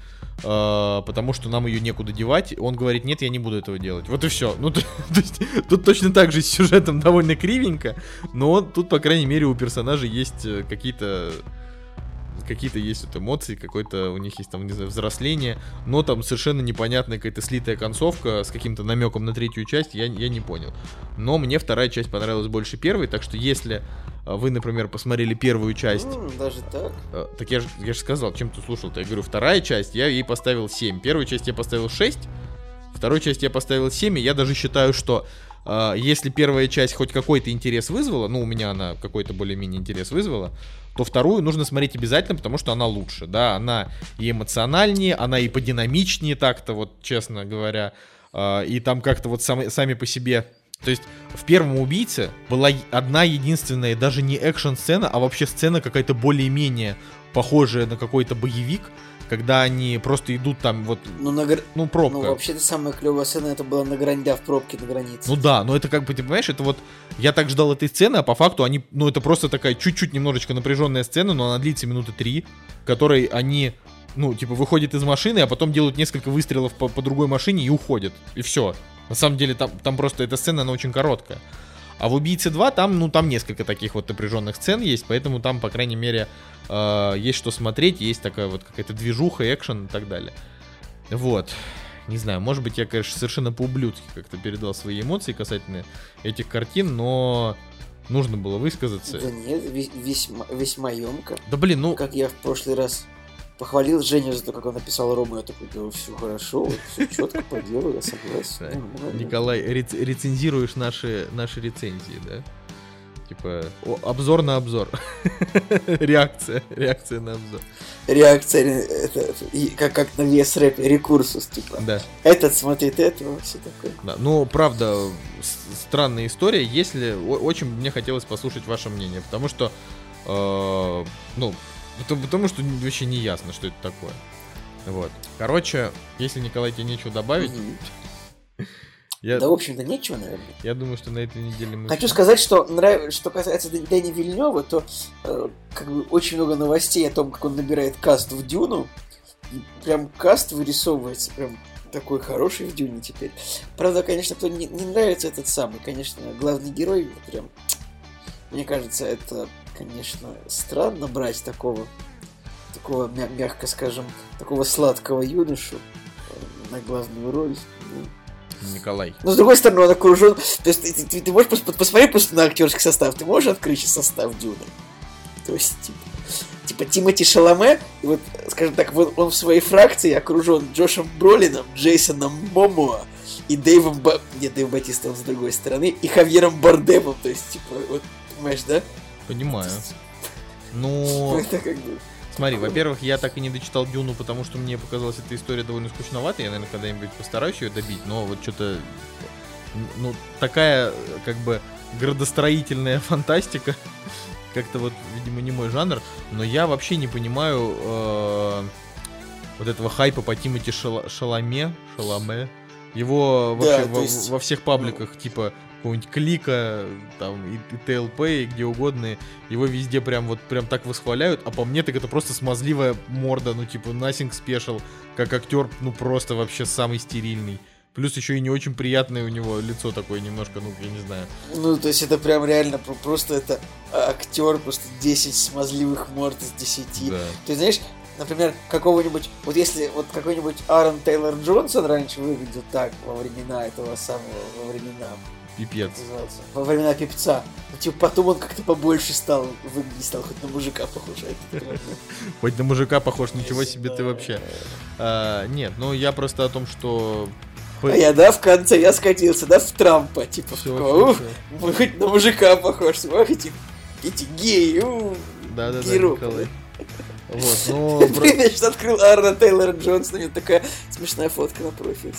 э, потому что нам ее некуда девать. Он говорит, нет, я не буду этого делать. Вот и все. Ну, то, то есть, тут точно так же с сюжетом довольно кривенько, но тут, по крайней мере, у персонажей есть какие-то... Какие-то есть вот эмоции, какой-то у них есть там, не знаю, взросление, но там совершенно непонятная какая-то слитая концовка с каким-то намеком на третью часть, я, я не понял. Но мне вторая часть понравилась больше первой, так что если вы, например, посмотрели первую часть... Mm, даже так? Э, так я же я же сказал, чем ты слушал-то? Я говорю, вторая часть, я ей поставил семь. Первую часть я поставил шесть, вторую часть я поставил семь, и я даже считаю, что э, если первая часть хоть какой-то интерес вызвала, ну, у меня она какой-то более-менее интерес вызвала, то вторую нужно смотреть обязательно, потому что она лучше, да, она и эмоциональнее, она и подинамичнее так-то, вот, честно говоря, э, и там как-то вот сам, сами по себе, то есть в первом «Убийце» была одна единственная, даже не экшн-сцена, а вообще сцена какая-то более-менее похожая на какой-то боевик, когда они просто идут там вот, ну, на гр... ну пробка. Ну, вообще-то самая клевая сцена, это была на грандя в пробке на границе. Ну да, но это как бы, ты понимаешь, это вот, я так ждал этой сцены, а по факту они, ну это просто такая чуть-чуть немножечко напряженная сцена, но она длится минуты три, в которой они, ну, типа, выходят из машины, а потом делают несколько выстрелов по, по другой машине и уходят, и все. На самом деле там, там просто эта сцена, она очень короткая. А в «Убийце два» там, ну, там несколько таких вот напряженных сцен есть, поэтому там, по крайней мере, э, есть что смотреть, есть такая вот какая-то движуха, экшен и так далее. Вот. Не знаю, может быть, я, конечно, совершенно по-ублюдски как-то передал свои эмоции касательно этих картин, но нужно было высказаться. Да нет, весьма, весьма емко. Да блин, ну... Как я в прошлый раз похвалил Женю за то, как он написал Рому. Я такой, да, все хорошо, все четко по делу, я согласен. Николай, рецензируешь наши, наши рецензии, да? Типа, о, обзор на обзор. Реакция, реакция на обзор. Реакция, это, это, и, как, как на вес рэпе, рекурсус, типа. Да. Этот смотрит этого, все такое. Да. Ну, правда, с- странная история. Если о- очень мне хотелось послушать ваше мнение, потому что, э, ну, потому, потому что вообще не ясно, что это такое. Вот. Короче, если, Николай, тебе нечего добавить, Mm-hmm. я, Да, в общем-то, нечего, наверное. я думаю, что на этой неделе мы... Хочу сказать, что нрав... что касается Д- Дэни Вильнёва, то э, как бы очень много новостей о том, как он набирает каст в Дюну. И прям каст вырисовывается прям такой хороший в Дюне теперь. Правда, конечно, кто не, не нравится этот самый, конечно, главный герой, прям, мне кажется, это, конечно, странно брать такого, такого, мя- мягко скажем, такого сладкого юношу э, на главную роль. Ну, Николай. но с другой стороны, он окружен. То есть ты, ты, ты можешь пос- посмотреть просто на актерский состав, ты можешь открыть состав Дюны. То есть, типа, типа Тимоти Шаламе, и вот, скажем так, вот он в своей фракции окружен Джошем Бролином, Джейсоном Момоа и Дэйвом Ба... Нет, Дэйв Батиста, он с другой стороны, и Хавьером Бардемом. То есть, типа, вот, понимаешь, да? Понимаю. Ну... Это как бы... Смотри, во-первых, я так и не дочитал Дюну, потому что мне показалась эта история довольно скучноватой. Я, наверное, когда-нибудь постараюсь ее добить, но вот что-то... Ну, такая, как бы, градостроительная фантастика. Как-то вот, видимо, не мой жанр. Но я вообще не понимаю э, вот этого хайпа по Тимоти Шала- Шаламе. Шаламе. Его Да, вообще то во, есть, во всех пабликах, типа, какого-нибудь Клика, там, и, и ти эл пи, и где угодно, его везде прям вот прям так восхваляют, а по мне так это просто смазливая морда, ну, типа, nothing special, как актер, ну, просто вообще самый стерильный. Плюс еще и не очень приятное у него лицо такое немножко, ну, я не знаю. Ну, то есть это прям реально про- просто это актер, просто десять смазливых морд из десяти. Да. Ты знаешь, например, какого-нибудь, вот если вот какой-нибудь Аарон Тейлор Джонсон раньше выглядел так во времена этого самого, во времена, Пипец. как называется, во времена Пипца, ну, типа потом он как-то побольше стал выглядеть, стал хоть на мужика похож. а это прям, ну, Хоть на мужика похож, ничего себе ты да. вообще. А, нет, ну я просто о том, что... А я, да, в конце, я скатился, да, в Трампа, типа, Всё, такого, всё, ух, вы хоть на мужика похож, ох, эти, эти геи, у, Да-да-да, герои. Николай. Вот, ну... про- Я сейчас открыл Аарона Тейлора Джонсона, у него такая смешная фотка на профиле.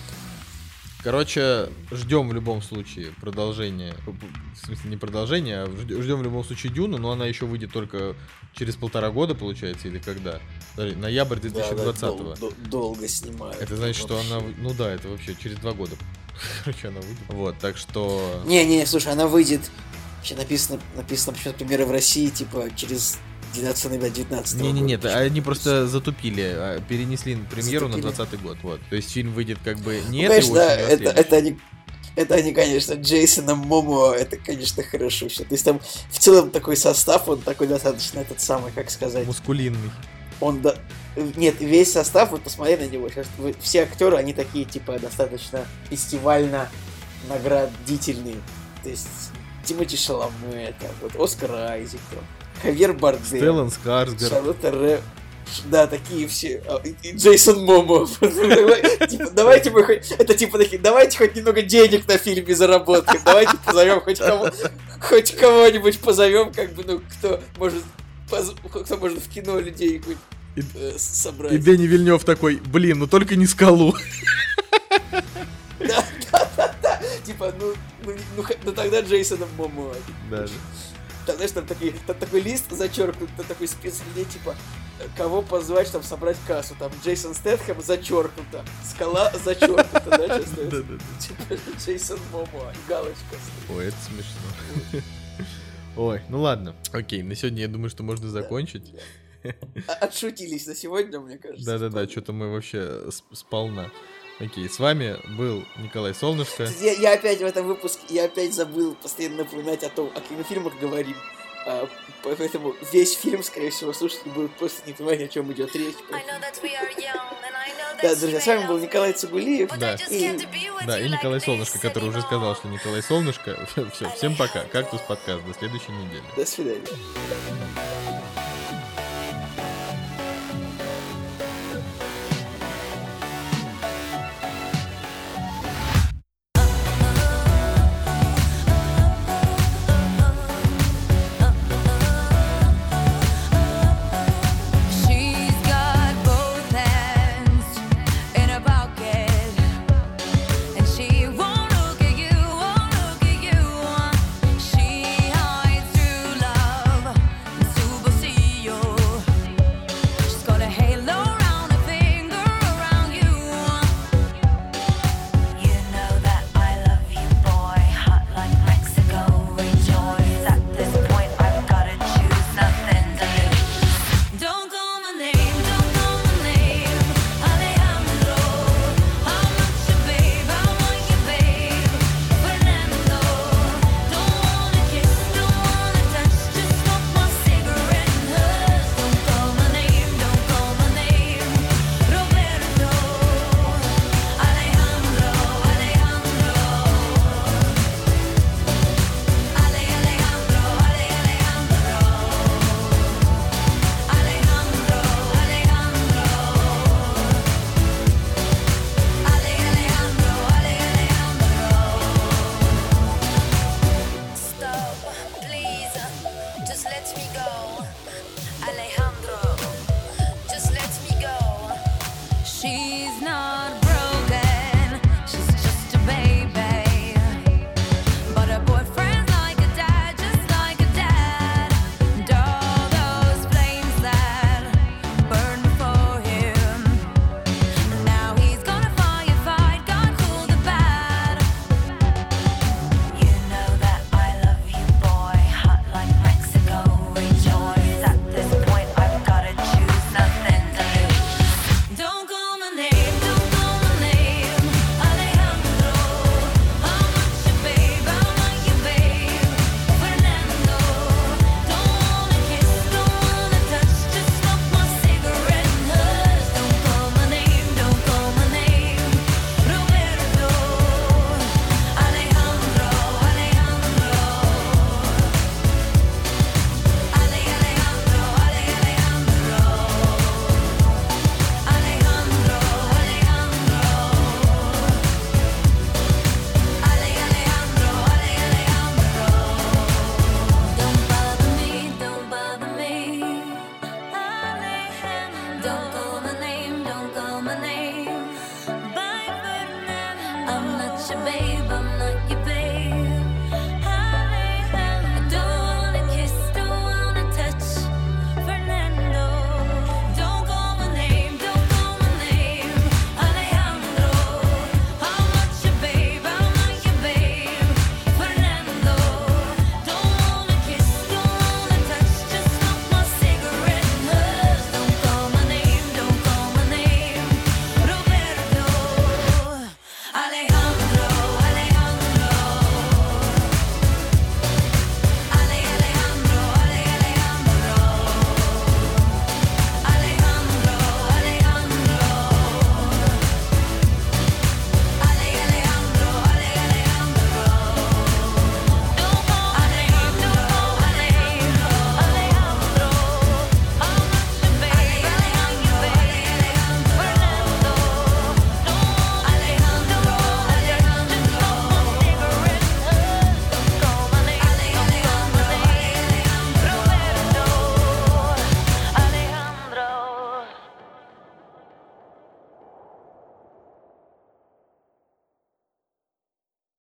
Короче, ждем в любом случае продолжение. В смысле, не продолжение, а ждем в любом случае Дюну, но она еще выйдет только через полтора года, получается, или когда? Подожди, ноябрь две тысячи двадцатого. Да, да, дол- долго снимают. Это значит, что вообще. она... вы- Ну да, это вообще через два года. Короче, она выйдет. Вот, так что... Не-не, слушай, она выйдет. Вообще написано, написано почему-то премьера в России, типа, через двенадцатого ноября девятнадцатого Не-не-не, года. они просто затупили, а, перенесли премьеру на Затупили. двадцатый год. Вот. То есть фильм выйдет как бы не Ну, этой конечно, да, осенью, а это, следующей. это они, это они, конечно, Джейсоном Момо, это, конечно, хорошо. всё. То есть там в целом такой состав, он такой достаточно этот самый, как сказать, Мускулинный. он да, нет, весь состав, вот посмотри на него, сейчас вы- все актеры, они такие, типа, достаточно фестивально наградительные. То есть Тимоти Шаламе, там, вот Оскар Айзек, там, Хавьер Бардем, Стеллан Скарсгард. Шарлотта Ре... Да, такие все. А, И и Джейсон Момо. Типа, давайте мы хоть... Это типа такие, давайте хоть немного денег на фильме заработаем. Давайте позовем хоть кого... Хоть кого-нибудь позовем, как бы, ну, кто может... поз- Кто может в кино людей хоть, И- э, собрать. И Дэни Вильнёв такой, блин, ну только не Скалу. Да, да, да, да. Типа, ну, ну, ну, х- ну тогда Джейсоном Момо. Даже. Там, знаешь, там, такие, там такой лист зачеркнут, там такой список людей, типа, э, кого позвать, чтобы собрать кассу. Там Джейсон Стэтхэм зачеркнуто, Скала зачеркнуто, да, что стоит? Да-да-да. Типа Джейсон Момо, галочка. Ой, это смешно. Ой, ну ладно. Окей, на сегодня я думаю, что можно закончить. А- Отшутились на сегодня, мне кажется. Да-да-да, вполне. что-то мы вообще с- сполна. Окей, с вами был Николай Солнышко. Я, я опять в этом выпуске, я опять забыл постоянно напоминать о том, о кинофильмах говорим. А, поэтому весь фильм, скорее всего, слушатели будут просто не понимать, о чем идет речь. Да, друзья, с вами был Николай Цугулиев. Да. И, Да, и Николай Солнышко, который уже сказал, что Николай Солнышко. Все, всем пока. Кактус подкаст. До следующей недели. до свидания.